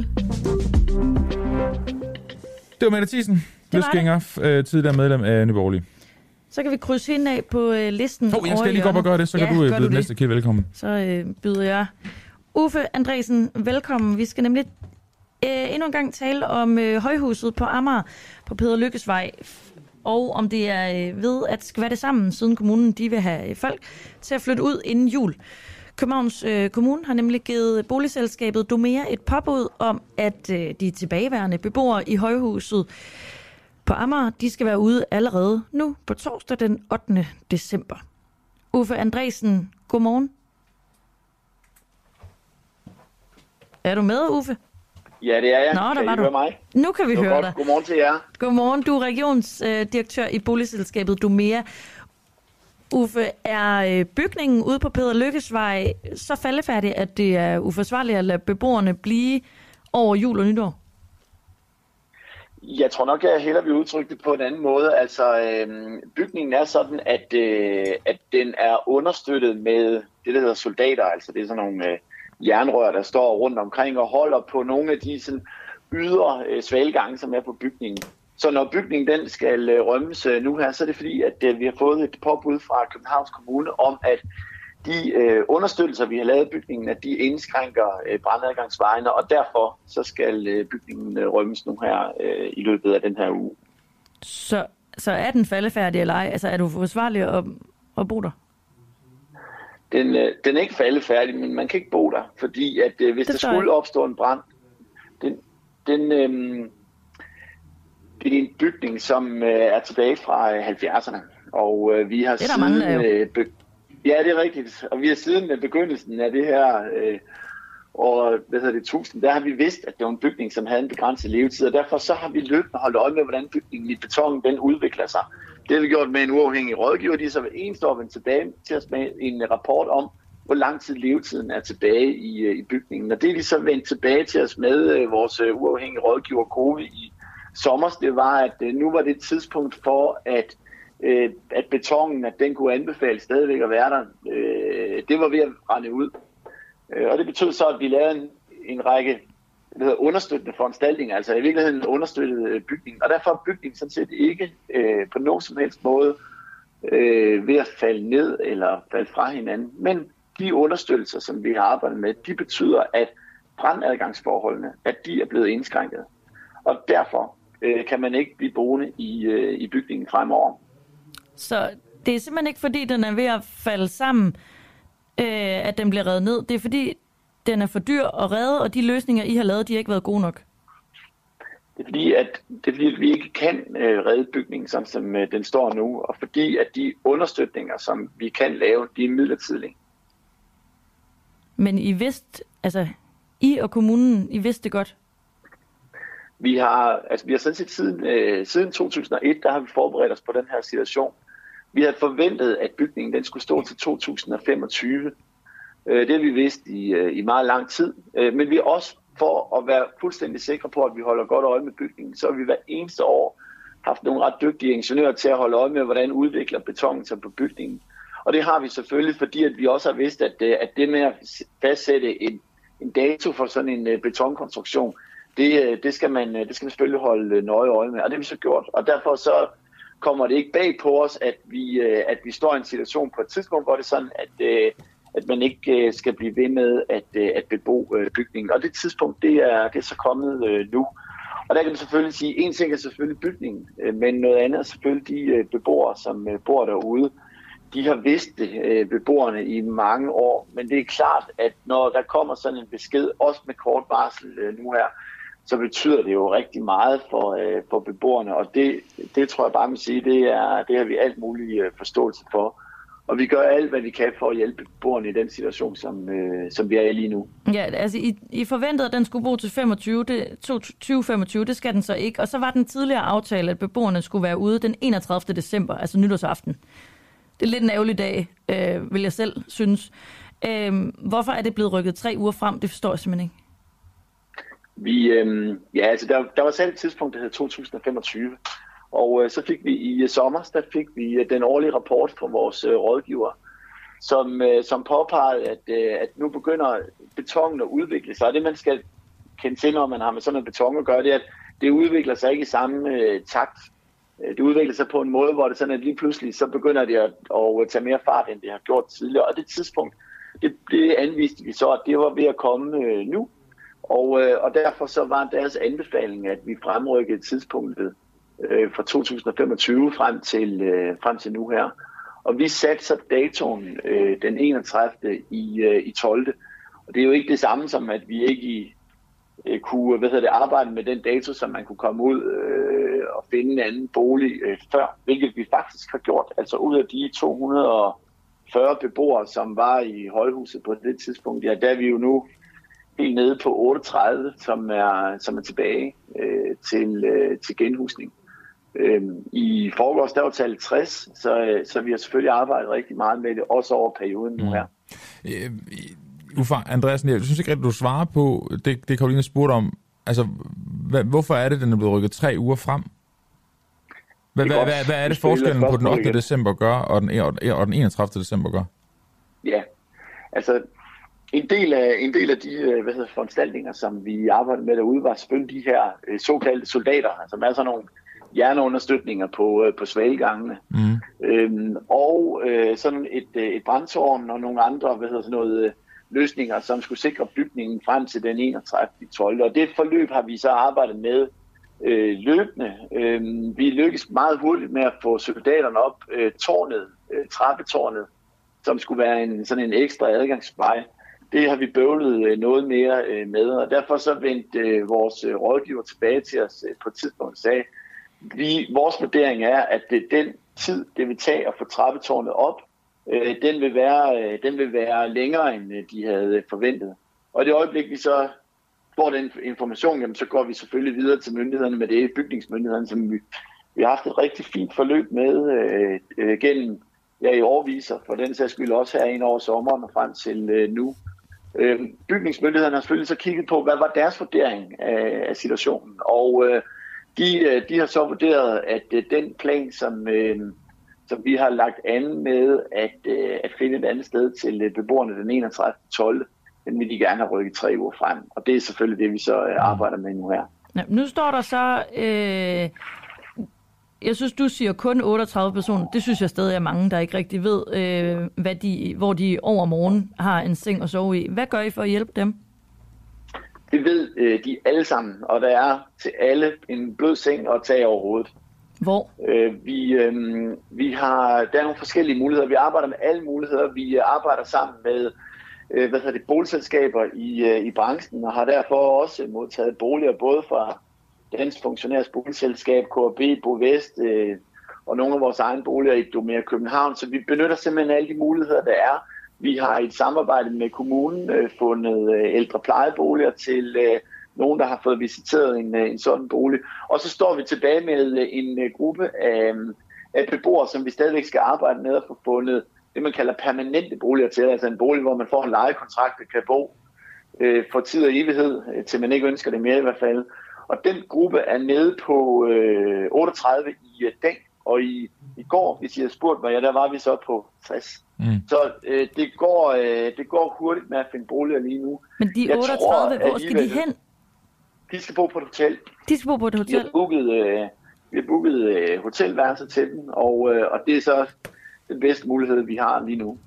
Speaker 1: Det var Mette Thiesen, løsgænger, tidligere medlem af Nye Borgerlige.
Speaker 2: Så kan vi krydse hende af på listen.
Speaker 1: Jeg skal lige gå op og gøre det, så kan du byde den næste kilde velkommen.
Speaker 2: Så byder jeg Uffe Andresen velkommen. Vi skal nemlig endnu en gang tale om højhuset på Amager på Peder Lykkes Vej. Og om det er ved at skvatte sammen, siden kommunen de vil have folk til at flytte ud inden jul. Københavns Kommune har nemlig givet boligselskabet Domea et påbud om, at de tilbageværende beboere i højhuset på Amager, de skal være ude allerede nu på torsdag den 8. december. Uffe Andresen, godmorgen. Er du med, Uffe?
Speaker 18: Ja, det er jeg.
Speaker 2: Nå,
Speaker 18: kan I høre mig?
Speaker 2: Nu kan vi høre
Speaker 18: godt.
Speaker 2: dig.
Speaker 18: Godmorgen til jer.
Speaker 2: Godmorgen, du er regionsdirektør i boligselskabet Domea. Uffe, er bygningen ude på Peder Lykkes Vej så faldefærdig, at det er uforsvarligt at lade beboerne blive over jul og nytår?
Speaker 18: Jeg tror nok, at jeg hellere vil udtrykke det på en anden måde. Altså, bygningen er sådan, at den er understøttet med det, der hedder soldater. Altså, det er sådan nogle jernrør, der står rundt omkring og holder på nogle af de sådan, ydre svalgange, som er på bygningen. Så når bygningen den skal rømmes nu her, så er det fordi, at vi har fået et påbud fra Københavns Kommune om, at de understøttelser, vi har lavet i bygningen, at de indskrænker brandadgangsvejene, og derfor så skal bygningen rømmes nu her i løbet af den her uge.
Speaker 2: Så er den faldefærdig eller ej? Altså er du forsvarlig at bo der?
Speaker 18: Den er ikke faldefærdig, men man kan ikke bo der, fordi at hvis der skulle opstå en brand, det er en bygning, som er tilbage fra 70'erne, og vi har siden... Ja, det er rigtigt, og vi har siden begyndelsen af det her år 1000, der har vi vidst, at det var en bygning, som havde en begrænset levetid, og derfor så har vi løbende holdt øje med, hvordan bygningen i beton, den udvikler sig. Det har vi gjort med en uafhængig rådgiver, de er så eneste år vendt tilbage til os med en rapport om, hvor lang tid levetiden er tilbage i bygningen. Og det er de så vendt tilbage til os med vores uafhængige rådgiver Kove i sommer. Det var, at nu var det et tidspunkt for, at betongen, at den kunne anbefales stadigvæk at være der. Det var ved at rende ud. Og det betød så, at vi lavede en række understøttende foranstaltninger, altså i virkeligheden understøttede bygningen. Og derfor er bygningen sådan set ikke på nogen som helst måde ved at falde ned eller falde fra hinanden. Men de understøttelser, som vi har arbejdet med, de betyder, at brandadgangsforholdene, at de er blevet indskrænket. Og derfor kan man ikke blive boende i bygningen fremover.
Speaker 2: Så det er simpelthen ikke, fordi den er ved at falde sammen, at den bliver revet ned. Det er fordi, den er for dyr at redde, og de løsninger, I har lavet, de har ikke været gode nok.
Speaker 18: Det er fordi, at vi ikke kan redde bygningen, som den står nu, og fordi, at de understøtninger, som vi kan lave, de er midlertidige.
Speaker 2: Men I vidste, altså I og kommunen, I vidste det godt?
Speaker 18: Vi har sådan set siden 2001, der har vi forberedt os på den her situation. Vi havde forventet, at bygningen den skulle stå til 2025. Det har vi vidst i meget lang tid. Men vi er også for at være fuldstændig sikre på, at vi holder godt øje med bygningen, så har vi hver eneste år haft nogle ret dygtige ingeniører til at holde øje med, hvordan udvikler betongen sig på bygningen. Og det har vi selvfølgelig, fordi at vi også har vidst, at det med at fastsætte en dato for sådan en betonkonstruktion, det skal man selvfølgelig holde nøje øje med, og det har vi så gjort. Og derfor så kommer det ikke bag på os, at vi står i en situation på et tidspunkt, hvor det er sådan, at man ikke skal blive ved med at bebo bygningen. Og det tidspunkt, det er så kommet nu. Og der kan man selvfølgelig sige, en ting er selvfølgelig bygningen, men noget andet er selvfølgelig de beboere, som bor derude. De har vidst det, beboerne, i mange år, men det er klart, at når der kommer sådan en besked, også med kort varsel nu her, så betyder det jo rigtig meget for beboerne, og det tror jeg bare, man siger, det har vi alt muligt forståelse for. Og vi gør alt, hvad vi kan for at hjælpe beboerne i den situation, som vi er i lige nu.
Speaker 2: Ja, altså I forventede, at den skulle bo til 2025, det skal den så ikke. Og så var den tidligere aftale, at beboerne skulle være ude den 31. december, altså nytårsaften. Det er lidt en ærgerlig dag, vil jeg selv synes. Hvorfor er det blevet rykket 3 uger frem? Det forstår jeg simpelthen ikke.
Speaker 18: Altså der var sat et tidspunkt, der hed 2025. Og så fik vi i sommer, der fik vi den årlige rapport fra vores rådgiver, som påpegede, at nu begynder betonen at udvikle sig. Og det man skal kende til, når man har med sådan en beton at gøre, det er, at det udvikler sig ikke i samme takt. Det udvikler sig på en måde, hvor det sådan, at lige pludselig så begynder det at tage mere fart, end det har gjort tidligere. Og det tidspunkt, det anviste vi så, at det var ved at komme nu. Og derfor så var deres anbefaling, at vi fremrykkede tidspunktet fra 2025 frem til nu her. Og vi satte så datoen den 31. i 12. Og det er jo ikke det samme som, at vi ikke kunne arbejde med den dato, som man kunne komme ud og finde en anden bolig før, hvilket vi faktisk har gjort. Altså ud af de 240 beboere, som var i højhuset på det tidspunkt, ja, der er vi jo nu helt nede på 38, som er tilbage til genhusning. I forgårs, der var tallet 60, så vi har selvfølgelig arbejdet rigtig meget med det, også over perioden nu her.
Speaker 1: Uffe Andreasen, jeg synes ikke rigtig, du svarer på det Karoline spurgte om. Altså, hvorfor er det, den er blevet rykket 3 uger frem? Hvad er det forskellen på den 8. december gør, og den 31. december gør?
Speaker 18: Ja, altså en del af de foranstaltninger, som vi arbejder med derude, var selvfølgelig de her såkaldte soldater, som er sådan nogle hjerneunderstøtninger på svalgangene. Og sådan et brandtårn og nogle andre løsninger, som skulle sikre bygningen frem til den 31.12. Og det forløb har vi så arbejdet med løbende. Vi lykkedes meget hurtigt med at få soldaterne op trappetårnet, som skulle være sådan en ekstra adgangsvej. Det har vi bøvlet noget mere med, og derfor så vendte vores rådgiver tilbage til os på et tidspunkt og sagde, vores vurdering er, at den tid, det vil tage at få trappetårnet op, den vil være længere, end de havde forventet. Og i det øjeblik, vi så får den information, jamen, så går vi selvfølgelig videre til myndighederne med det, bygningsmyndighederne, som vi har haft et rigtig fint forløb med gennem i årviser, for den sags skyld også her ind over sommeren og frem til nu. Bygningsmyndighederne har selvfølgelig så kigget på, hvad var deres vurdering af situationen, og de har så vurderet, at den plan, som vi har lagt an med at finde et andet sted til beboerne den 31.12., den vil de gerne have rykket 3 uger frem. Og det er selvfølgelig det, vi så arbejder med nu her.
Speaker 2: Ja, nu står der så, jeg synes, du siger kun 38 personer. Det synes jeg stadig er mange, der ikke rigtig ved, hvor de over morgen har en seng at sove i. Hvad gør I for at hjælpe dem?
Speaker 18: Det ved de alle sammen, og der er til alle en blød seng og tag over hovedet.
Speaker 2: Hvor?
Speaker 18: Der er nogle forskellige muligheder. Vi arbejder med alle muligheder. Vi arbejder sammen med boligselskaber i branchen, og har derfor også modtaget boliger både fra Dansk Funktionærs Boligselskab, KAB, Bovest og nogle af vores egne boliger i Domera København. Så vi benytter simpelthen alle de muligheder, der er. Vi har i et samarbejde med kommunen fundet ældre plejeboliger til nogen, der har fået visiteret en sådan bolig. Og så står vi tilbage med en gruppe af beboere, som vi stadigvæk skal arbejde med at få fundet det, man kalder permanente boliger til. Altså en bolig, hvor man får en lejekontrakt, der kan bo for tid og evighed, til man ikke ønsker det mere i hvert fald. Og den gruppe er nede på 38 i dag, og i går, hvis I har spurgt mig, der var vi så på 60. Så det går hurtigt med at finde boliger lige nu.
Speaker 2: Men de 38, hvor skal de hen?
Speaker 18: De skal bo på et hotel.
Speaker 2: De skal bo på et hotel?
Speaker 18: Vi har booket hotelværelser til dem, og det er så den bedste mulighed, vi har lige nu.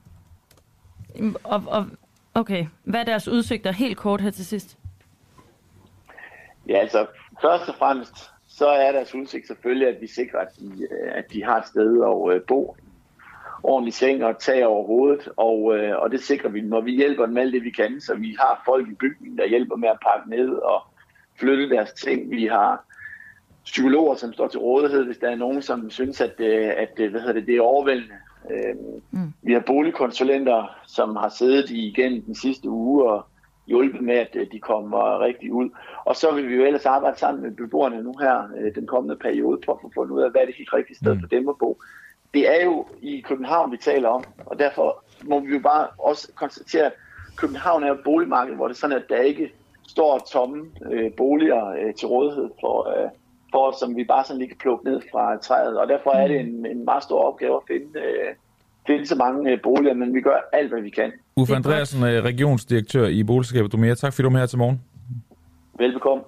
Speaker 2: Okay, hvad er deres udsigter helt kort her til sidst?
Speaker 18: Ja, altså først og fremmest, så er deres udsigt selvfølgelig, at vi sikrer, at de har et sted at bo. Ordentlig seng og tag over hovedet, og det sikrer vi, når vi hjælper dem med alt det, vi kan. Så vi har folk i bygningen, der hjælper med at pakke ned og flytte deres ting. Vi har psykologer, som står til rådighed, hvis der er nogen, som synes, at det er overvældende Vi har boligkonsulenter, som har siddet igennem den sidste uge og hjulpet med, at de kommer rigtig ud. Og så vil vi jo ellers arbejde sammen med beboerne nu her den kommende periode på at få fundet ud af, hvad er det helt rigtige sted for dem at bo. Det er jo i København, vi taler om, og derfor må vi jo bare også konstatere, at København er jo et boligmarked, hvor det er sådan, at der ikke står tomme boliger til rådighed for som vi bare sådan lige kan plukke ned fra træet. Og derfor er det en meget stor opgave at finde så mange boliger, men vi gør alt, hvad vi kan.
Speaker 1: Uffe Andreasen, regionsdirektør i Boligselskabet Domea. Tak fordi du er med her til morgen.
Speaker 18: Velbekomme.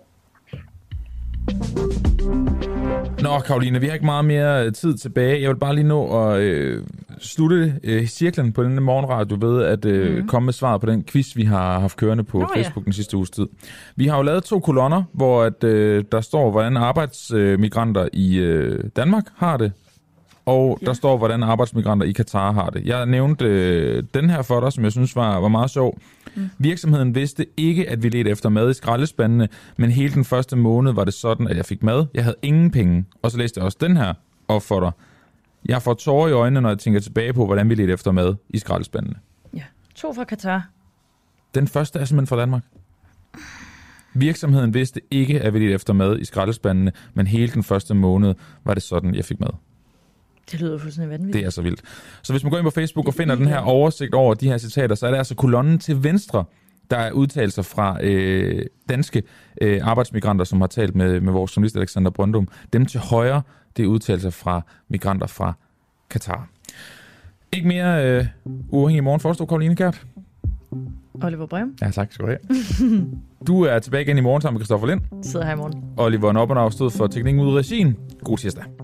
Speaker 1: Nå, Karoline, vi har ikke meget mere tid tilbage. Jeg vil bare lige nå at slutte cirklen på denne morgenradio ved at komme med svaret på den quiz, vi har haft kørende på Facebook den sidste uges tid. Vi har jo lavet 2 kolonner, hvor der står, hvordan arbejdsmigranter i Danmark har det, og der står, hvordan arbejdsmigranter i Katar har det. Jeg nævnte den her for dig, som jeg synes var meget sjov. Virksomheden vidste ikke, at vi ledte efter mad i skraldespandene, men hele den første måned var det sådan, at jeg fik mad. Jeg havde ingen penge. Og så læste jeg også den her op for dig. Jeg får tårer i øjnene, når jeg tænker tilbage på, hvordan vi ledte efter mad i skraldespandene.
Speaker 2: Ja, 2 fra Katar.
Speaker 1: Den første er simpelthen fra Danmark. Virksomheden vidste ikke, at vi ledte efter mad i skraldespandene, men hele den første måned var det sådan, jeg fik mad.
Speaker 2: Det lyder fuldstændig vanvittigt.
Speaker 1: Det er så vildt. Så hvis man går ind på Facebook og finder den her oversigt over de her citater, så er det altså kolonnen til venstre, der er udtalelser fra danske arbejdsmigranter, som har talt med vores journalist Alexander Brøndum. Dem til højre, det er udtalelser fra migranter fra Katar. Ikke mere uafhængig morgen forstår, Karoline Kjært.
Speaker 2: Oliver Breum.
Speaker 1: Ja, tak skal du have. Du er tilbage igen i morgen sammen med Christoffer Lind.
Speaker 2: Sidder her i morgen.
Speaker 1: Oliver Noppenau stod for teknikken ude i regien. God tirsdag.